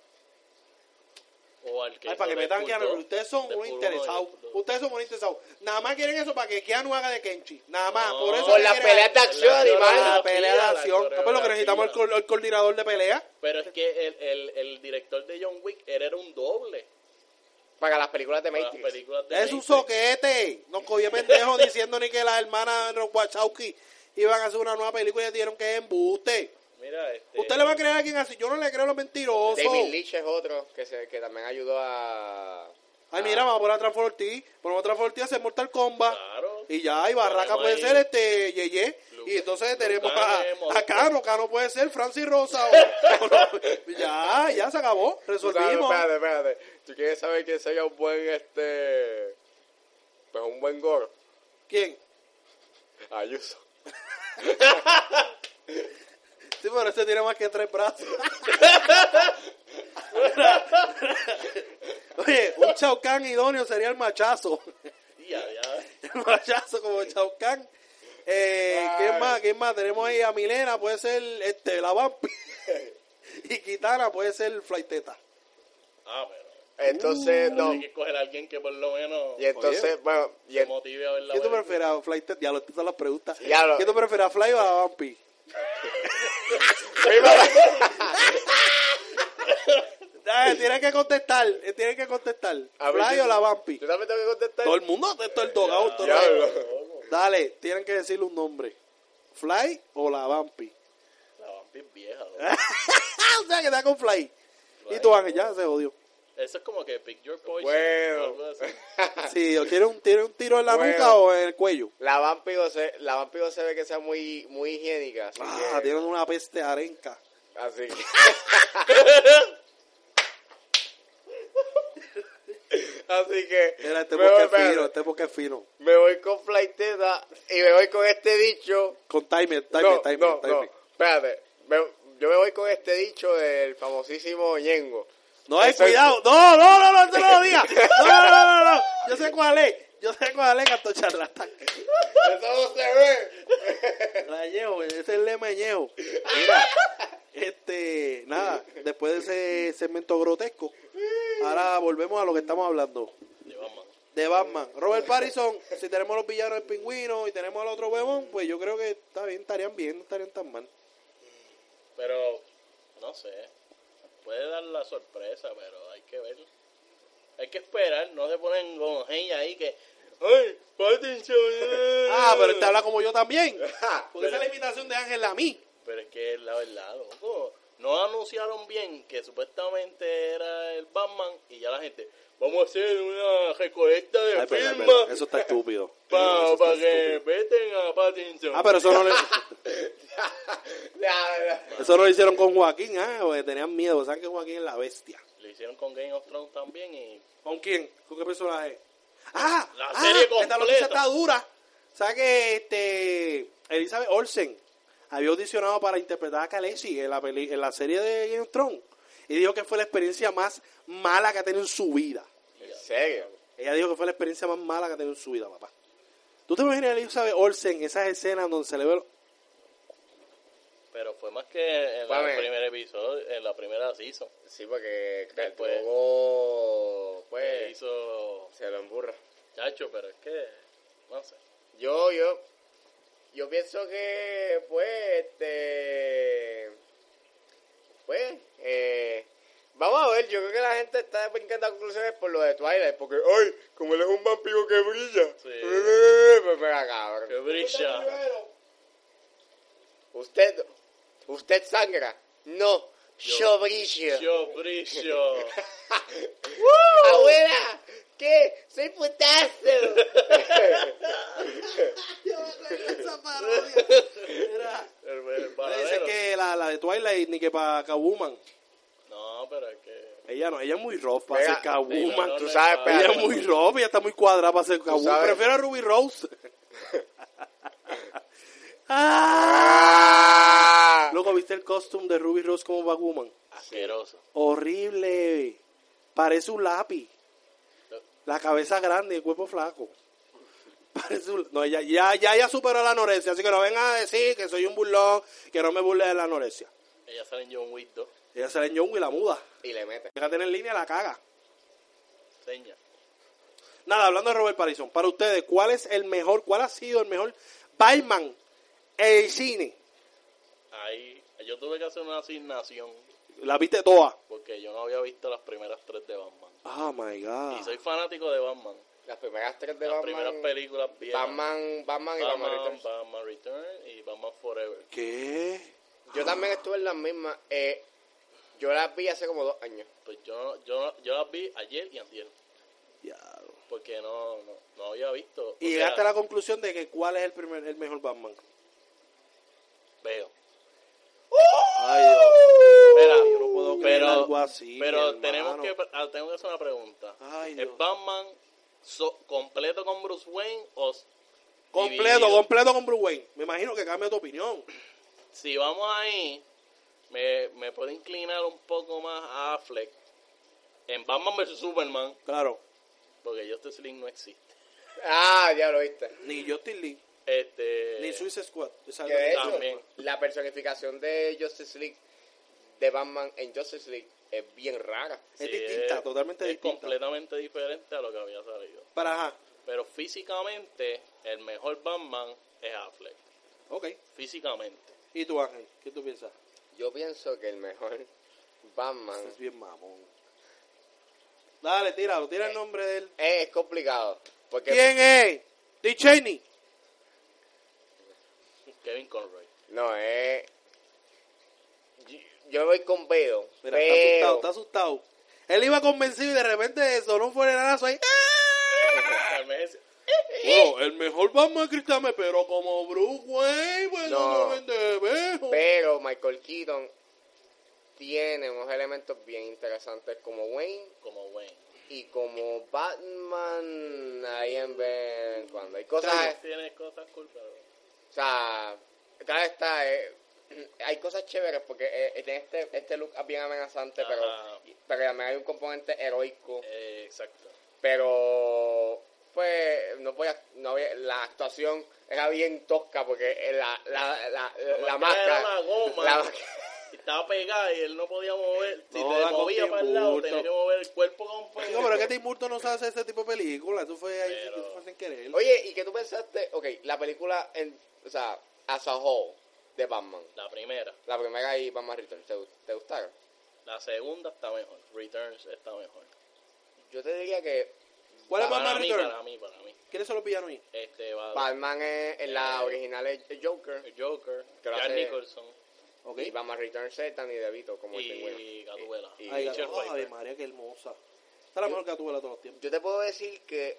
O al que Ay, para que hizo metan Deadpool Keanu. dos, Ustedes son Deadpool muy uno y interesados. Deadpool dos. Ustedes son muy interesados. Nada más quieren eso para que Keanu haga de Kenchi. Nada más. No, por eso Por que las quieren- peleas de acción, La animal. La pelea de la acción. Ah, pues lo que necesitamos es el, coreografía. co- el coordinador de pelea. Pero es que el, el, el director de John Wick él era un doble Para las películas de para las Matrix. películas de Es un Matrix. soquete. Nos cogió pendejo diciendo ni que las hermanas Wachowski iban a hacer una nueva película y dijeron que es embuste. Mira, este... ¿Usted le va a creer a alguien así? Yo no le creo a los mentirosos. David Leitch es otro que, se, que también ayudó a... Ay, mira, vamos a poner a Transform Ortiz. Ponemos a Transform Ortiz a hacer Mortal Kombat. Claro. Y ya, y Barraca Ponemos puede ahí ser este Yeye. Luke- Y entonces Luke tenemos Kane, a, Monster. a Cano. Cano puede ser Francis Rosa. o- o no. Ya, ya se acabó. Tú sabes, Resolvimos. espérate, espérate. ¿Tú quieres saber quién sería un buen, este... Pues un buen gore? ¿Quién? Ayuso. Sí, pero este tiene más que tres brazos. Oye, un Shao Kahn idóneo sería el machazo. Ya, ya. El machazo como Shao Kahn. Eh, ¿Quién Ay. más? ¿Quién más? Tenemos ahí a Milena, puede ser este, la Vampi. Y Kitana puede ser Flaiteta. Ah, pero... Entonces, Uh. no. Hay que escoger a alguien que por lo menos Y entonces, Oye. bueno, y se en- motive a ver la ¿Qué tú película. prefieres? ¿A Flaiteta? Ya lo estas son las preguntas. Ya lo- ¿Qué tú prefieres? ¿A Fly o a Vampi? Dale, tienes que contestar. eh, Tienes que contestar. A ver, ¿Fly yo- o la Vampi? ¿Tú también tengo que contestar? Todo el mundo, esto es el dogado. todo Diablo. lo- Dale, tienen que decirle un nombre. ¿Fly o la Vampi? La vampi es vieja. ¿no? O sea, que está con Fly. Fly. Y tu Ángel, ya se odió. Eso es como que pick your poison. Bueno. algo así. Sí, o quiere un, tiene un tiro en la Bueno. nuca o en el cuello. La vampiro se, la vampiro se ve que sea muy, muy higiénica. Así Ah, que, tienen una peste arenca. así que. así que. Mira, este me, voy, porque es espérate, fino, este porque es fino. me voy con Flaiteta y me voy con este dicho. Con timer, timer, no, timer, no, timer. no, espérate. Me- yo me voy con este dicho del famosísimo Ñengo. No, hay Eso es- cuidado. No, no, no, no, no lo digas. No, no, no, no, no. Yo sé cuál es. Yo tengo a Alex Canto Charlatán. Eso no se ve. La Ñejo, ese es el lema de Ñejo. Mira, este, nada, después de ese segmento grotesco, ahora volvemos a lo que estamos hablando. De Batman. De Batman. Robert Pattinson, si tenemos los villanos del Pingüino y tenemos al otro huevón, pues yo creo que está bien, estarían bien, no estarían tan mal. Pero, no sé. Puede dar la sorpresa, pero hay que ver. Hay que esperar, no se ponen con genia ahí que... ¡Ay, Pattinson! eh". Ah, pero este habla como yo también. Porque Pero- esa es la imitación de Ángel a mí. Pero es que la verdad, loco, no anunciaron bien que supuestamente era el Batman y ya la gente, vamos a hacer una recolecta de Ay, perdón, firmas perdón, eso está estúpido. para Eso está que estúpido. veten a Pattinson. Ah, pero eso no, le, Ya, ya. eso no lo hicieron con Joaquín, ah, porque tenían miedo. Saben que Joaquín es la bestia. Lo hicieron con Game of Thrones también y... ¿Con quién? ¿Con qué personaje? Ah, La ah, serie esta completa. noticia está dura. ¿Sabes que este Elizabeth Olsen había audicionado para interpretar a Khaleesi en la peli, en la serie de Game of Thrones? Y dijo que fue la experiencia más mala que ha tenido en su vida. ¿En serio? Ella dijo que fue la experiencia más mala que ha tenido en su vida, papá. ¿Tú te imaginas a Elizabeth Olsen esas escenas donde se le ve... Pero fue más que en Pame. el primer episodio, en la primera season. Sí, porque Después. Cartogo, Que pues, hizo se lo emburra. Chacho, pero es que, no sé. Yo, yo, yo pienso que, pues, este, pues, eh, vamos a ver, yo creo que la gente está brincando a conclusiones por lo de Twilight, porque, ay, como él es un vampiro que brilla, Sí. pues, venga, cabrón. Que brilla. Usted, usted sangra, no, yo, brillo. Yo brillo. Abuela, ¿qué? Soy putazo. esa parodia. Mira, El, el dice paradero. que la, la de Twilight ni que para Catwoman. No, pero es que... Ella no, ella es muy rough para Mira, ser Catwoman. no, Tú no, sabes, no, Ella espérate. es muy rough, ella está muy cuadrada para ser Catwoman. sabes. Prefiero a Ruby Rose. ah, Ah. Loco, ¿viste el costume de Ruby Rose como Catwoman? Asqueroso. Horrible. Parece un lápiz. La cabeza grande y el cuerpo flaco. Parece un... No, ella, ya, ya, ya superó la anorexia, así que no vengan a decir que soy un burlón, que no me burle de la anorexia. Ella sale en John Wick dos. Ella sale en John Wick y la muda. Y le mete. Deja tener línea, la caga. Seña. Nada, hablando de Robert Pattinson, para ustedes, ¿cuál es el mejor, cuál ha sido el mejor Batman en el cine? Ahí, yo tuve que hacer una asignación La viste toda. porque yo no había visto las primeras tres de Batman. Oh my God. Y soy fanático de Batman. Las primeras tres de Las Batman. primeras películas viejas. Batman, Batman y Batman Batman, Returns. Batman Return y Batman Forever. ¿Qué? Yo también estuve en las mismas. Eh, yo las vi hace como dos años. Pues yo, yo, yo las vi ayer y antier. Diablo. Porque no, no, no había visto. Y O sea, llegaste a la conclusión de que cuál es el primer, el mejor Batman. Veo. Ay, Dios. Mira, yo no puedo creer pero, algo así, pero mi tenemos hermano. que, ah, tengo que hacer una pregunta. Ay, ¿Es Dios. Batman so- completo con Bruce Wayne o s- Completo, dividido? completo con Bruce Wayne. Me imagino que cambia tu opinión. Si vamos ahí, me, me puedo inclinar un poco más a Affleck en Batman versus Superman, Claro. porque Justice League no existe. Ah, ya lo viste. Ni Justin Lee, Este, ni Suicide Squad. Esa es Que la de que- hecho, también. la personificación de Justice League, de Batman en Justice League, es bien rara. Es distinta, totalmente es distinta. completamente diferente a lo que había salido. Para ajá. Pero físicamente, el mejor Batman es Affleck. Ok. Físicamente. ¿Y tú, Ángel? ¿Qué tú piensas? Yo pienso que el mejor Batman Es bien mamón. Dale, tíralo. Tira el nombre de él. es complicado. Porque ¿Quién es? Dick Cheney. Kevin Conroy. no es. Yo, yo me voy con Bale. Mira, está pero- asustado, está asustado. Él iba convencido y de repente sonó un fueranazo ahí. Al mes- Bueno, el mejor Batman Christian, pero como Bruce Wayne, pues No. no me dejo. Pero Michael Keaton tiene unos elementos bien interesantes como Wayne como Wayne. y como Batman ahí en vez en cuando. Hay cosas, Tiene cosas cool, pero... o sea, cada está, eh, hay cosas chéveres porque eh, tiene este, este look bien amenazante, Ajá. pero, pero también hay un componente heroico. Eh, exacto. Pero, pues, no había, la actuación era bien tosca porque la, la, la, la, la máscara máscara... era una goma. la- Estaba pegada y él no podía mover. Si No, te da con movía Tim para el lado, Burton. tenía que mover el cuerpo completo. No, pero es que Tim Burton no sabe hacer ese tipo de películas. Eso fue ahí, Pero- eso fue sin querer. Oye, ¿y qué tú pensaste? Ok, la película, en, o sea, as a whole, de Batman. La primera. La primera y Batman Returns, ¿te, te gustaron? La segunda está mejor. Returns está mejor. Yo te diría que ¿Cuál es Para Batman mí, Returns? para mí, para mí. ¿Quiénes son los villanos ahí? Este va Batman es, en la Eh, original es el Joker el Joker, Que lo Jack hace- Nicholson Ok. y Batman Returns es Danny DeVito como el pingüino. y Gatubela. Y- Ay, Michelle oh, Ave Pfeiffer. María, qué hermosa. Esta es la mejor Gatúbela de todos los tiempos. Yo te puedo decir que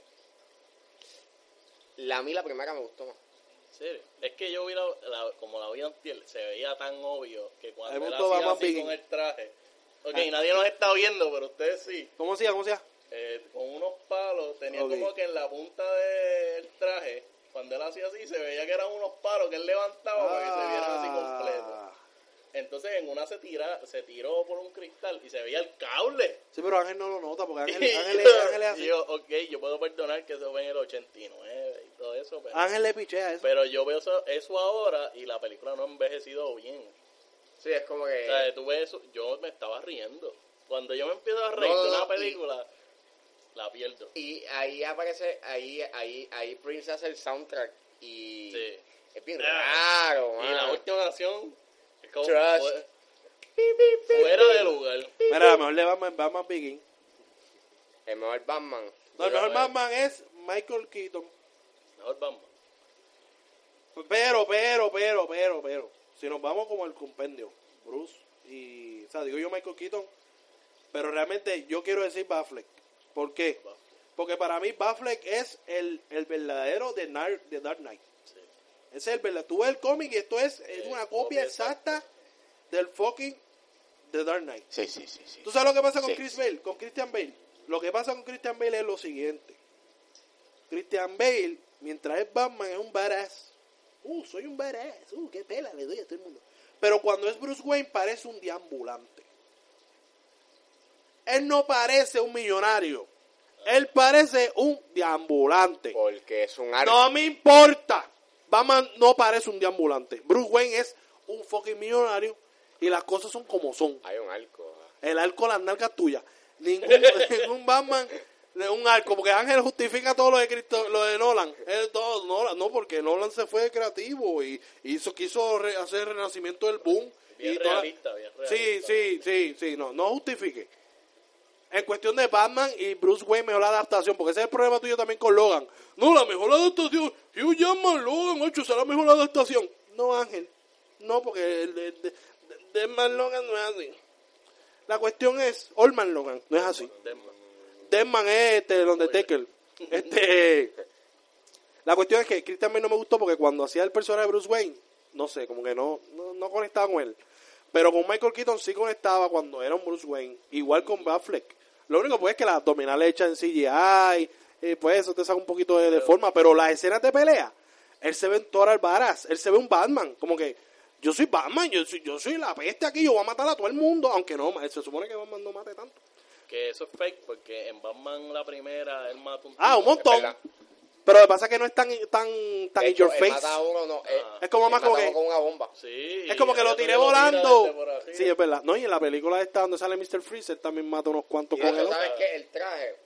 la a mí la primera me gustó más. ¿Serio? Es que yo vi la, la- como la vi antier, se veía tan obvio que A mí cuando me él gustó hacía Batman así Begins. con el traje. Ok, Ah. nadie nos está viendo, pero ustedes sí. ¿Cómo se llama? ¿Cómo se llama? Eh, con unos palos, tenía Ok. como que en la punta del traje, cuando él hacía así, se veía que eran unos palos que él levantaba para que se vieran así completo. Ah. Entonces en una se tira, se tiró por un cristal y se veía el cable. Sí, pero Ángel no lo nota porque Ángel, Y Ángel, yo- Ángel es y así. yo, ok, yo puedo perdonar que eso fue en el ochenta y nueve y todo eso, pero, Ángel le pichea eso. pero yo veo eso, eso ahora y la película no ha envejecido bien. Sí, es como O que... sea, tú ves eso, yo me estaba riendo. Cuando yo me empiezo a reír No, de no, una y- película, la pierdo. Y ahí aparece, ahí, ahí, ahí Prince hace el soundtrack y Sí. es bien Ah, raro, Y la mano. última canción es como Trust. fue- fuera de lugar. Mira, la mejor de Batman, Batman Begins. El mejor Batman. No, el Pero, mejor eh, Batman es Michael Keaton. Mejor vamos. Pero, pero, pero, pero, pero. Si nos vamos como el compendio, Bruce y... O sea, digo yo Michael Keaton, pero realmente yo quiero decir Batfleck. ¿Por qué? Porque para mí Batfleck es el, el verdadero de, Nar- de Dark Knight. Sí. Ese es el verdadero. Tú ves el cómic y esto es, es Eh, una copia copia exacta del fucking The Dark Knight. Sí, sí, sí, sí. ¿Tú sabes lo que pasa con Sí. Chris Bale? Con Christian Bale. Lo que pasa con Christian Bale es lo siguiente. Christian Bale, mientras es Batman, es un badass. Uh, soy un badass. Uh, qué pela le doy a todo el mundo. Pero cuando es Bruce Wayne, parece un deambulante. Él no parece un millonario. Él parece un deambulante. Porque es un arco. No me importa. Batman no parece un deambulante. Bruce Wayne es un fucking millonario y las cosas son como son. Hay un arco. ah. El arco, las nalgas tuyas. Ningún, ningún Batman de un arco, porque Ángel justifica todo lo de Cristo, lo de Nolan. Él todo, Nolan, no, porque Nolan se fue creativo y hizo, quiso re- hacer el renacimiento del boom. Bien y toda- realista, bien Sí, realista. sí, sí, sí, no, no justifique. En cuestión de Batman y Bruce Wayne, mejor adaptación, porque ese es el problema tuyo también con Logan. No, la mejor adaptación, Hugh Jackman, Logan, ocho, será la mejor adaptación. No, Ángel, no, porque el de, de, de, de Man Logan no es así. La cuestión es, Olman Logan, no es así. Deadman. Deadman es este, el Undertaker. Este, la cuestión es que Christian Bale no me gustó porque cuando hacía el personaje de Bruce Wayne, no sé, como que no, no, no conectaba con él. Pero con Michael Keaton sí conectaba cuando era un Bruce Wayne. Igual con Batfleck. Lo único pues es que las abdominales hechas en C G I, eh, pues eso te saca un poquito de, de forma. Pero las escenas de pelea, él se ve en todas las varas. Él se ve un Batman. Como que yo soy Batman, yo soy, yo soy la peste aquí, yo voy a matar a todo el mundo. Aunque no, se supone que Batman no mate tanto. Que eso es fake porque en Batman la primera él mata un Ah, un tipo. montón. verdad. Pero lo que pasa es que no es tan, tan, tan De in hecho, your él face. mata a uno, no. eh, Es como él más mata como a uno que- con una bomba. Sí. Es como que lo el otro tiré tira volando. desde por arriba. Sí, es verdad. No, y en la película esta donde sale mister Freezer también mata unos cuantos Y con eso, él. ¿sabes qué? El traje,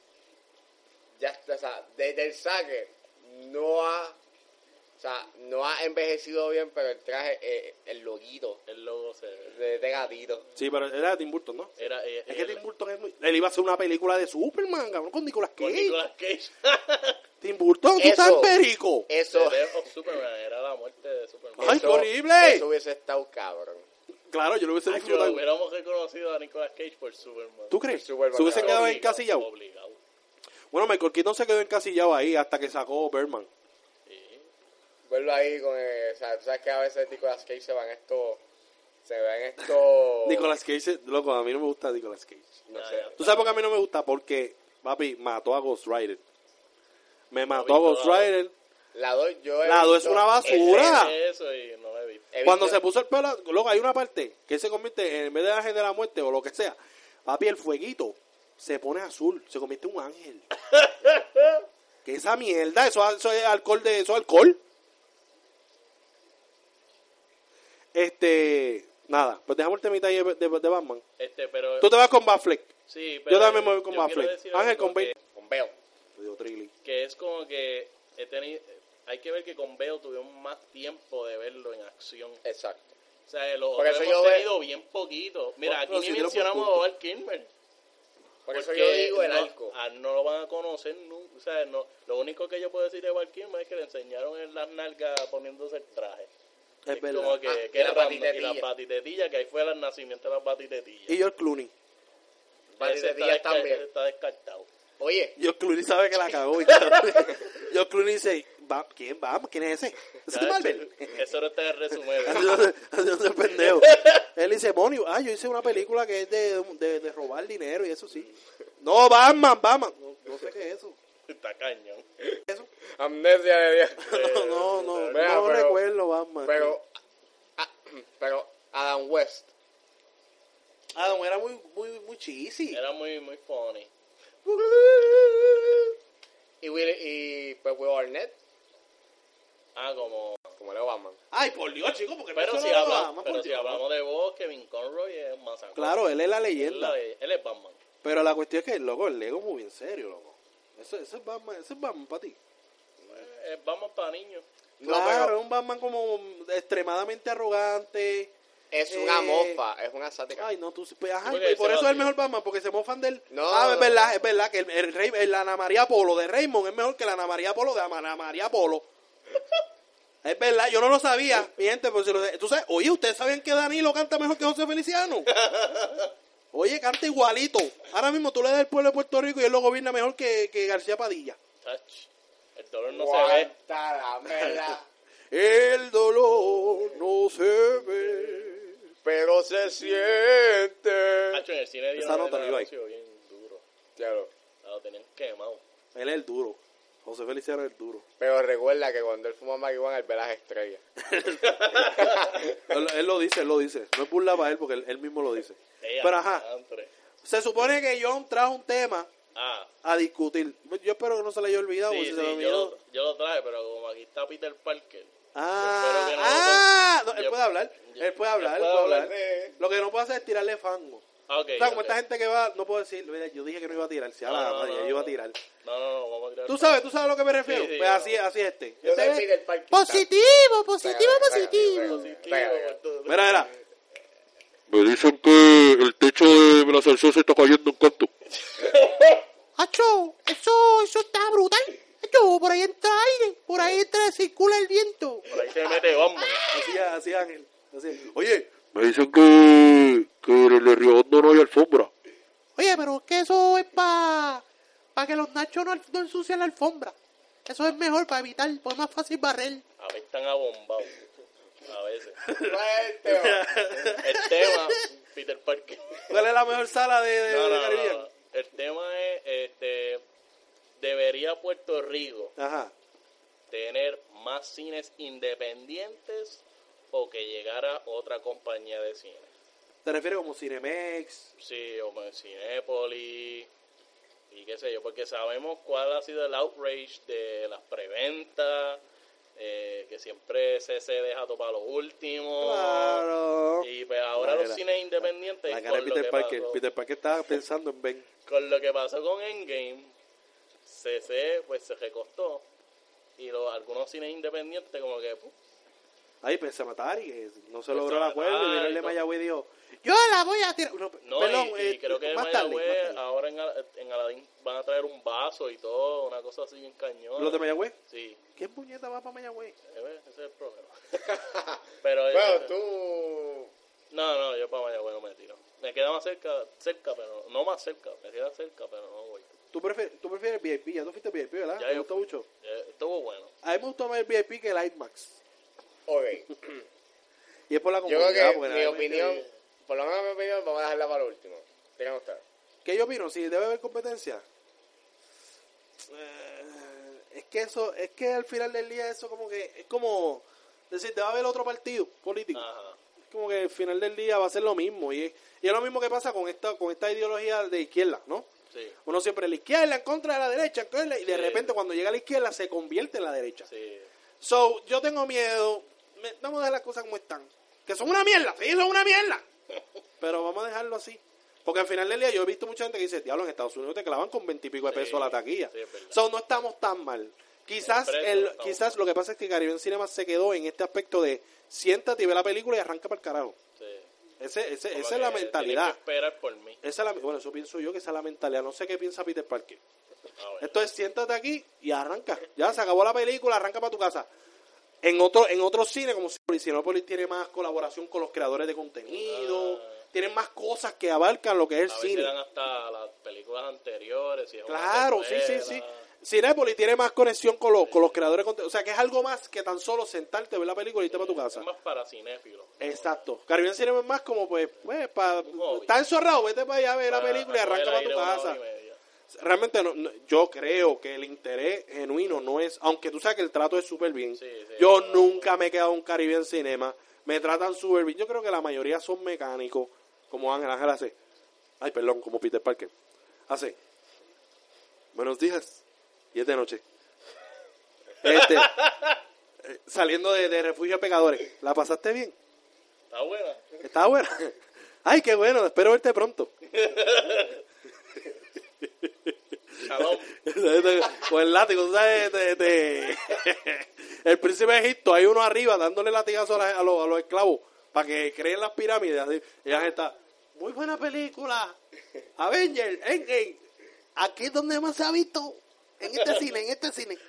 ya, o sea, desde el saque, no ha, o sea, no ha envejecido bien, pero el traje, eh, el loguito, El logo se de, de gatito. Sí, pero era de Tim Burton, ¿no? era eh, Es que él- Tim Burton es muy... Él iba a hacer una película de Superman, cabrón, con Nicolas con Cage. Nicolas Cage. Tim Burton, tú Eso- estás en perico. Eso, The Death of Superman era la muerte de Superman. Ay, eso- qué horrible. Eso hubiese estado cabrón. Claro, yo lo hubiese Yo disfrutado. hubiéramos reconocido a Nicolas Cage por Superman. ¿Tú crees? Superman, ¿Se hubiese claro. quedado Obligado, encasillado? Obligado. Bueno, Michael Keaton se quedó encasillado ahí hasta que sacó Birdman. Sí. Verlo ahí con, el, o sea, tú sabes que a veces Nicolas Cage se van estos, se ven estos, Nicolas Cage, loco, a mí no me gusta Nicolas Cage. no Ya, sé. ya. ¿Tú sabes por qué a mí no me gusta? Porque, papi, mató a Ghost Rider. Me mató he a visto Ghost la- Rider. La dos, yo he La dos es visto- una basura. Dije eso y no lo he visto. he Cuando visto- se puso el pelo, luego hay una parte que él se convierte, en vez de ángel de la muerte o lo que sea, papi, el fueguito se pone azul, se convierte en un ángel. Que esa mierda, eso, eso es alcohol de, eso es alcohol. Este, nada, pues dejamos el temita ahí de, de, de Batman. Este, pero... Tú te vas con Batfleck. Sí, pero... Yo también me voy con yo quiero Batfleck. decir Ángel algo con Bale. que- Con Bale. Te digo Trilly. que es como que he tenido, hay que ver que con Bale tuvimos más tiempo de verlo en acción. Exacto. O sea, lo, Por lo eso hemos yo ve- tenido bien poquito. Mira, Bueno, aquí si ni tiene buen mencionamos punto. a Val Kilmer. Por eso Porque yo digo el no, arco. a- no lo van a conocer nunca. O sea, no, lo único que yo puedo decir de Val Kilmer es que le enseñaron en las nalgas poniéndose el traje. Es verdad. Como que, Ah, que y era la las- batitetilla. y las batitetillas, que ahí fue el nacimiento de las batitetillas. Y George Clooney. Batitetilla Ese está, desca- también. está descartado. Oye, George Clooney sabe que la cagó. Y George Clooney dice, "Va- ¿quién va? ¿Quién es ese? ¿Ese es Marvel? Eso no está en el resumen. Haciéndose haciéndose pendejo. Él dice, Monio, ah, yo hice una película que es de, de, de robar dinero y eso sí. No, Batman, Batman. No, no sé qué es eso. Está cañón. ¿Eso? amnesia de Dios. No, no, no, Mira, no pero- recuerdo Batman. Pero, ah, pero Adam West. Adam era muy, muy, muy cheesy. Era muy, muy funny. Y, Will, y pues Will Arnett, Ah, como... como Leo Batman. Ay, por Dios, chico, porque Pero no si, se lo habla- ama, pero por si Dios. hablamos de voz, Kevin Conroy es un masacre. Claro, él es la Él, leyenda. la- él es Batman. Pero la cuestión es que, loco, el Lego es muy en serio, loco. Eso, eso es Batman, eso es Batman para ti. Eh, Es Batman para niños. No, Claro, pero es un Batman como extremadamente arrogante. es una eh, mofa, es una sátira. Ay, no, tú pues, ajá, Porque y por se eso va es el así. mejor Batman, porque se mofan de él. No. Ah, es verdad, es verdad que el, el rey, el Ana María Polo de Raymond es mejor que la Ana María Polo de Ana María Polo. Es verdad, yo no lo sabía, mi gente, pero si lo, tú sabes, oye, ¿ustedes sabían que Danilo canta mejor que José Feliciano? Oye, canta igualito. Ahora mismo tú le das el pueblo de Puerto Rico y él lo gobierna mejor que, que García Padilla. Tach. El dolor no se ve. Aguanta la mela, El dolor no se ve. pero se siente. Hacho, en el cine Esa dieron nota un no iba ahí. anuncio bien duro. Claro. Lo tenían quemado. Él es el duro. José Feliciano es el duro. Pero recuerda que cuando él fuma marihuana, él ve las estrellas. Él, él lo dice, él lo dice. No es burla para él porque él, él mismo lo dice. Ella, Pero ajá, entre. se supone que John trajo un tema Ah, a discutir. Yo espero que no se le haya olvidado. sí, porque sí, se lo yo, olvidó. lo, yo lo traje, pero como aquí está Peter Parker. Ah, espero que no lo ah, no, él yo- puede hablar. yo- Él puede hablar. él Él puede puede hablar hablar. de- Lo que no puede hacer es tirarle fango. Ah, ok. O sea, como ok. esta gente que va, no puedo decir, mira, yo dije que no iba a tirar, si a la No, no, madre, no, yo iba a no. tirar. No, no, no, vamos a tirar. Tú sabes, tú sabes a lo que me refiero. Sí, sí, pues yo- así, así es este. Yo Este soy es Peter Parker. positivo, positivo, Pégale, positivo. pégale, pégale. Mira, mira. Me dicen que el techo de la salsa se está cayendo en canto. Acho, eso, eso está brutal. Acho, por ahí entra aire, por ahí entra, circula el viento. Por ahí se mete Batman. Así, así Ángel. Así. Oye, Me dicen que, que en el Riondo no hay alfombra. oye, pero es que eso es para pa que los nachos no, no ensucien la alfombra. Eso es mejor para evitar, pues es más fácil barrer. A veces están abombados. A veces. ¿Cuál es el tema? El tema, Peter Parker. ¿Cuál es la mejor sala de, de, No, de no, no, Caribbean? no. El tema es, este, debería Puerto Rico Ajá. tener más cines independientes o que llegara otra compañía de cine. ¿Te refieres como Cinemex? Sí, o en Cinépolis y qué sé yo, porque sabemos cuál ha sido el outrage de las preventas, eh, que siempre se, se deja todo para lo último. Claro. Y pues ahora La- los la- cines independientes, La cara con de lo, Peter que Parker. pasó, Peter Parker estaba pensando en Ben. con lo que pasó con Endgame, C C pues se recostó. Y los, algunos cines independientes como que... puf, Ahí pensé matar y que no se Pues logró el se acuerdo. Y matar vino el y de todo. Mayagüez y dijo, yo la voy a tirar. No, No, perdón, y, eh, y creo que más tarde, Mayagüez, más tarde. ahora en, Al- en Aladdin van a traer un vaso y todo, una cosa así bien cañón. ¿Los de Mayagüez? Sí, ¿Quién puñeta va para Mayagüez? eh, ve, ese es el problema. Pero Bueno, eh, tú... no, no, yo para Mayagüez no me tiro. Me queda más cerca, cerca, pero no más cerca, me queda cerca, pero no voy. ¿Tú prefieres, tú prefieres V I P? Ya tú fuiste V I P, ¿verdad? Ya ¿Te yo gustó fui. mucho? Eh, estuvo bueno. A mí me gustó más el V I P que el IMAX. Ok. Y es por la Yo creo comodidad. que porque mi realmente- opinión, por lo menos mi opinión, vamos a dejarla para lo último. Díganme ustedes. ¿Qué yo opino? Si debe haber competencia. Eh, es que eso, es que al final del día eso como que, es como decir, debe haber otro partido político. Ajá. Es como que al final del día va a ser lo mismo. Y es, y es lo mismo que pasa con esta, con esta ideología de izquierda, ¿no? Sí. Uno siempre a la izquierda, en contra de la derecha, en contra, y de Sí. repente cuando llega a la izquierda se convierte en la derecha. Sí. So, yo tengo miedo. Me- vamos a dejar las cosas como están. Que son una mierda, sí, son una mierda. Pero vamos a dejarlo así. Porque al final del día yo he visto mucha gente que dice, diablo, en Estados Unidos te clavan con veintipico de Sí, pesos la taquilla. sí, es verdad. So, no estamos tan mal. Quizás El precio el, no está quizás lo que pasa es que Caribbean Cinema se quedó en este aspecto de siéntate y ve la película y arranca para el carajo. Sí. Ese, ese, Como esa es la que mentalidad. tienes que esperar por mí. Esa es la, bueno, eso pienso yo que esa es la mentalidad. No sé qué piensa Peter Parker. Ah, bueno. Esto es siéntate aquí y arranca. Ya se acabó la película, arranca para tu casa. En otro en otros cines, como Cinépolis tiene más colaboración con los creadores de contenido, Ah. tienen más cosas que abarcan lo que es el A veces cine. dan hasta las películas anteriores. Si es una Claro, sí, sí, secuela. sí. Cinépolis tiene más conexión con los, con los creadores de contenido. O sea, que es algo más que tan solo sentarte, ver la película y irte para tu casa. Es más para cinéfilos. Exacto. Caribbean Cinema es más como, pues, pues para... hobby. Está encerrado, vete para allá a ver la Para película y coger arranca para tu aire una hora casa. y media. Realmente no, no- yo creo que el interés genuino no es, aunque tú sabes que el trato es súper bien, Sí, sí, yo no, no, nunca me he quedado en un Caribbean Cinema, me tratan súper bien, yo creo que la mayoría son mecánicos, como Ángel Ángel hace, ay perdón, como Peter Parker, hace, buenos días, y es de noche, este, eh, saliendo de, de Refugio de Pecadores, ¿la pasaste bien? Está buena. ¿Está buena? Ay, qué bueno, espero verte pronto. Shalom. Con el látigo, tú sabes, de, de- el príncipe de Egipto, hay uno arriba dándole latigazo a, la- a los, a los esclavos para que creen las pirámides. Así. Y la gente está, muy buena película, Avenger, Endgame. Aquí es donde más se ha visto, en este cine, en este cine.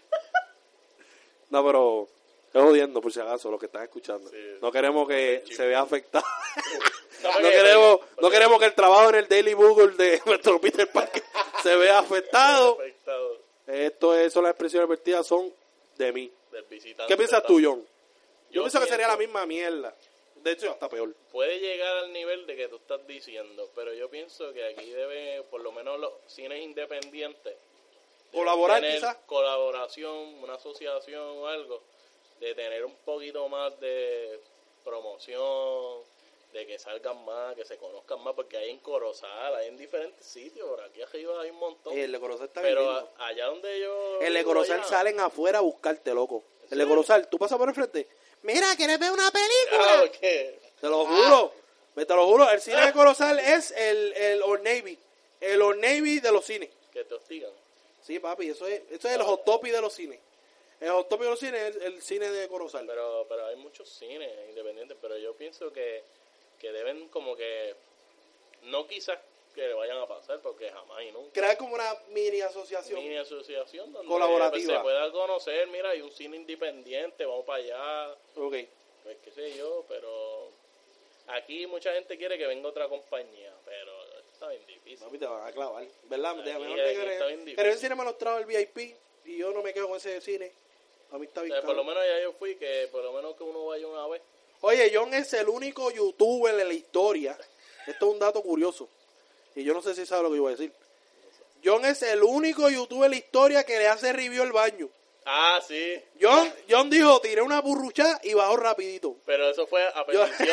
No, pero estoy jodiendo por si acaso, los que están escuchando. Sí. No queremos que se vea afectado. No, No porque- queremos, no porque- queremos que el trabajo en el Daily Bugle de nuestro Peter Parker se vea afectado. Afectado Esto es, son las expresiones vertidas, son de mí. del visitante. ¿Qué piensas tú, John? Yo, Yo pienso que sería la pienso- misma mierda. De hecho, hasta peor. Puede llegar al nivel de que tú estás diciendo, pero yo pienso que aquí debe, por lo menos los cines independientes, deben Colaborar, tener quizás. colaboración, una asociación o algo, de tener un poquito más de promoción, de que salgan más, que se conozcan más, porque hay en Corozal, hay en diferentes sitios, por aquí arriba hay un montón. El de Corozal está pero bien lindo. a- allá donde yo... El de vivo Corozal allá- salen afuera a buscarte, loco. El de serio? Corozal, tú pasas por el frente. Mira, ¿quieres ver una película? Ah, ¿qué? Te lo juro. Me te lo juro. El cine de Corozal es el, el Old Navy. El Old Navy de los cines. Que te hostigan. Sí, papi, eso es, eso es el hot topic de los cines. El hot topic de los cines es el, el cine de Corozal. Pero, pero hay muchos cines independientes, pero yo pienso que, que deben como que, no quizás que le vayan a pasar, porque jamás y nunca. Crear como una mini asociación. Mini asociación donde Colaborativa. pues, se pueda conocer, mira, hay un cine independiente, vamos para allá, Ok. pues qué sé yo, pero aquí mucha gente quiere que venga otra compañía, pero está bien difícil. Papi, te van a clavar. ¿Verdad? Aquí- De- mejor aquí que está bien Caribbean difícil. Caribbean Cinema los trajo el V I P y yo no me quedo con ese cine. A mí está O bien sea, por lo caro. menos ya yo fui, que por lo menos que uno vaya una vez. Oye, John es el único youtuber de la historia. Esto es un dato curioso. Y yo no sé si sabe lo que yo voy a decir. John es el único youtuber de la historia que le hace review al baño. Ah, sí, John, John dijo, tiré una burrucha y bajó rapidito. pero eso fue a petición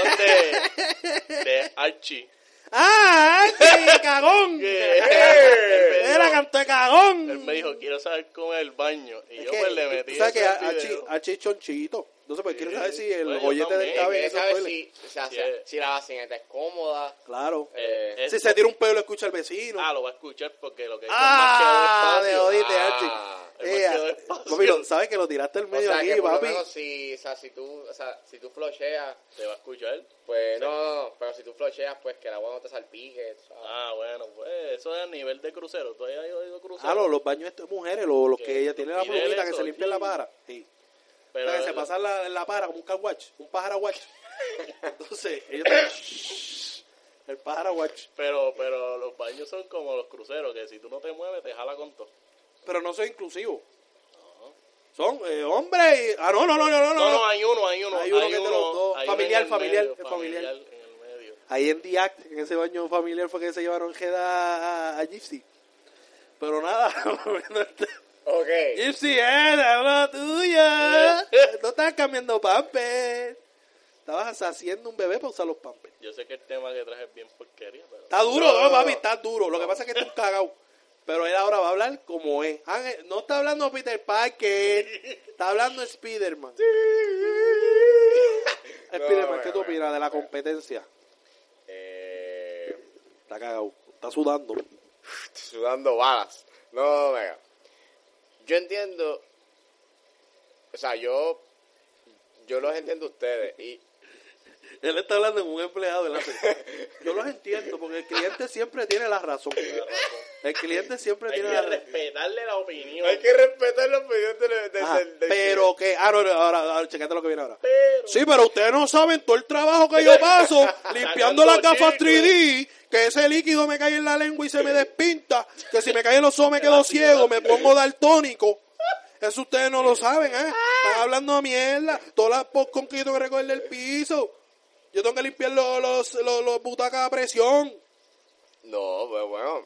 de, de Archie. ¡Ah! ¡Qué cagón! Que- él me ¡Era dijo- canto de cagón! Él me dijo, quiero saber cómo es el baño. Y Es yo que, pues le tú- metí tú sabes que ese Archie, video. Archie es chonchito. Entonces, pues, quiero saber si el Bueno, yo joyete del también. cabello Quiere esos saber toiles. si, o sea, Sí, si, eh. si la vacineta es cómoda. Claro. Eh, es- Si se tira un pelo, lo escucha el vecino. Ah, lo va a escuchar porque lo que hizo ¡Ah! es De más que jodiste, Ah, Archie. es Eh, más que despacio. papi, lo- ¿sabes que lo tiraste al O medio sea, aquí, que por lo papi? menos si, o sea, si tú, o sea, si tú flocheas, Te va a escuchar. pues no, no, no, pero si tú flocheas, pues que el agua no te salpique, ¿sabes? Ah, bueno, pues eso es a nivel de crucero. ¿Tú has ido a crucero? Ah, los, los baños estos de mujeres, los, los que Que ella tiene la piden plumita que eso, se limpian la sí. para. Sí. Pero O sea, que se la- pasan la, la para como un car watch, un pájaro watch. Entonces, ellos están... El pájaro watch. Pero, pero los baños son como los cruceros, que si tú no te mueves, te jala con todo. Pero no son inclusivos. Son eh, hombres y... Ah, no, no, no, no, no. No, no, hay uno, hay uno. Hay uno que es de los dos. hay uno Familiar, en el familiar, medio, es familiar. en el medio. Ahí en The Act, en ese baño familiar, fue que se llevaron Jeda a, a Gypsy. Pero nada, Ok. Gypsy era la tuya. No estabas cambiando pampers. Estabas haciendo un bebé para usar los pampers. Yo sé que el tema que traje es bien porquería, pero... Está duro, No, no, no, papi, no. está duro. Lo que pasa es que está un cagao. Pero él ahora va a hablar como es. Ángel, no está hablando Peter Parker, está hablando Spider-Man. Spider-Man, ¿qué tú opinas de la competencia? Eh, Está cagado, está sudando. sudando balas. No, venga. Yo entiendo, o sea, yo, yo los entiendo a ustedes y Él está hablando con un empleado de la Yo los entiendo, porque el cliente siempre tiene la razón. El cliente siempre Hay tiene que la razón. respetarle la opinión. hay que respetar los opiniones del, del, Ajá, del- del- pero que, ah, no, no, ahora, ahora, checate lo que viene ahora. Pero- Sí, pero ustedes no saben todo el trabajo que yo paso limpiando las gafas tres D, que ese líquido me cae en la lengua y se me despinta, que si me cae en los ojos me quedo ciego, me pongo daltónico. Eso ustedes no lo saben, ¿eh? Están hablando mierda. Todas las popcorn que yo tengo que recoger del piso. Yo tengo que limpiar los, los, los, los butacas a presión. No, pues bueno,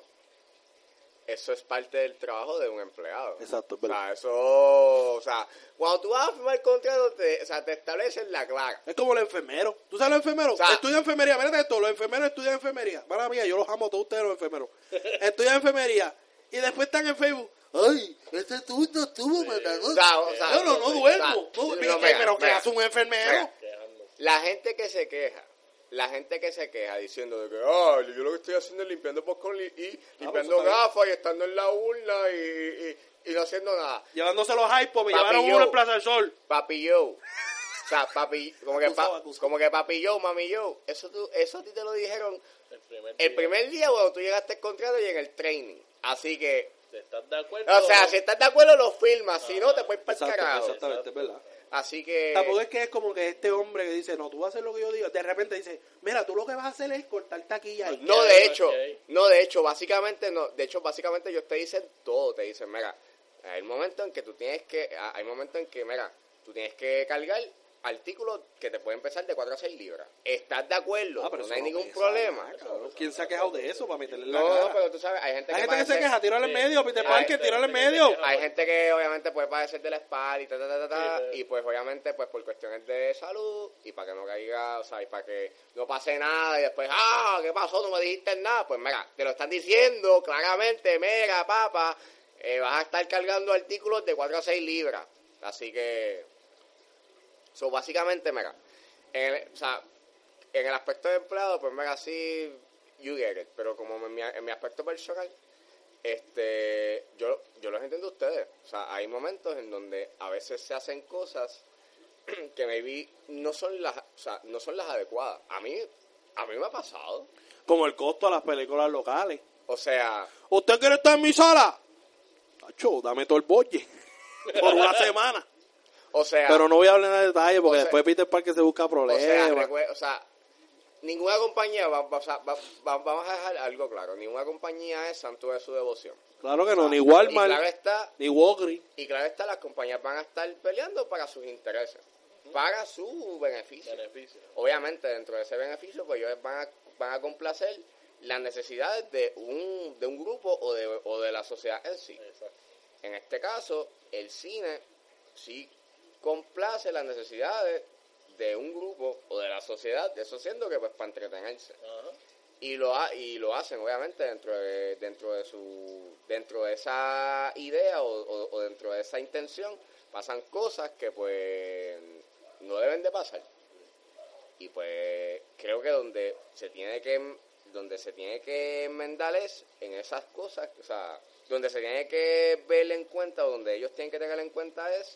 eso es parte del trabajo de un empleado. Exacto, es O verdad. sea, eso, o sea, cuando tú vas a firmar el contrato, te, o sea, te establecen la clara. Es como los enfermeros. ¿Tú sabes los enfermeros? O sea- estudian enfermería. Mírate esto, los enfermeros estudian enfermería. Mala mía, yo los amo a todos ustedes los enfermeros. Estudian enfermería. Y después están en Facebook. Ay, este turno estuvo mandando. O sea, o sea, No, no, no o sea, duermo. no, No, no, ¿qué- mira, pero ¿qué mira, hace un enfermero? mira. La gente que se queja, la gente que se queja diciendo de que, ah, yo lo que estoy haciendo es limpiando popcorn y, y limpiando pues, está gafas y estando en la urna y, y, y no haciendo nada. Llevándose los iPods, me Papi, llevaron yo. uno en Plaza del Sol. Papi yo. O sea, papi, como que, Acusado, pa- acusado. como que papi yo, mami yo. Eso, tú, eso a ti te lo dijeron El primer el día. primer día cuando tú llegaste al contrato y en el training. Así que, ¿Estás de acuerdo? o sea, si estás de acuerdo lo firmas, si no te puedes para el Exacto, carajo. exactamente, es verdad. Así que, Tampoco es que es como que este hombre que dice, no, tú vas a hacer lo que yo diga. De repente dice, mira, tú lo que vas a hacer es cortar taquilla ahí. no, Ok, de hecho, ok. no, de hecho, básicamente, no, de hecho, básicamente ellos te dicen todo, te dicen, mira, hay momentos en que tú tienes que, hay momentos en que, mira, tú tienes que cargar artículos que te pueden empezar de cuatro a seis libras. ¿Estás de acuerdo? Ah, pero no eso hay no ningún pesa problema. nada, cabrón. ¿Quién se ha quejado de eso para meterle en la No, cara? no, pero tú sabes, hay gente Hay que gente que se padece- queja, tíralo en Sí. medio, Peter Hay Parker, gente tíralo en que se medio. queja. Hay gente que obviamente puede padecer de la espalda y ta, ta, ta, ta, ta, Sí, sí. y pues obviamente pues por cuestiones de salud y para que no caiga, o sea, y para que no pase nada y después, ah, ¿qué pasó? No me dijiste nada. Pues mira, te lo están diciendo claramente, mega, papa, eh, vas a estar cargando artículos de cuatro a seis libras. Así que, so, básicamente, mira, en el, o sea, en el aspecto de empleado, pues mira, sí, you get it, pero como en mi, en mi aspecto personal, este yo yo los entiendo a ustedes. O sea, hay momentos en donde a veces se hacen cosas que maybe no son las, o sea, no son las adecuadas. A mí a mí me ha pasado. Como el costo a las películas locales. O sea, ¿Usted quiere estar en mi sala? Tacho, dame todo el bolle. Por una semana. o sea, Pero no voy a hablar de detalle porque o sea- después Peter Parker se busca o sea, problemas. recue- o sea, ninguna compañía va, va- o sea, va- va- vamos a dejar algo claro, ninguna compañía es santo de su devoción. Claro que no, ni Y Walmart, claro está, ni Walgreens. y claro está, las compañías van a estar peleando para sus intereses, para su beneficio. Beneficio. Obviamente, dentro de ese beneficio, pues ellos van a, van a complacer las necesidades de un, de un grupo o de, o de la sociedad en sí. Exacto. En este caso, el cine sí complace las necesidades de un grupo o de la sociedad, eso siendo que pues para entretenerse. Ajá. Y lo ha- y lo hacen obviamente dentro de dentro de su dentro de esa idea o, o- o dentro de esa intención pasan cosas que pues no deben de pasar. Y pues creo que donde se tiene que donde se tiene que enmendar es en esas cosas, o sea, donde se tiene que ver en cuenta, o donde ellos tienen que tener en cuenta es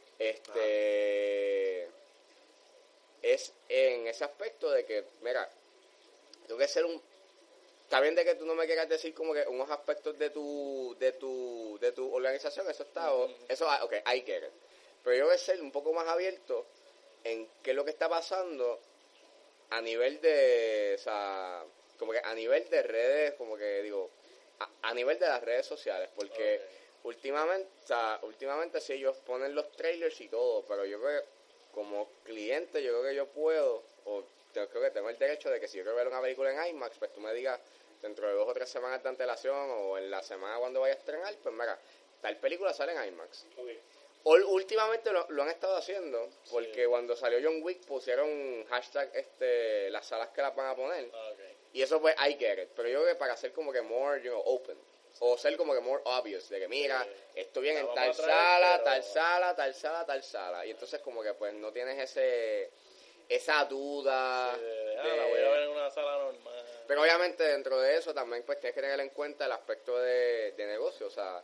este es en ese aspecto de que, mira, tengo que ser un, está bien de que tú no me quieras decir como que unos aspectos de tu de tu de tu organización, eso está, o- eso, ah, ok, I get it. Pero yo voy a ser un poco más abierto en qué es lo que está pasando a nivel de, o sea, como que a nivel de redes, como que digo, a, a nivel de las redes sociales, porque últimamente, o sea, últimamente sí ellos ponen los trailers y todo, pero yo creo que como cliente yo creo que yo puedo, o te- creo que tengo el derecho de que si yo quiero ver una película en IMAX, pues tú me digas dentro de dos o tres semanas de antelación o en la semana cuando vaya a estrenar, pues mira, tal película sale en IMAX. O- últimamente lo, lo han estado haciendo, porque cuando salió John Wick pusieron hashtag este las salas que las van a poner. Ah, ok. Y eso pues I get it. Pero yo creo que para hacer como que more, you know, open. O o ser como que more obvious, de que mira, Sí. esto viene La en vamos tal a traer, sala, pero- tal sala, tal sala, tal sala. Y entonces como que pues no tienes ese esa duda. Sí, de- de, ah, de- la voy a ver en una sala normal. Pero obviamente dentro de eso también pues tienes que tener en cuenta el aspecto de, de negocio. O sea,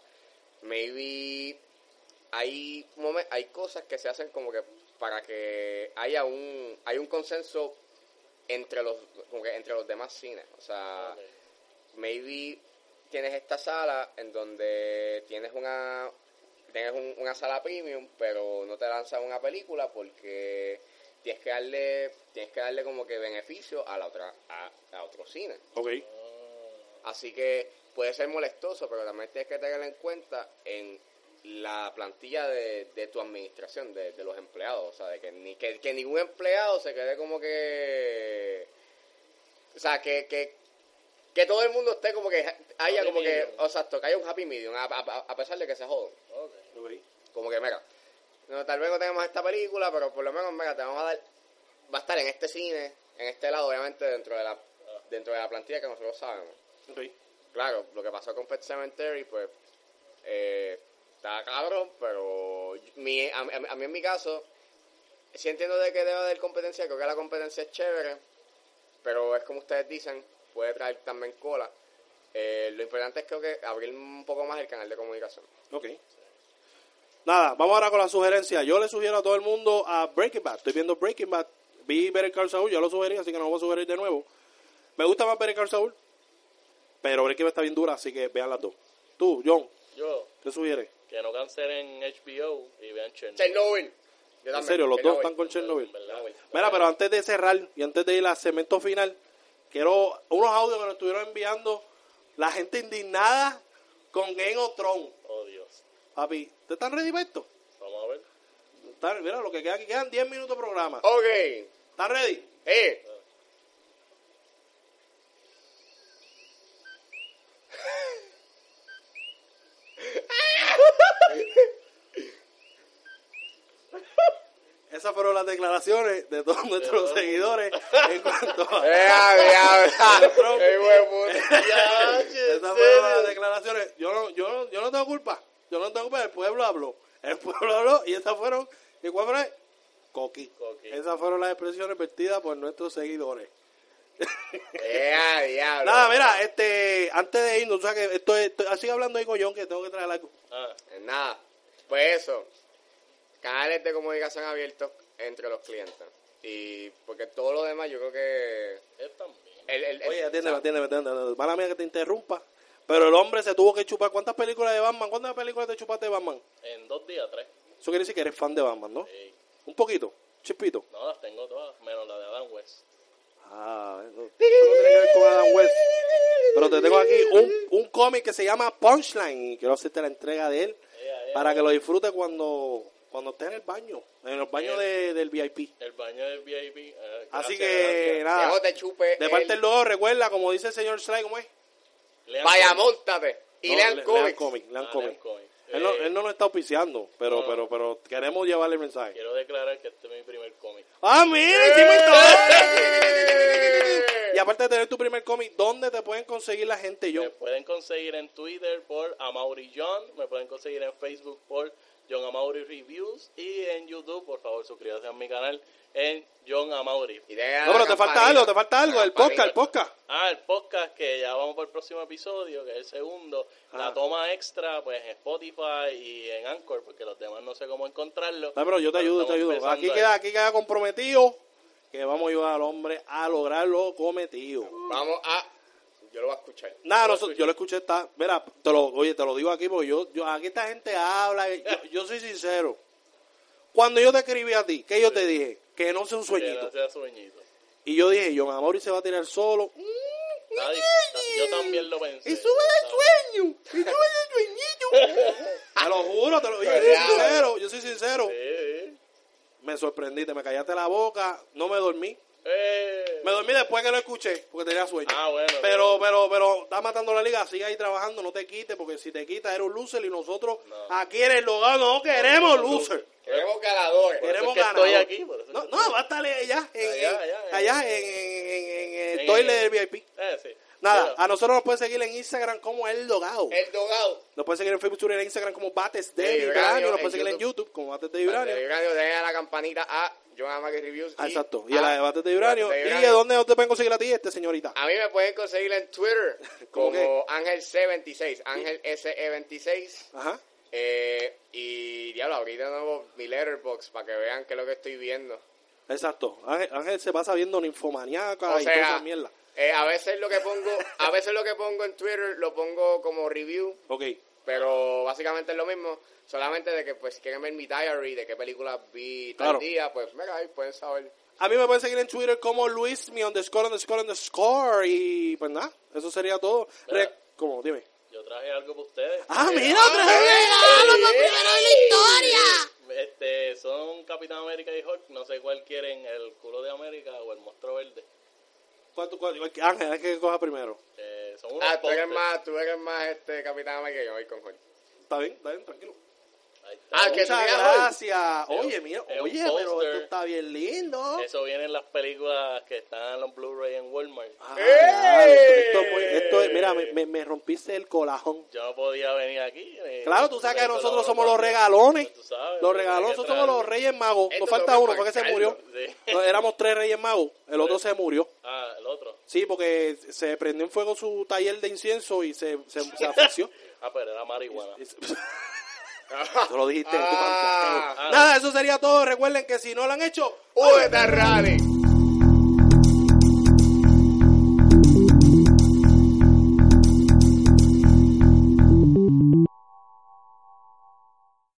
maybe hay momen- hay cosas que se hacen como que para que haya un hay un consenso entre los como que entre los demás cines. O sea, Ok. maybe tienes esta sala en donde tienes una tienes un- una sala premium, pero no te lanzan una película porque tienes que darle tienes que darle como que beneficio a la otra a, a otro cine. Ok. Así que puede ser molestoso, pero también tienes que tener en cuenta en la plantilla de, de tu administración, de, de los empleados. O sea, de que, ni, que, que ningún empleado se quede como que... O sea, que, que, que todo el mundo esté como que haya Happy como que... medium. O sea, que haya un happy medium, a, a- a pesar de que se jodan. Ok. Ok. Como que, mira, no, tal vez no tenemos esta película, pero por lo menos, mira, te vamos a dar... Va a estar en este cine, en este lado, obviamente, dentro de la, dentro de la plantilla que nosotros sabemos. Ok. Claro, lo que pasó con Pet Sematary, pues, eh, está cabrón, pero mi, a, a- a mí en mi caso, sí entiendo de que debe haber competencia, creo que la competencia es chévere, pero es como ustedes dicen, puede traer también cola. Eh, lo importante es creo que abrir un poco más el canal de comunicación. Ok. Nada, vamos ahora con la sugerencia. Yo le sugiero a todo el mundo a Breaking Bad. Estoy viendo Breaking Bad. Vi Better Call Saul, yo lo sugerí, así que no lo voy a sugerir de nuevo. Me gusta más Better Call Saul, pero Breaking Bad está bien dura, así que vean las dos. Tú, John, Yo, ¿qué sugieres? que no cancelen H B O y vean Chernobyl. Chernobyl. Yo En también, serio, los dos Chernobyl. están con Chernobyl. ¿Verdad? Chernobyl. Mira, pero antes de cerrar y antes de ir al segmento final, quiero unos audios que nos estuvieron enviando la gente indignada con Game of Thrones. Oh, Dios. Papi, ¿ustedes están ready para esto? Vamos a ver. ¿Están- Mira, lo que queda aquí, quedan diez minutos de programa. Ok. ¿Están ready? Eh. Esas fueron las declaraciones de todos nuestros seguidores en cuanto a... ¡Eh, diablo! ¡Qué huevo! Esas fueron las declaraciones. Yo no, yo, no, yo no tengo culpa. Yo no tengo culpa. El pueblo habló. El pueblo habló y esas fueron... ¿Y cuál fue? Coqui. Coqui. Esas fueron las expresiones vertidas por nuestros seguidores. ¡Eh, diablo! Nada, mira, este, antes de irnos, o sea que estoy, estoy así hablando ahí con John que tengo que traer algo. Ah, Nada, pues eso, canales de comunicación abiertos entre los clientes. Y porque todo lo demás yo creo que... él también. El, el, el- Oye, atiéndeme, o sea, atiéndeme, atiéndeme. Mala mía que te interrumpa. Pero el hombre se tuvo que chupar. ¿Cuántas películas de Batman? ¿Cuántas películas te chupaste de Batman? En dos días, tres. Eso quiere decir que eres fan de Batman, ¿no? Sí. Un poquito, chispito. No, las tengo todas, menos la de Adam West. Ah, eso no tiene que ver con Adam West. Pero te tengo aquí un, un cómic que se llama Punchline y quiero hacerte la entrega de él Ea, ea, para que lo disfrutes cuando, cuando estés en el baño, en los baños de, del V I P. El baño del V I P. eh, Así gracias, que gracias. nada, no te chupe de el- parte del dos, recuerda, como dice el señor Sly, ¿cómo es? Lean Vaya, cómics. móntate. Y No, lean le- cómics. cómic, lean Ah, cómic. lean cómics. Él no, Eh, él no nos está auspiciando, pero, no. pero, pero queremos llevarle el mensaje. Quiero declarar que este es mi primer cómic. ¡Ah, mira! hicimos todo! Y aparte de tener tu primer cómic, ¿dónde te pueden conseguir la gente, Me John? pueden conseguir en Twitter por Amaury John, me pueden conseguir en Facebook por John Amaury Reviews y en YouTube, por favor, suscríbase a mi canal en John Amaury. Y deja No, pero la te falta campanita. algo, te falta algo, La el podcast, campanita. el podcast. Ah, el podcast que ya vamos por el próximo episodio, que es el segundo. Ah. La toma extra, pues en Spotify y en Anchor, porque los demás no sé cómo encontrarlo. No, pero yo te ayudo, te estamos ayudo. empezando Aquí ahí. queda, aquí queda comprometido que vamos a ayudar al hombre a lograr lo cometido. Vamos a... Yo lo voy a escuchar. Nada, nosotros, yo lo escuché, está, mira, te lo, oye, te lo digo aquí porque yo, yo aquí esta gente habla, yo, yo soy sincero. Cuando yo te escribí a ti, ¿qué yo te dije? Que no sea un Que sueñito. no sea sueñito. Y yo dije, John Amaury se va a tirar solo. Nadie- yo también lo pensé. Y sube de sueño, y sube de sueñito. Te lo juro, te lo oye, yo soy sincero, yo soy sincero. Sí. Me sorprendiste, me callaste la boca, no me dormí. Eh. Me dormí después que lo escuché, porque tenía sueño. Ah, bueno. Pero, pero, pero, está matando la liga, sigue ahí trabajando, no te quites, porque si te quitas eres un loser y nosotros No. aquí en el lugar no queremos loser. Queremos ganadores. Por eso Queremos es que ganador. estoy aquí, por eso No, es que no, estoy va a estar allá, en, Allá, en- allá, en- allá en, en, en, en el en toilet el- del V I P. Eh, sí. Nada, Mira. a nosotros nos pueden seguir en Instagram como El Dogado. El Dogado. Nos pueden seguir en Facebook, Twitter, en Instagram como Bates de De Vibranio. Vibranio, Nos en pueden seguir en YouTube. YouTube como Bates de Vibranio. De Vibranio, denle a la campanita a John Amaki Reviews. Ah, exacto. Y a a la de Bates de Vibranio. Bates de ¿Y Vibranio. de dónde no te pueden conseguir a ti, este señorita? A mí me pueden conseguir en Twitter ¿Cómo como Ángel C veintiséis, Ángel S E veintiséis. Ajá. Eh, y diablo, ahorita de nuevo mi letterbox para que vean qué es lo que estoy viendo. Exacto. Ángel, Ángel se pasa viendo ninfomaniaca O y toda sea, esa mierda. eh, a veces lo que pongo, a veces lo que pongo en Twitter lo pongo como review, Ok. pero básicamente es lo mismo, solamente de que pues si quieren ver mi diary de qué películas vi tal Claro. día, pues mira, ahí pueden saber. A mí me pueden seguir en Twitter como Luis, mi underscore, underscore, underscore. Y pues nada, eso sería todo. Mira. Re- ¿Cómo? Dime. Yo traje algo para ustedes. Ah, Eh, mira, otra ¡Un vez. regalo por primera vez en la historia! Este, son Capitán América y Hulk. No sé cuál quieren, el culo de América o el monstruo verde. ¿Cuál, tú- cuál? Ángel, hay que coja primero. Eh, son unos Ah, tú eres pósters. más, tú eres más este Capitán América que yo voy con Hulk. Está bien, está bien, tranquilo. Ahí está. Ah, que Muchas tú digas gracias. Es un- Oye, mira, es un oye, pero póster. esto está bien lindo. Eso viene en las películas que están en los Blu-ray en Walmart. Ah, ¡Eh! ya, esto, esto es muy- esto es- mira, me, me, me rompiste el colajón. Yo no podía venir aquí. eh, Claro, tú sabes que me nosotros hizo somos la los broma. regalones. Tú sabes, Los hay regalones, que nosotros somos los traerlo. reyes magos. Esto Nos falta tengo que uno porque se marcarlo. murió. Sí. No, éramos tres reyes magos. El otro se murió. Ah, el otro. Sí, porque se prendió en fuego su taller de incienso y se, se, se asfixió. Ah, pero era marihuana. Tú lo dijiste en tu Ah. canto. Nada, eso sería todo. Recuerden que si no lo han hecho, ¡Uy, está rally!